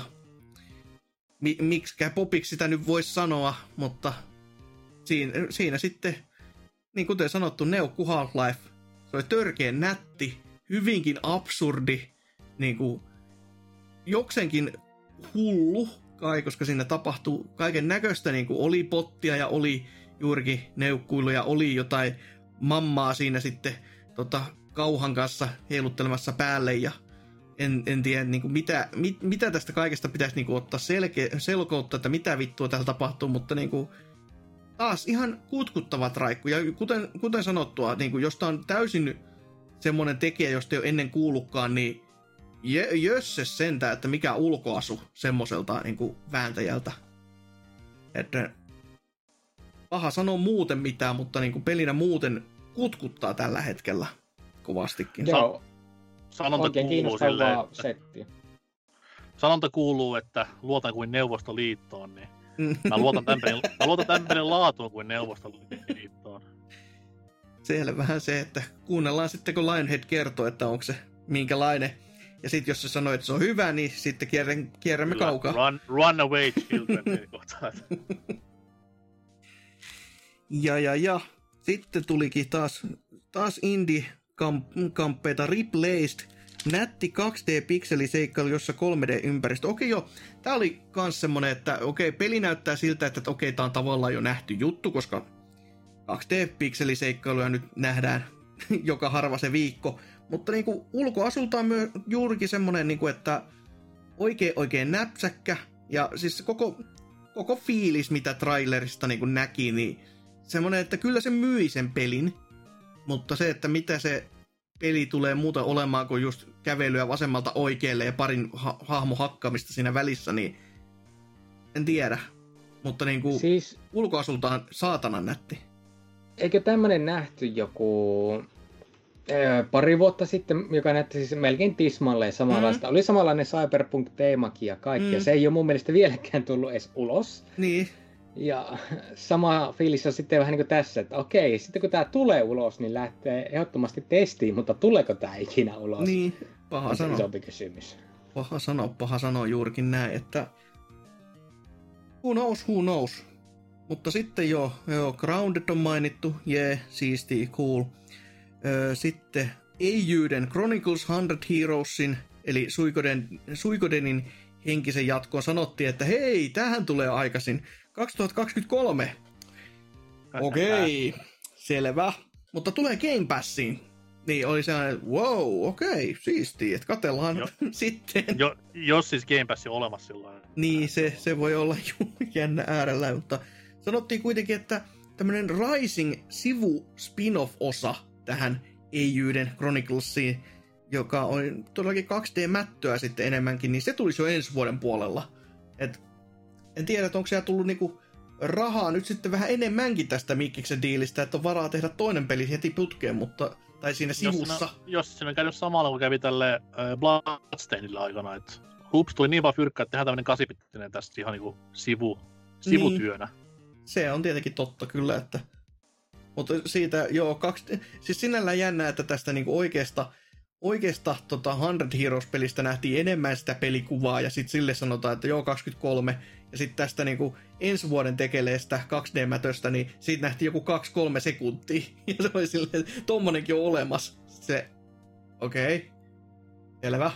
mi- miksikään popiksi sitä nyt voisi sanoa, mutta siinä, siinä sitten, niin kuten sanottu, neukku Half-Life, se oli törkeän nätti, hyvinkin absurdi, niin kuin jokseenkin hullu kai, koska siinä tapahtuu kaiken näköistä, niin kuin oli pottia ja oli juurikin neukkuiluja, oli jotain mammaa siinä sitten tota, kauhan kanssa heiluttelemassa päälle, ja en, en tiedä niin kuin mitä, mit, mitä tästä kaikesta pitäisi niin kuin ottaa selke, selkoutta, että mitä vittua täällä tapahtuu, mutta niin kuin, taas ihan kutkuttava traikku, ja kuten, kuten sanottua, niin kuin, jos tää on täysin semmoinen tekijä, josta ei ole ennen kuullutkaan, niin jösse sentään, että mikä ulkoasu semmoiselta niin kuin vääntäjältä. Että paha sanoa muuten mitään, mutta niin kuin pelinä muuten kutkuttaa tällä hetkellä kovastikin. Joo, sanonta oikein kuuluu silleen, että, settiä. sanonta kuuluu, että luotan kuin Neuvostoliittoon, niin mä luotan tämän mä luotan tämän pelin laatuun kuin Neuvostoliittoon. Selvähän se, että kuunnellaan sitten, kun Lionhead kertoo, että onko se minkälainen. Ja sitten jos se sanoo, että se on hyvä, niin sitten kierrän, kierrämme Kyllä, kaukaa. Run, run away children. ja, ja, ja. Sitten tulikin taas, taas indie-kamppeita Replaced. Nätti kaksi D-pikseliseikkailu, jossa kolme D-ympäristö. Okei joo, tää oli kans semmonen, että okei, peli näyttää siltä, että okei, tää on tavallaan jo nähty juttu, koska kaksi D-pikseliseikkailuja nyt nähdään joka harva se viikko. Mutta niinku ulkoasultaan myös juurikin semmonen, niinku, että oikein oikein näpsäkkä. Ja siis koko, koko fiilis, mitä trailerista niinku näki, niin semmonen, että kyllä se myi sen pelin. Mutta se, että mitä se peli tulee muuta olemaan kuin just kävelyä vasemmalta oikealle ja parin ha- hahmo hakkaamista siinä välissä, niin en tiedä. Mutta niinku siis ulkoasultaan saatanan nätti. Eikö tämmönen nähty joku ää, pari vuotta sitten, joka näytti siis melkein tismalleen samanlaista. Mm. Oli samanlainen Cyberpunk-teemakin ja kaikkea. Mm. Se ei ole mun mielestä vieläkään tullut edes ulos. Niin. Ja sama fiilis on sitten vähän niin kuin tässä, että okei, sitten kun tää tulee ulos, niin lähtee ehdottomasti testiin, mutta tuleeko tää ikinä ulos? Niin, paha on sanoa. Isompi kysymys. Paha sanoa, paha sanoa juurikin näin, että who knows, who knows. Mutta sitten jo, jo Grounded on mainittu, jee, yeah, siisti, cool. Öö, sitten Eiyuden Chronicles sata Heroesin, eli Suikoden, Suikodenin henkisen jatkoon sanottiin, että hei, tähän tulee aikaisin. kaksituhattakaksikymmentäkolme. Okei, okay, selvä. Mutta tulee Game Passiin. Niin oli sellainen, wow, okei, okay, siistiä, että katsellaan jo, sitten. Jo, jos siis Game Pass on olemassa silloin. Niin, se, se voi olla jännä äärellä, mutta sanottiin kuitenkin, että tämmönen Rising-sivu spin-off-osa tähän Eiyuden Chroniclesiin, joka on todellakin kaksi D-mättöä sitten enemmänkin, niin se tulisi jo ensi vuoden puolella. Et en tiedä, että onko siellä tullut niinku rahaa nyt sitten vähän enemmänkin tästä Mikkiksen diilistä, että on varaa tehdä toinen peli heti putkeen, mutta tai siinä sivussa. Jos, jos siinä on käynyt samalla, kun kävi tälle äh, Bloodstainille aikana, että hups, tuli niin vaan fyrkkä, että tehdään tämmönen kasipittinen tästä ihan niinku sivu, sivutyönä. Niin. Se on tietenkin totta kyllä, että mutta siitä joo, kaksi, siis sinällään jännää, että tästä niinku oikeasta oikeasta tota sata Heroes-pelistä nähtiin enemmän sitä pelikuvaa, ja sitten sille sanotaan, että joo, kaksikymmentäkolme, ja sitten tästä niinku ensi vuoden tekeleestä kaksi D-mätöstä, niin siitä nähtiin joku kaksi kolme sekuntia, ja se oli silleen, että tommonenkin on olemassa. Se, okei, okay. Selvä.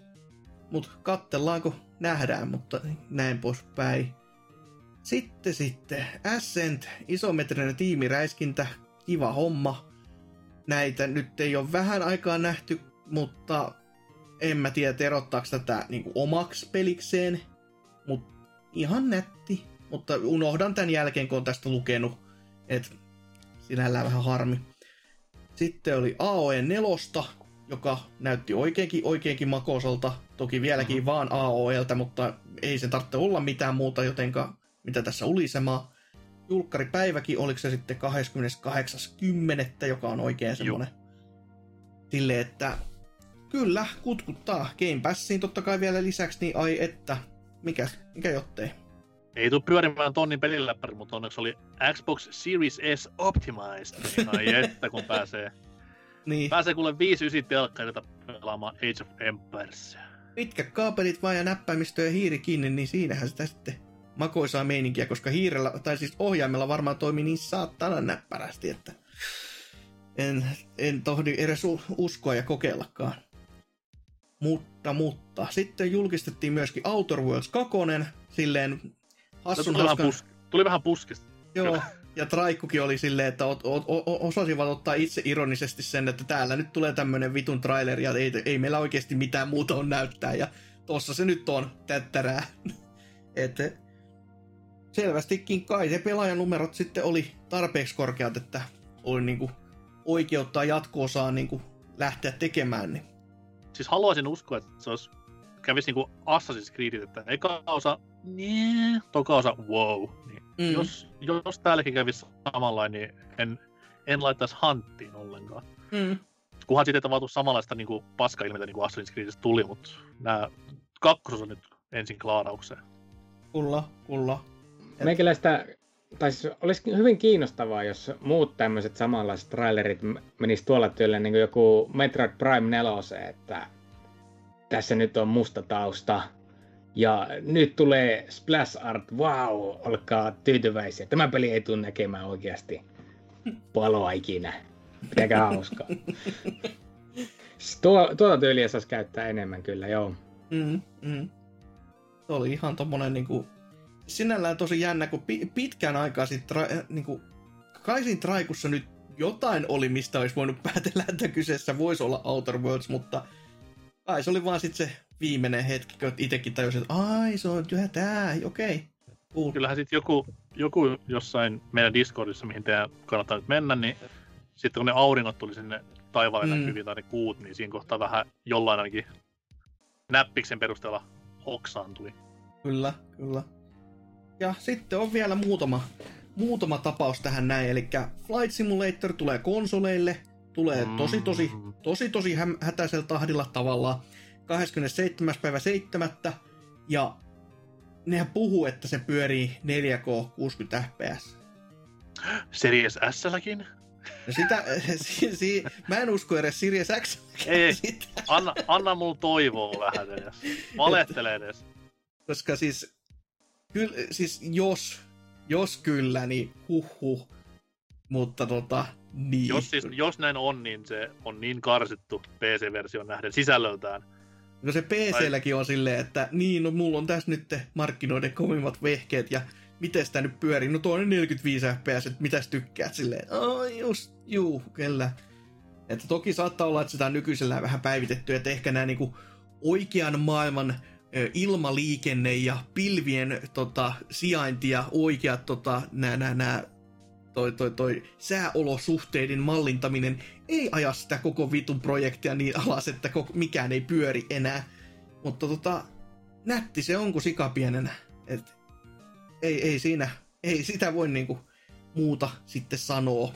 Mut kattellaanko nähdään, mutta näin poispäin. Sitten sitten, Ascent, isometrinen tiimiräiskintä, kiva homma. Näitä nyt ei ole vähän aikaa nähty, mutta en mä tiedä, erottaako tätä niin kuin omaksi pelikseen. Mut ihan nätti. Mutta unohdan tämän jälkeen, kun on tästä lukenut. Et sinällään vähän harmi. Sitten oli A O E neljä, joka näytti oikeinkin, oikeinkin makoiselta. Toki vieläkin mm-hmm. vaan A O E:ltä, mutta ei sen tarvitse olla mitään muuta, jotenka mitä tässä ulisemaa. Julkkaripäiväkin, oliko se sitten kahdeskymmeneskahdeksas kymmenettä, joka on oikein semmonen silleen, että kyllä, kutkuttaa. Game Passiin totta kai vielä lisäksi, niin ai että, mikä, mikä jottei. Ei tule pyörimään tonnin peliläppäri, mutta onneksi oli Xbox Series S Optimized, niin ai että kun pääsee, niin. pääsee kuule viisi yhdeksän telkkarilta pelaamaan Age of Empires. Pitkät kaapelit vaan ja näppäimistö ja hiiri kiinni, niin siinähän sitä sitten makoisaa meininkiä, koska hiirellä, tai siis ohjaimella varmaan toimii niin saatana näppärästi, että en, en tohdi edes uskoa ja kokeillakaan. Mutta, mutta. Sitten julkistettiin myöskin Outer Worlds kaksi, silleen hassun tuli, hauskan... vähän pus- tuli vähän puskista. Joo, ja Traikkukin oli silleen, että o- o- o- osasivat ottaa itse ironisesti sen, että täällä nyt tulee tämmönen vitun traileri, ja ei, ei meillä oikeasti mitään muuta on näyttää, ja tossa se nyt on, tättärää. Että selvästikin kai se pelaajanumerot sitten oli tarpeeksi korkeat, että oli niinku oikeuttaa jatko-osaa niinku lähteä tekemään. Niin. Siis haluaisin uskoa, että se olisi, kävisi niinku Assassin's Creed, että eka osa, nee, toka osa, wow. Niin mm. Jos, jos täälläkin kävisi samanlainen, niin en, en laittaisi hanttiin ollenkaan. Mm. Kunhan sitten tapahtuu samanlaista niinku paska-ilmeitä, niin kuin Assassin's Creedissä tuli, mutta nämä kakkososa nyt ensin klaaraukseen. Kulla, kulla. Meikäläistä, tai siis olisi hyvin kiinnostavaa, jos muut tämmöiset samanlaiset trailerit menis tuolla työlle niin kuin joku Metroid Prime neljä, että tässä nyt on musta tausta ja nyt tulee splash art, wow, olkaa tyytyväisiä. Tämä peli ei tule näkemään oikeasti paloa ikinä. Pitäkää hauskaa. Tuo, tuota tyyliä saisi käyttää enemmän kyllä, joo. Mm, mm. Se oli ihan tommonen niinku sinällään tosi jännä, kun pitkään aikaa sit tra, niinku, kai siinä traikussa nyt jotain oli, mistä olisi voinut päätellä, että kyseessä voisi olla Outer Worlds, mutta ai se oli vaan sitten se viimeinen hetki, kun itsekin tajusin, että ai se on tyhä tää, okei. Okay. Cool. Kyllähän sitten joku, joku jossain meidän Discordissa, mihin teidän kannattaa nyt mennä, niin sitten kun ne auringot tuli sinne taivaalle mm. näkyviin tai ne kuut, niin siinä kohtaa vähän jollain ainakin näppiksen perusteella oksaantui. Kyllä, kyllä. Ja sitten on vielä muutama, muutama tapaus tähän näin, eli Flight Simulator tulee konsoleille, tulee tosi tosi, tosi tosi hä- hätäisellä tahdilla tavallaan kahdeskymmenesseitsemäs päivä seitsemättä ja nehän puhuu, että se pyörii neljä K kuusikymmentä F P S. Series S-läkin? No sitä, si, si, mä en usko edes Series X. Ei, anna, anna mulla toivoa vähän edes. Valehtele edes. Koska siis, kyll, siis jos, jos kyllä, niin huhhuh. Mutta tota, niin. Jos, siis, jos näin on, niin se on niin karsittu P C-version nähden sisällöltään. No se P C-lläkin on silleen, että niin, no mulla on tässä nyt markkinoiden kovimmat vehkeet ja miten sitä nyt pyörii? No tuo on neljäkymmentäviisi F P S, että mitäs tykkäät silleen? Oh, just, juu, kyllä. Että toki saattaa olla, että sitä on nykyisellään vähän päivitetty, että ehkä nämä niinku oikean maailman ö, ilmaliikenne ja pilvien tota, sijainti ja oikeat tota, nää, nää, nää, toi, toi, toi sääolosuhteiden mallintaminen ei aja sitä koko vitun projektia niin alas, että koko, mikään ei pyöri enää. Mutta tota, nätti se on kuin sikapienenä. Et ei, ei siinä, ei sitä voi niinku muuta sitten sanoa.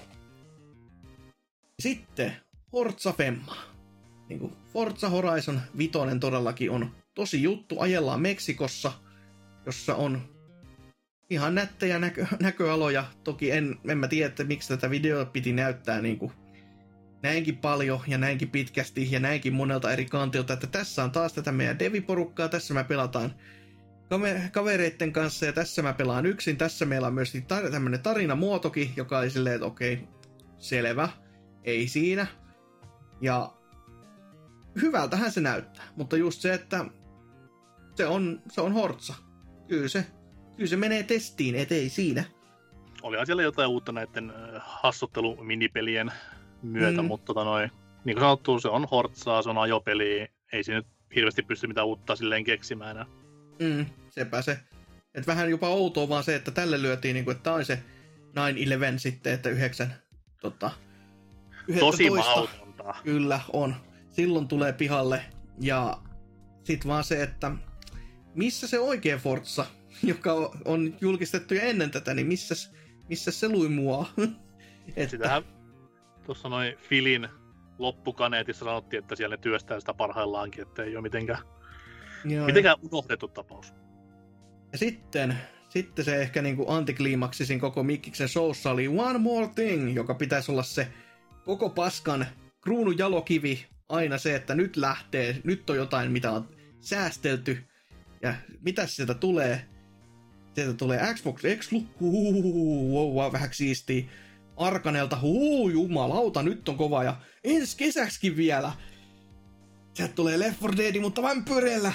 Sitten Forza Femma. Niinku Forza Horizon viisi todellakin on tosi juttu. Ajellaan Meksikossa, jossa on ihan nättejä näkö, näköaloja. Toki en, en mä tiedä, että miksi tätä videota piti näyttää niinku näinkin paljon ja näinkin pitkästi ja näinkin monelta eri kantilta. Että tässä on taas tätä meidän deviporukkaa. Tässä me pelataan kavereitten kanssa ja tässä mä pelaan yksin. Tässä meillä on myös tar- tämmönen tarinamuotokin, joka oli silleen, että okei, selvä, ei siinä. Ja hyvältähän se näyttää, mutta just se, että se on, se on Horza. Kyllä se, kyllä se menee testiin, et ei siinä. Olihan siellä jotain uutta näiden hassutteluminipelien myötä, mm. mutta tota noin, niin kuin sanottu, se on Horzaa, se on ajopeli, ei siinä nyt hirveästi pysty mitään uutta silleen keksimään. Mm, sepä se. Et vähän jopa outoa vaan se, että tälle lyötiin, niin kuin, että tää on se nine eleven sitten, että yhdeksän tota, tosi mautonta. Kyllä on. Silloin tulee pihalle. Ja sit vaan se, että missä se oikea Forza, joka on julkistettu jo ennen tätä, niin missä, missä se luimua? että... Sitähän tuossa noin Filin loppukaneetissa sanottiin, että siellä ne työstää sitä parhaillaankin, että ei ole mitenkään Joo, mitenkään unohdettu tapaus. Ja sitten, sitten se ehkä niinku antikliimaksisin koko Mikkiksen showssa oli One More Thing, joka pitäisi olla se koko paskan kruunun jalokivi. Aina se, että nyt lähtee, nyt on jotain, mitä on säästelty. Ja mitä sieltä tulee? Sieltä tulee Xbox Exclu, huuhuhuhu, wow, vähän siistiä. Arkanelta, huu, jumalauta, nyt on kova. Ja ensi kesäksikin vielä. Sieltä tulee Left four Dead, mutta vampyyreillä.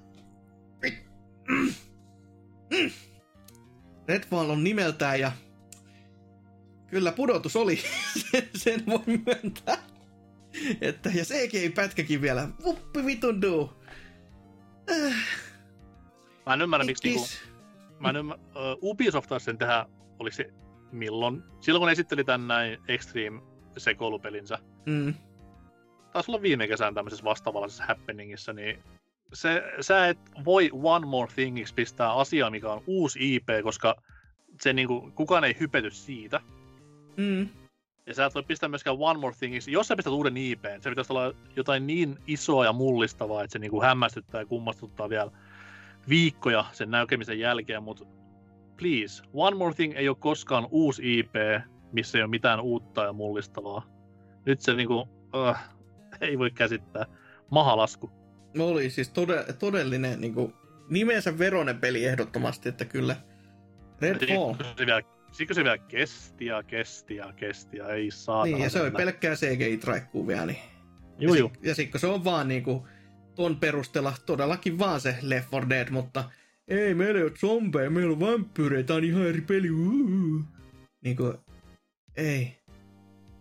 Redfall on nimeltään ja kyllä pudotus oli, sen voi myöntää. Että, ja C G I-pätkäkin vielä, vuppi vitun duu. Äh. Mä en ymmärrä, miksi niinku, mä en ymmärrä, uh, Ubisoft taisi sen tehdä, oliko se milloin? Silloin kun esitteli tän näin Extreme-sekoilupelinsä. Mm. Taisi olla viime kesän tämmöisessä vastaavallaisessa happeningissa, niin se, sä et voi One More Thingiksi pistää asiaa, mikä on uusi I P, koska se niinku, kukaan ei hypety siitä. Mm. Ja sä et voi pistää myöskään One More Thingiksi. Jos sä pistät uuden I P:n, se pitäisi olla jotain niin isoa ja mullistavaa, että se niinku hämmästyttää ja kummastuttaa vielä viikkoja sen näkemisen jälkeen, mutta please, One More Thing ei ole koskaan uusi I P, missä ei ole mitään uutta ja mullistavaa. Nyt se niinku, uh, ei voi käsittää. Mahalasku. No oli siis tode, todellinen niinku, nimensä veronen peli ehdottomasti, että kyllä. Redfall. Sikö se vielä kesti ja kesti ja kesti ja ei saatana. Niin, ja se oli pelkkää C G I-traikkuu vielä. Niin. Juu, juu. Ja sitten se on vaan niinku ton perusteella todellakin vaan se Left four Dead, mutta ei, meillä ei ole zombeja, meillä on vampyyreja, tää on ihan eri peli. Uh. Niinku, ei.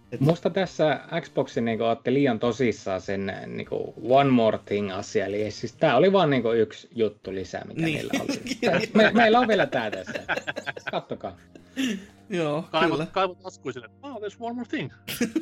Et... Musta tässä Xboxin niin otti liian tosissaan sen niin kuin, one more thing asia, eli siis tää oli vaan niin kuin, yksi juttu lisää, mikä niin. niillä oli. Me, meillä on vielä tää tässä. Kattokaa. Joo, kaivot, kyllä. Kaivot taskuun sinne, oh, there's one more thing.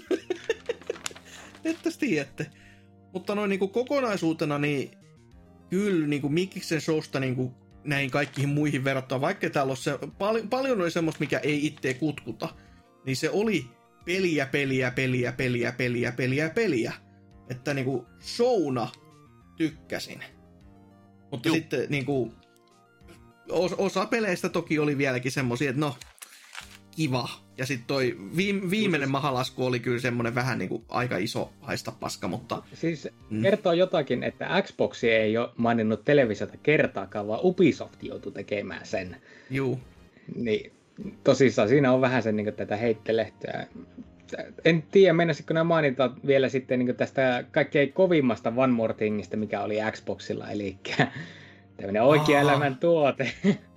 Ettepäs tiedätte. Mutta noin niinku kokonaisuutena, niin kyllä niinku Mikkiksen showsta niinku näihin kaikkiin muihin verrattuna, vaikka täällä on se, pal- paljon oli semmoista, mikä ei itse kutkuta, niin se oli peliä, peliä, peliä, peliä, peliä, peliä, peliä. Että niinku showna tykkäsin. Mutta Juh. sitten niinku osa peleistä toki oli vieläkin semmosia, että no, kiva. Ja sitten toi viime, viimeinen mahalasku oli kyllä semmoinen vähän niinku aika iso haista paska, mutta... Siis kertoo mm. jotakin, että Xbox ei ole maininnut televisiota kertaakaan, vaan Ubisoft joutui tekemään sen. Juu. Niin tosissaan siinä on vähän sen niin tätä heittelehtöä. En tiedä, mennäisikö nämä mainita vielä sitten niin tästä kaikkein kovimmasta One More Thingistä, mikä oli Xboxilla, eli tämmöinen oikea Aa. elämän tuote.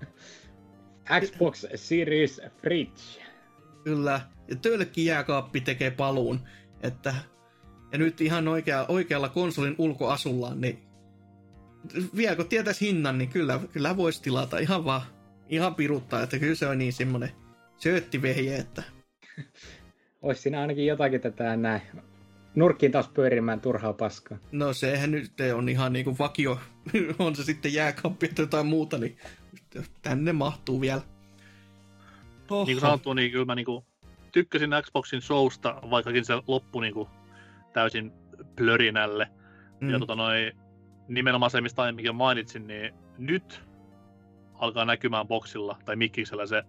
Xbox Series Fridge. Kyllä, ja tölkki jääkaappi tekee paluun, että ja nyt ihan oikea, oikealla konsolin ulkoasullaan, niin vielä kun tietäisi hinnan, niin kyllä, kyllä voisi tilata ihan vaan, ihan piruttaa, että kyllä se on niin semmoinen sööttivehje, että... Ois siinä ainakin jotakin tätä näin. Nurkkiin taas pyörimään turhaa paskaa. No sehän nyt on ihan niinku vakio, on se sitten jääkaappi tai jotain muuta, niin tänne mahtuu vielä. Oho. Niin kuin sanottu, niin kyllä mä niinku tykkäsin Xboxin showsta, vaikkakin se loppui niinku täysin plörinälle. Mm. Ja tota noi, nimenomaan se, mistä aiemminkin mainitsin, niin nyt alkaa näkymään boxilla tai Mikkiksellä se,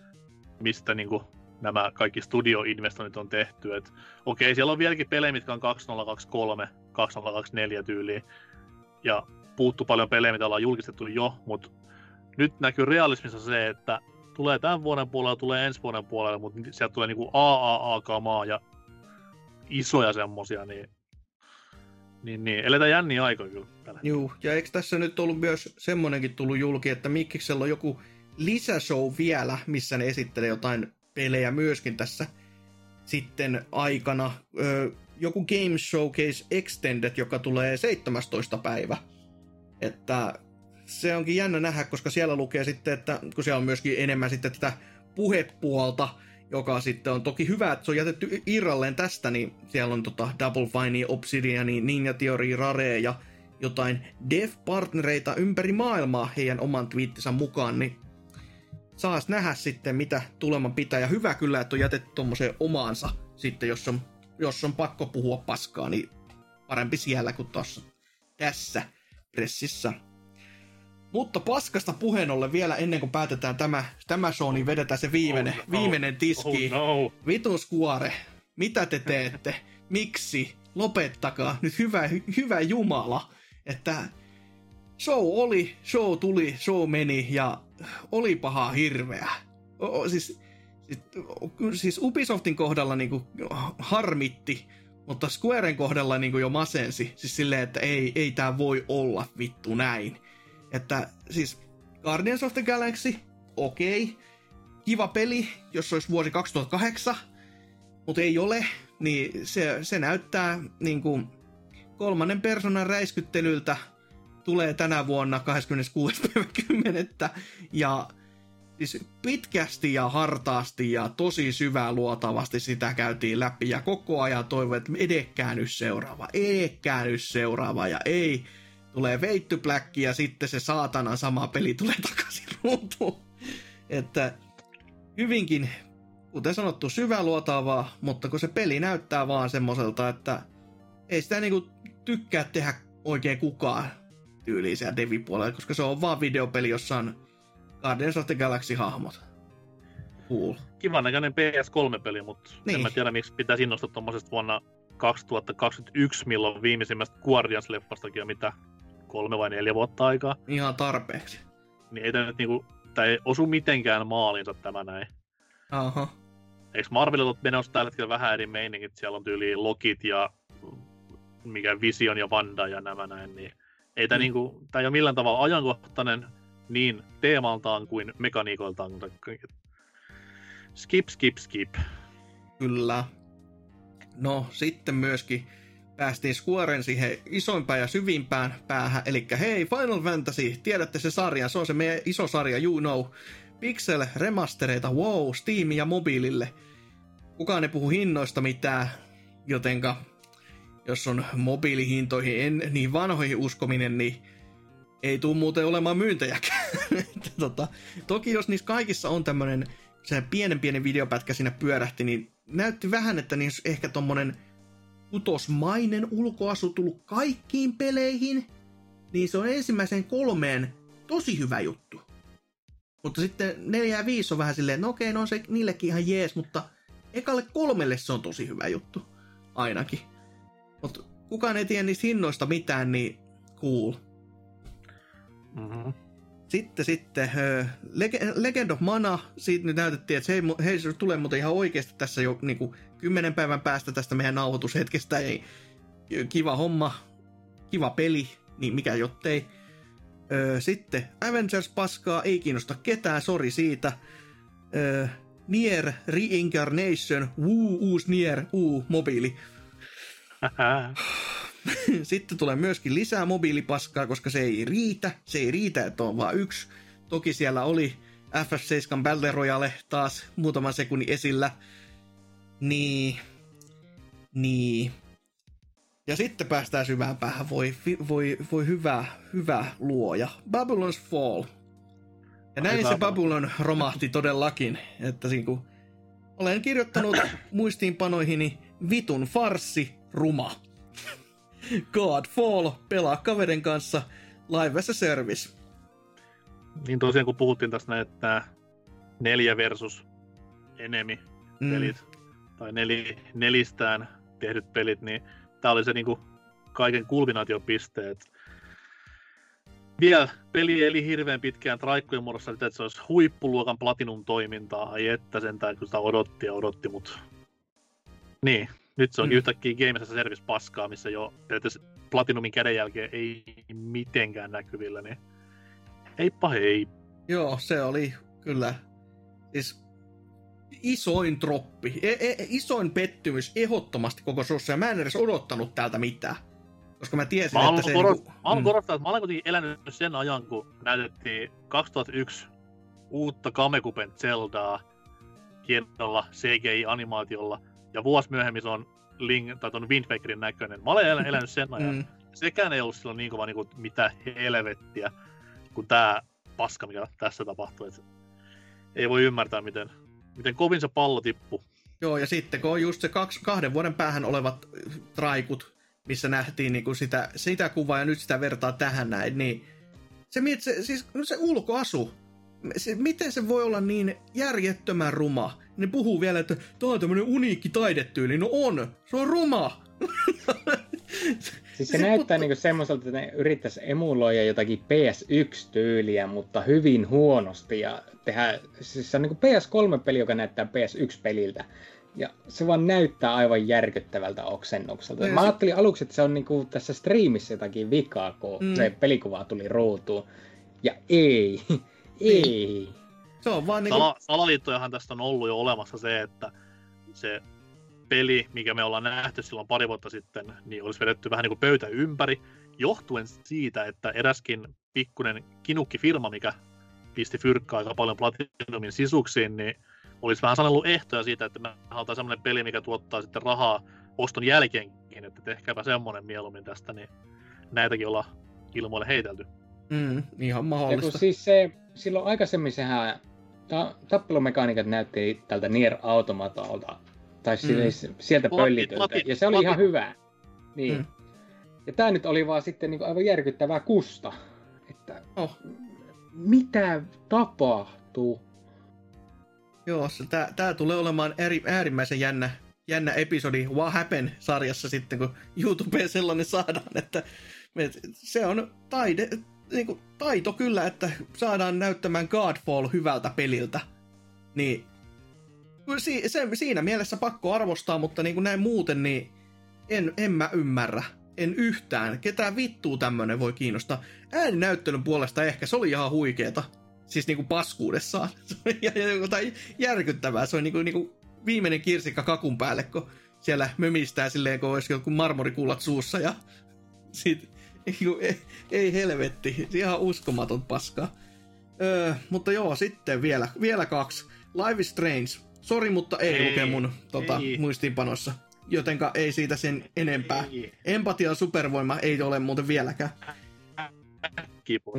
mistä niinku nämä kaikki studio-investoinnit on tehty. Et, okei, siellä on vieläkin pelejä, mitkä on kaksituhattakaksikymmentäkolme, kaksituhattakaksikymmentäneljä tyyliin. Ja puuttuu paljon pelejä, mitä ollaan julkistettu jo, mutta nyt näkyy realismissa se, että tulee tämän vuoden puolella, tulee ensi vuoden puolella, mutta sieltä tulee niinku A A A-kamaa ja isoja semmosia, niin, niin, niin eletään jänniä aikoja kyllä. Juu, ja eikö tässä nyt ollut myös semmonenkin tullut julki, että Mikkiksellä on joku lisäshow vielä, missä ne esittelee jotain pelejä myöskin tässä sitten aikana. Öö, joku Games Showcase Extended, joka tulee seitsemästoista päivä. Että se onkin jännä nähdä, koska siellä lukee sitten, että kun siellä on myöskin enemmän sitten tätä puhepuolta, joka sitten on toki hyvä, että se on jätetty irralleen tästä, niin siellä on tota Double Fine, Obsidian, Ninja Theory, Rare ja jotain dev-partnereita ympäri maailmaa heidän oman twiittinsä mukaan, niin saas nähdä sitten, mitä tuleman pitää. Ja hyvä kyllä, että on jätetty tommoseen omaansa sitten, jos on, jos on pakko puhua paskaa, niin parempi siellä kuin tossa tässä pressissä. Mutta paskasta puheen ollen vielä ennen kuin päätetään tämä, tämä show, niin vedetään se viimeinen, oh no. viimeinen tiski. Oh no. Vitun Square, mitä te teette? Miksi? Lopettakaa. Nyt hyvä, hy, hyvä Jumala, että show oli, show tuli, show meni ja oli paha hirveä. O, o, siis, siis, siis Ubisoftin kohdalla niinku harmitti, mutta Squaren kohdalla niinku jo masensi. Siis silleen, että ei, ei tää voi olla vittu näin. Että siis Guardians of the Galaxy, okei, okay. Kiva peli, jos olisi vuosi kaksituhattakahdeksan, mutta ei ole, niin se, se näyttää niin kuin kolmannen persoonan räiskyttelyltä, tulee tänä vuonna kahdeskymmeneskuudes kymmenettä ja siis pitkästi ja hartaasti ja tosi syvää luotavasti sitä käytiin läpi ja koko ajan toivon, että edekään nyt seuraava, edekään nyt seuraava ja ei... Tulee Veitty Black ja sitten se saatanan sama peli tulee takaisin ruutuun. Että hyvinkin, kuten sanottu, syväluotaavaa, mutta kun se peli näyttää vaan semmoiselta, että ei sitä niinku tykkää tehdä oikein kukaan tyyliin siellä devipuolella, koska se on vaan videopeli, jossa on Guardians of the Galaxy-hahmot. Cool. Kivan näköinen P S kolme -peli, mutta niin. En mä tiedä, miksi pitäisi innostua tommosesta vuonna kaksituhattakaksikymmentäyksi, milloin viimeisimmästä Guardians-leffastakin on mitä kolme vai neljä vuotta aikaa. Ihan tarpeeksi. Niin ei tämä nyt niinku, tää ei osu mitenkään maaliinsa tämä näin. Aha. Eikö Marvelilla ole menossa tällä hetkellä vähän eri meiningit? Siellä on tyyliin Lokit ja mikä Vision ja Wanda ja nämä näin, niin ei tää mm. niinku, tää ei ole millään tavalla ajankohtainen niin teemaltaan kuin mekaniikoiltaan. Skip, skip, skip. Kyllä. no sitten myöskin päästiin Squaren siihen isoimpään ja syvimpään päähän, eli hei, Final Fantasy, tiedätte se sarja, se on se meidän iso sarja, you know. Pixel remastereita, wow, Steam ja mobiilille. Kukaan ei puhu hinnoista mitään, jotenka jos on mobiilihintoihin en, niin vanhoihin uskominen, niin ei tule muuten olemaan myyntejäkään. tota, toki jos niissä kaikissa on tämmönen se pienen pienen videopätkä siinä pyörähti, niin näytti vähän, että niissä ehkä tommonen kutosmainen ulkoasu tullut kaikkiin peleihin, niin se on ensimmäiseen kolmeen tosi hyvä juttu. Mutta sitten neljä ja viisi on vähän silleen, no okei, no on se niillekin ihan jees, mutta ekalle kolmelle se on tosi hyvä juttu, ainakin. Mutta kukaan ei tiedä niistä hinnoista mitään, niin cool. Mm-hmm. Sitten, sitten uh, Legend of Mana, siitä nyt näytettiin, että hei, hei se tulee muuten ihan oikeasti tässä jo niin kuin kymmenen päivän päästä tästä meidän nauhoitushetkestä, ei kiva homma, kiva peli, niin mikä jottei. Uh, sitten Avengers paskaa, ei kiinnosta ketään, sori siitä. Uh, Nier Reincarnation, wuu, uusi Nier, uu, mobiili. Sitten tulee myöskin lisää mobiilipaskaa, koska se ei riitä. Se ei riitä, että on vaan yksi. Toki siellä oli F F seitsemän Battle Royale taas muutaman sekunnin esillä. Niin. Niin. Ja sitten päästään syvään päähän. Voi, voi, voi hyvä, hyvä luoja. Babylon's Fall. Ja näin se Babylon romahti todellakin. Että niinku, olen kirjoittanut muistiinpanoihini vitun farssi ruma. Godfall, pelaa kaverin kanssa, live as a service. Niin tosiaan kun puhuttiin tästä että neljä versus enemi pelit, mm. tai nel, nelistään tehdyt pelit, niin tää oli se niinku kaiken kulminaatiopisteet. Vielä peli eli hirveän pitkään traikkujen muodossa, että se olisi huippuluokan Platinum-toimintaa, ai että sentään, kun sitä odotti ja odotti, mut niin. Nyt se onkin mm. yhtäkkiä Games as a Service paskaa, missä jo Platinumin kädenjälkeen ei mitenkään näkyvillä, niin heippa hei. Joo, se oli kyllä siis isoin troppi, e- e- isoin pettymys ehdottomasti koko suossa, ja mä en edes odottanut täältä mitään. Koska mä tiesin, mä että se... Korost- niin kuin, mä haluan mm. korostaa, että mä olen kuitenkin elänyt sen ajan, kun näytettiin kaksituhattayksi uutta Kamekupen Zeldaa hienolla C G I-animaatiolla, ja vuosi myöhemmin se on Link, tai ton Wind Wakerin näköinen. Mä olen elänyt sen ajan. Mm. Sekään ei ollut silloin niin kova niin kuin, mitä helvettiä, kuin tää paska, mikä tässä tapahtui. Et ei voi ymmärtää, miten, miten kovin se pallo tippui. Joo, ja sitten kun on just se kaksi, kahden vuoden päähän olevat traikut, missä nähtiin niin kuin sitä, sitä kuvaa ja nyt sitä vertaa tähän näin, niin se, se, siis, se ulkoasu, se, miten se voi olla niin järjettömän ruma? Ne puhuu vielä, että tämä on tämmönen uniikki taidetyyli. No on, se on ruma! Siis se, se näyttää put... niinku semmoiselta, että ne yrittäisi emuloida jotakin P S yksi-tyyliä, mutta hyvin huonosti. Ja tehdä, siis se on niinku P S kolme-peli, joka näyttää P S yksi-peliltä. Ja se vaan näyttää aivan järkyttävältä oksennukselta. No, Mä se... ajattelin aluksi, että se on niinku tässä striimissä jotakin vikaa, kun mm. se pelikuva tuli ruutuun. Ja ei, ei. Se on vaan niinku... Sala, salaliittojahan tästä on ollut jo olemassa se, että se peli, mikä me ollaan nähty silloin pari vuotta sitten, niin olisi vedetty vähän niin kuin pöytä ympäri, johtuen siitä, että eräskin pikkuinen kinukki-firma, mikä pisti fyrkkaa aika paljon Platinumin sisuksiin, niin olisi vähän sanellut ehtoja siitä, että me halutaan semmoinen peli, mikä tuottaa sitten rahaa oston jälkeenkin, että tehkääpä semmoinen mieluummin tästä, niin näitäkin ollaan ilmoille heitelty. Mm, ihan mahdollista. Ja kun siis se, silloin aikaisemmin sehän ta- tappelumekaniikat näytti tältä Nier Automatalta, tai mm. sieltä pöllityltä, ja se oli Plati. Ihan hyvä. Niin. Mm. Ja tää nyt oli vaan sitten niin aivan järkyttävää kusta, että oh. mitä tapahtuu? Joo, se, tää, tää tulee olemaan ääri, äärimmäisen jännä, jännä episodi What Happened-sarjassa sitten, kun YouTubeen sellainen saadaan, että se on taide, niin kuin, taito kyllä, että saadaan näyttämään Godfall hyvältä peliltä. Niin si, se, siinä mielessä pakko arvostaa, mutta niin kuin näin muuten, niin en, en mä ymmärrä. En yhtään. Ketään vittuu tämmönen voi kiinnostaa. Ääninäyttelyn puolesta ehkä se oli ihan huikeeta. Siis niinku paskuudessaan. Tai järkyttävää. Se on niinku, niinku viimeinen kirsikka kakun päälle, kun siellä mömistää silleen, kun olisi joku marmorikullat suussa ja sit, ei, ei helvetti, ihan uskomaton paskaa. Öö, mutta joo, sitten vielä, vielä kaksi. Life is Strange. Sori, mutta ei, ei lukee mun tota, muistiinpanossa. Jotenka ei siitä sen enempää. Ei. Empatia supervoima ei ole muuten vieläkään. Kipu.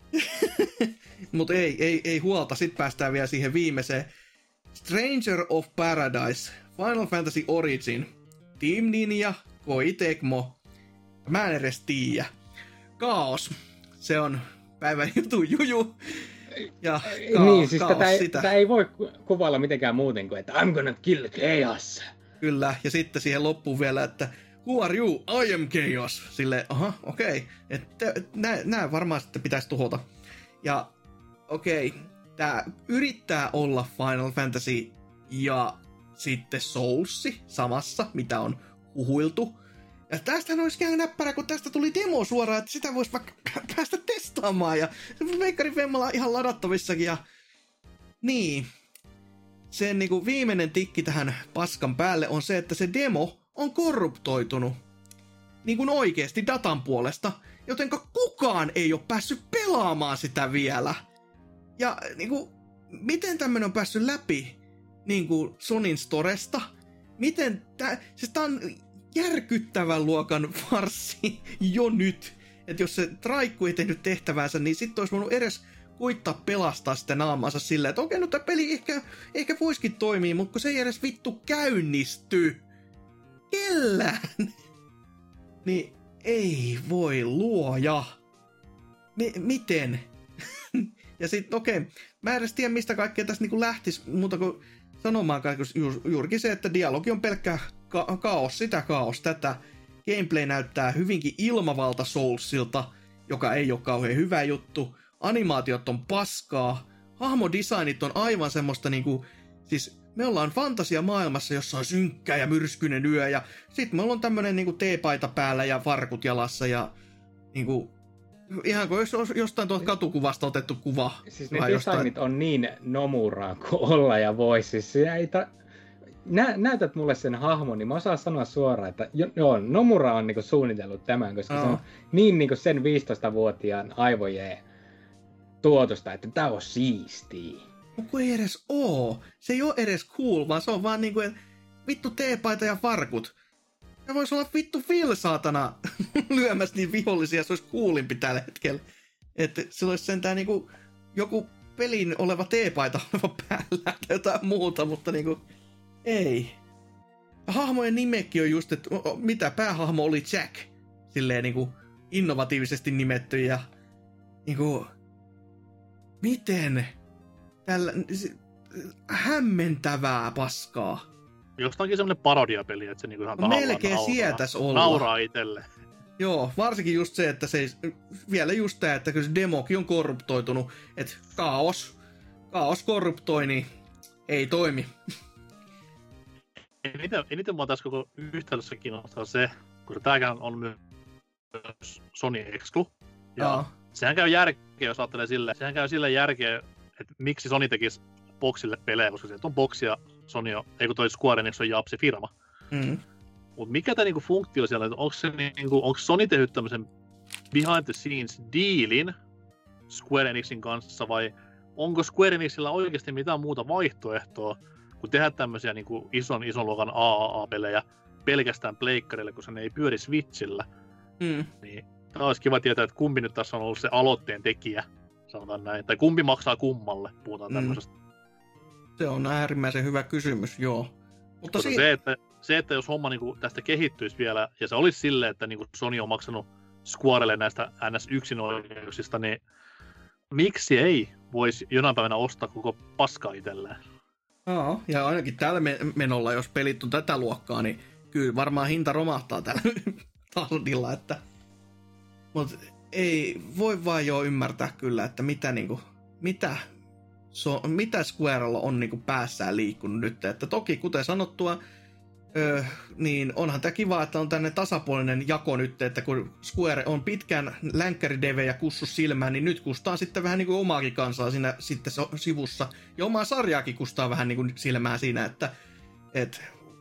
Mutta ei, ei, ei huolta, sitten päästään vielä siihen viimeiseen. Stranger of Paradise, Final Fantasy Origin, Team Ninja, Koei Tecmo, mä en edes tiiä. Chaos, se on päivän jutu juju. Ja ka- niin, siis Chaos tätä ei, sitä. tätä ei voi kuvailla mitenkään muuten kuin, että I'm gonna kill Chaos. Kyllä, ja sitten siihen loppuun vielä, että Who are you? I am Chaos. Silleen, aha, okei. Okay. Että nää varmaan sitten pitäisi tuhota. Ja okei, okay, tää yrittää olla Final Fantasy ja sitten Soulsi samassa, mitä on huhuiltu. Ja tästähän olisi ihan näppärä, kun tästä tuli demo suoraan, että sitä voisi vaikka päästä testaamaan. Ja Veikkarin Femmalla ihan ladattavissakin. Ja niin, sen niinku viimeinen tikki tähän paskan päälle on se, että se demo on korruptoitunut. Niin kuin oikeesti datan puolesta. Jotenka kukaan ei ole päässyt pelaamaan sitä vielä. Ja niinku, miten tämmönen on päässyt läpi niinku Sonin storesta? Miten tää, siis tää on järkyttävän luokan farssi jo nyt. Että jos se Traikku ei tehnyt tehtäväänsä, niin sitten olisi voinut edes koittaa pelastaa sitä naamaansa silleen, että okei, no tää peli ehkä, ehkä voisikin toimia, mutta kun se ei edes vittu käynnisty. Kellään. Niin ei voi luoja. Mi- miten? Ja sitten okei, okay, mä en edes tiedä mistä kaikkea tässä niinku lähtisi muuta kuin sanomaan ju- juurikin se, että dialogi on pelkkää ka- kaos, sitä kaos, tätä. Gameplay näyttää hyvinkin ilmavalta Soulsilta, joka ei ole kauhean hyvä juttu. Animaatiot on paskaa. Hahmodesignit on aivan semmoista niinku, siis me ollaan fantasia-maailmassa, jossa on synkkä ja myrskyinen yö, ja sit me ollaan tämmönen niinku teepaita päällä ja farkut jalassa, ja niinku, ihan kuin olisi jostain tuolta katukuvasta otettu kuva. Siis ne designit on niin nomuraa kuin olla ja voi, siis ei ta... Nä, näytät mulle sen hahmon, niin mä osaan sanoa suoraan, että joo, Nomura on niinku suunnitellut tämän, koska oh. se on niin niinku sen viisitoistavuotiaan aivojen tuotosta, että tää on siistiä. Mutta ei edes oo. Se ei oo edes cool, vaan se on vaan niinku, vittu teepaita ja farkut. Ja vois olla vittu Phil, saatana, lyömässä niin vihollisia, se olisi coolimpi tällä hetkellä. Että se olisi sentään niinku joku pelin oleva teepaita oleva päällä tai jotain muuta, mutta niinku ei. Hahmojen nimekin on just, että mitä päähahmo oli Jack. Silleen niinku innovatiivisesti nimetty ja niinku miten tällä hämmentävää paskaa. Jostakin semmonen parodiapeli, että se niinku ihan tahallaan melkein nauraa, sietäs olla. Nauraa itelle. Joo, varsinkin just se, että se ei, vielä just tää, että kyllä se demokin on korruptoitunut, että kaos, kaos korruptoi, niin ei toimi. Eniten, eniten mua tässä koko yhtälössä kiinnostaa se, kun tääkään on myös Sony Exclu. Ja Aa. sehän käy järkeä, jos ajattelee silleen, sehän käy silleen järkeä, että miksi Sony tekisi boksille pelejä, koska se on boksi ja Sony on, ei kun toi Square Enix on Japsi firma. Mm. Mut mikä tää niinku funktio siellä, että onko se niinku, onko Sony tehnyt tämmösen behind the scenes dealin Square Enixin kanssa vai onko Square Enixillä oikeasti mitään muuta vaihtoehtoa kun tehdä tämmösiä niinku ison ison luokan A A A-pelejä pelkästään pleikkarille, kun se ei pyöri Switchillä. Mm. Niin tää olisi kiva tietää, että kumpi nyt tässä on ollut se aloitteen tekijä, sanotaan näin. Tai kumpi maksaa kummalle, puhutaan mm. tämmöisestä. Se on äärimmäisen hyvä kysymys, joo. Mutta si- se, että, se, että jos homma niinku tästä kehittyisi vielä, ja se olisi silleen, että niinku Sony on maksanut Squarelle näistä N S-yksinoikeuksista, niin miksi ei voisi jonain päivänä ostaa koko paskaa itselleen? Joo, ja ainakin tällä menolla, jos pelit on tätä luokkaa, niin kyllä varmaan hinta romahtaa tällä tahdilla, että mutta ei voi vaan jo ymmärtää kyllä, että mitä niinku, mitä, so, mitä Squarella on niinku päässään liikkunut nyt, että toki kuten sanottua, öö, niin onhan tämä kiva, että on tänne tasapuolinen jako nyt, että kun Square on pitkään länkkärideve ja kussu silmään, niin nyt kustaa sitten vähän niin kuin omaakin kansaa siinä sitten sivussa. Ja omaa sarjaakin kustaa vähän niin kuin silmää siinä, että et,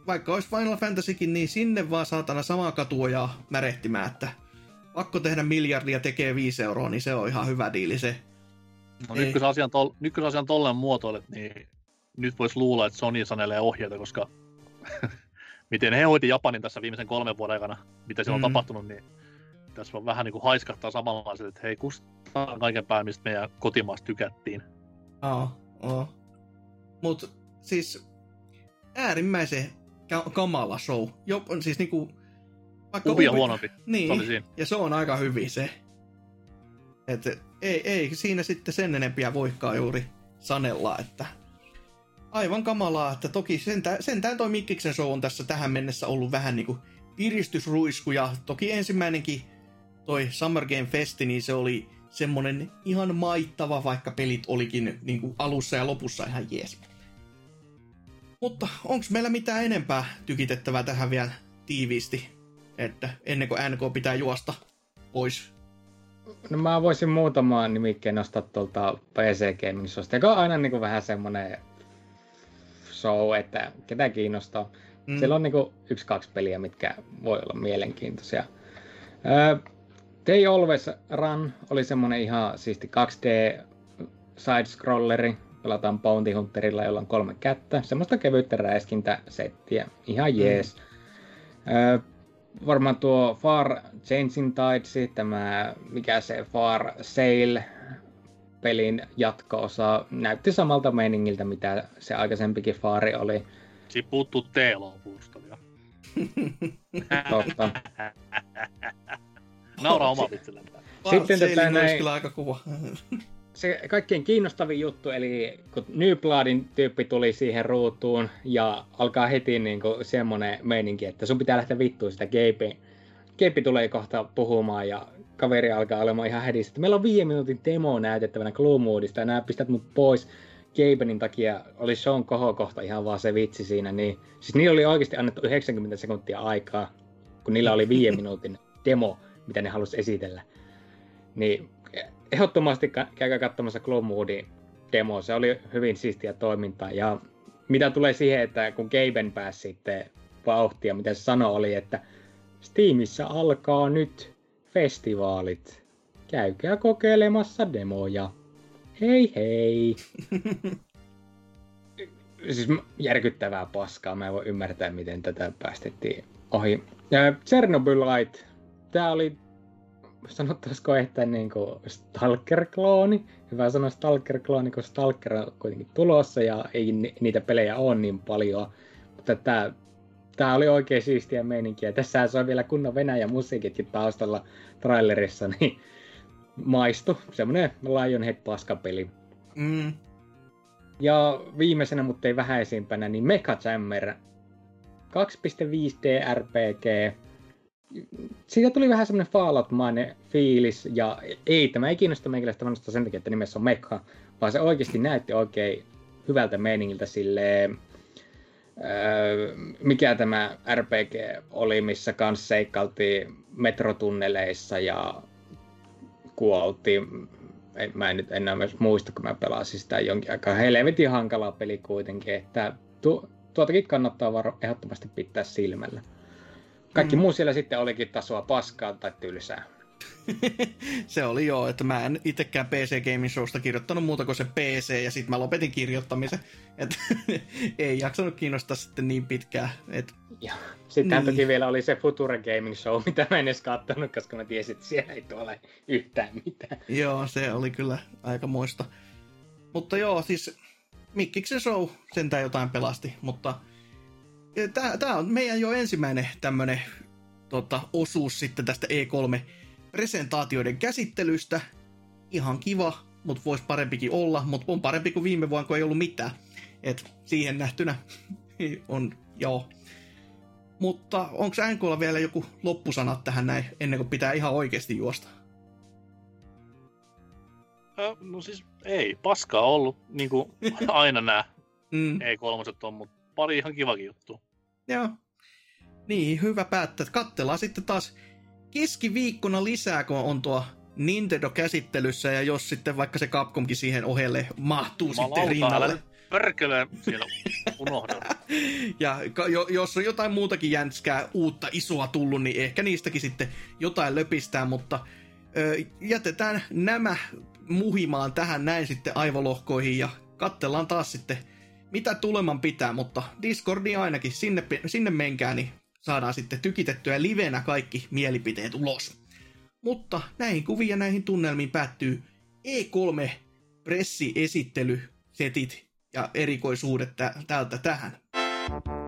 vaikka olisi Final Fantasykin, niin sinne vaan saatana samaa katuojaa märehtimään, että pakko tehdä miljardia tekee viisi euroa, niin se on ihan hyvä diili se. No nyt kun se asian, tol- nyt kun se asian tolleen muotoilet, niin nyt voisi luulla, että Sony sanelee ohjeita, koska miten he hoiti Japanin tässä viimeisen kolmen vuoden aikana, mitä siellä on mm. tapahtunut, niin tässä on vähän niin kuin haiskahtaa samanlaiset, että hei, kustaa kaiken päin, mistä meidän kotimaassa tykättiin. Aa, aa. Mut siis äärimmäisen ka- kamala show. Jo, siis niinku... Ubi on huonompi. Niin, se oli siinä. Ja se on aika hyvin se. Et ei, ei siinä sitten sen enempiä voikaan juuri sanella, että aivan kamalaa, että toki sentään, sentään toi Mikkiksen show on tässä tähän mennessä ollut vähän niinku piristysruisku, ja toki ensimmäinenkin toi Summer Game Festi, niin se oli semmonen ihan maittava, vaikka pelit olikin niinku alussa ja lopussa ihan jees. Mutta onks meillä mitään enempää tykitettävää tähän vielä tiiviisti, että ennen kuin N K pitää juosta pois? No mä voisin muutamaan nimikkeen nostaa tuolta P C Gaming Showsta, joka on aina niin kuin vähän semmonen show, että ketä kiinnostaa. Mm. Siellä on niin kuin yksi, kaksi peliä, mitkä voi olla mielenkiintoisia. Uh, They Always Run oli semmonen ihan siisti kaksi D side-scrolleri. Pelataan Bounty Hunterilla, jolla on kolme kättä. Semmoista kevyttä räiskintäsettiä. Ihan jees. Mm. Uh, varmaan tuo Far Changing Tides, tämä mikä se Far Sail pelin jatko-osa, näytti samalta meiningiltä, mitä se aikaisempikin Fari oli. Siinä puuttuu T-lopusta vielä. Totta. Nauraa oma vitsilleen. Sitten tätä näin... kyllä aika kuva. Se kaikkein kiinnostavin juttu, eli kun New Bloodin tyyppi tuli siihen ruutuun ja alkaa heti niinku semmonen meininki, että sun pitää lähteä vittuun sitä Gabe. Gabe tulee kohta puhumaan ja kaveri alkaa olemaan ihan hädissä, että meillä on viiden minuutin demo näytettävänä Gloomwoodista ja nää pistät mut pois Gabenin takia. Oli Sean kohokohta ihan vaan se vitsi siinä, niin siis niillä oli oikeasti annettu yhdeksänkymmentä sekuntia aikaa, kun niillä oli viiden minuutin demo, mitä ne halusi esitellä. Niin ehdottomasti käykää katsomassa Gloomwoodin demo, se oli hyvin siistiä toimintaa. Ja mitä tulee siihen, että kun Gaben pääsi sitten vauhtia, mitä se sanoi oli, että Steamissa alkaa nyt festivaalit. Käykää kokeilemassa demoja. Hei hei! Siis järkyttävää paskaa, mä en voi ymmärtää, miten tätä päästettiin ohi. Ja Chernobylite, tää oli sanottaisiko, että niinku Stalker-klooni. Hyvä sanoa Stalker-klooni, kun Stalker on kuitenkin tulossa ja ei niitä pelejä ole niin paljon. Mutta tää, tää oli oikein siistiä meininkiä. Tässä se on vielä kunnon Venäjän musiikitkin taustalla trailerissa, niin maistu. Semmonen Lionhead-paskapeli. Mm. Ja viimeisenä, mutta ei vähäisimpänä, niin Mecha Jammer kaksi pilkku viisi D R P G. Siitä tuli vähän semmonen Fallout-mainen fiilis, ja ei, tämä ei kiinnosta meikäläistä vanhasta sen takia, että nimessä on Mecha, vaan se oikeasti näytti oikein hyvältä meiningiltä silleen, öö, mikä tämä R P G oli, missä kanssa seikkailtiin metrotunneleissa ja kuoltiin. Ei, mä en nyt enää myös muista, kun mä pelasin sitä jonkin aikaa. Helvetin hankala peli kuitenkin, että tu, tuotakin kannattaa varo, ehdottomasti pitää silmällä. Kaikki mm. muu siellä sitten olikin tasoa paskaa tai tylsää. Se oli joo, että mä en itekään P C Gaming Showsta kirjoittanut muuta kuin se P C, ja sit mä lopetin kirjoittamisen. Et ei jaksanut kiinnostaa sitten niin pitkään. Et... Sitten niin. Toki vielä oli se Future Gaming Show, mitä mä en edes kattonut, koska mä tiesin, että siellä ei tuolla yhtään mitään. Joo, se oli kyllä aika muista. Mutta joo, siis Mikkiksen show sentään jotain pelasti, mutta tää, tää on meidän jo ensimmäinen tämmönen tota, osuus sitten tästä E kolme presentaatioiden käsittelystä. Ihan kiva, mutta voisi parempikin olla, mutta on parempi kuin viime vuonna, kun ei ollut mitään. Et siihen nähtynä on joo. Mutta onko N K:lla vielä joku loppusana tähän näin, ennen kuin pitää ihan oikeasti juosta? No siis ei, paskaa ollut, niin kuin aina nämä mm. E kolme on, mutta pari ihan kivakin juttu. Joo. Niin, hyvä päättää. Katsellaan sitten taas keskiviikkona lisää, kun on tuo Nintendo käsittelyssä, ja jos sitten vaikka se Capcomkin siihen ohelle mahtuu Jumalauta, sitten rinnalle. Älä, Pörkölö siellä unohdan. Ja jo, jos on jotain muutakin jäntskää, uutta, isoa tullut, niin ehkä niistäkin sitten jotain löpistää, mutta ö, jätetään nämä muhimaan tähän näin sitten aivolohkoihin ja katsellaan taas sitten, mitä tuleman pitää, mutta Discordiin ainakin, sinne, sinne menkää, niin saadaan sitten tykitettyä livenä kaikki mielipiteet ulos. Mutta näihin kuviin ja näihin tunnelmiin päättyy E kolme pressiesittelysetit ja erikoisuudet tä- täältä tähän.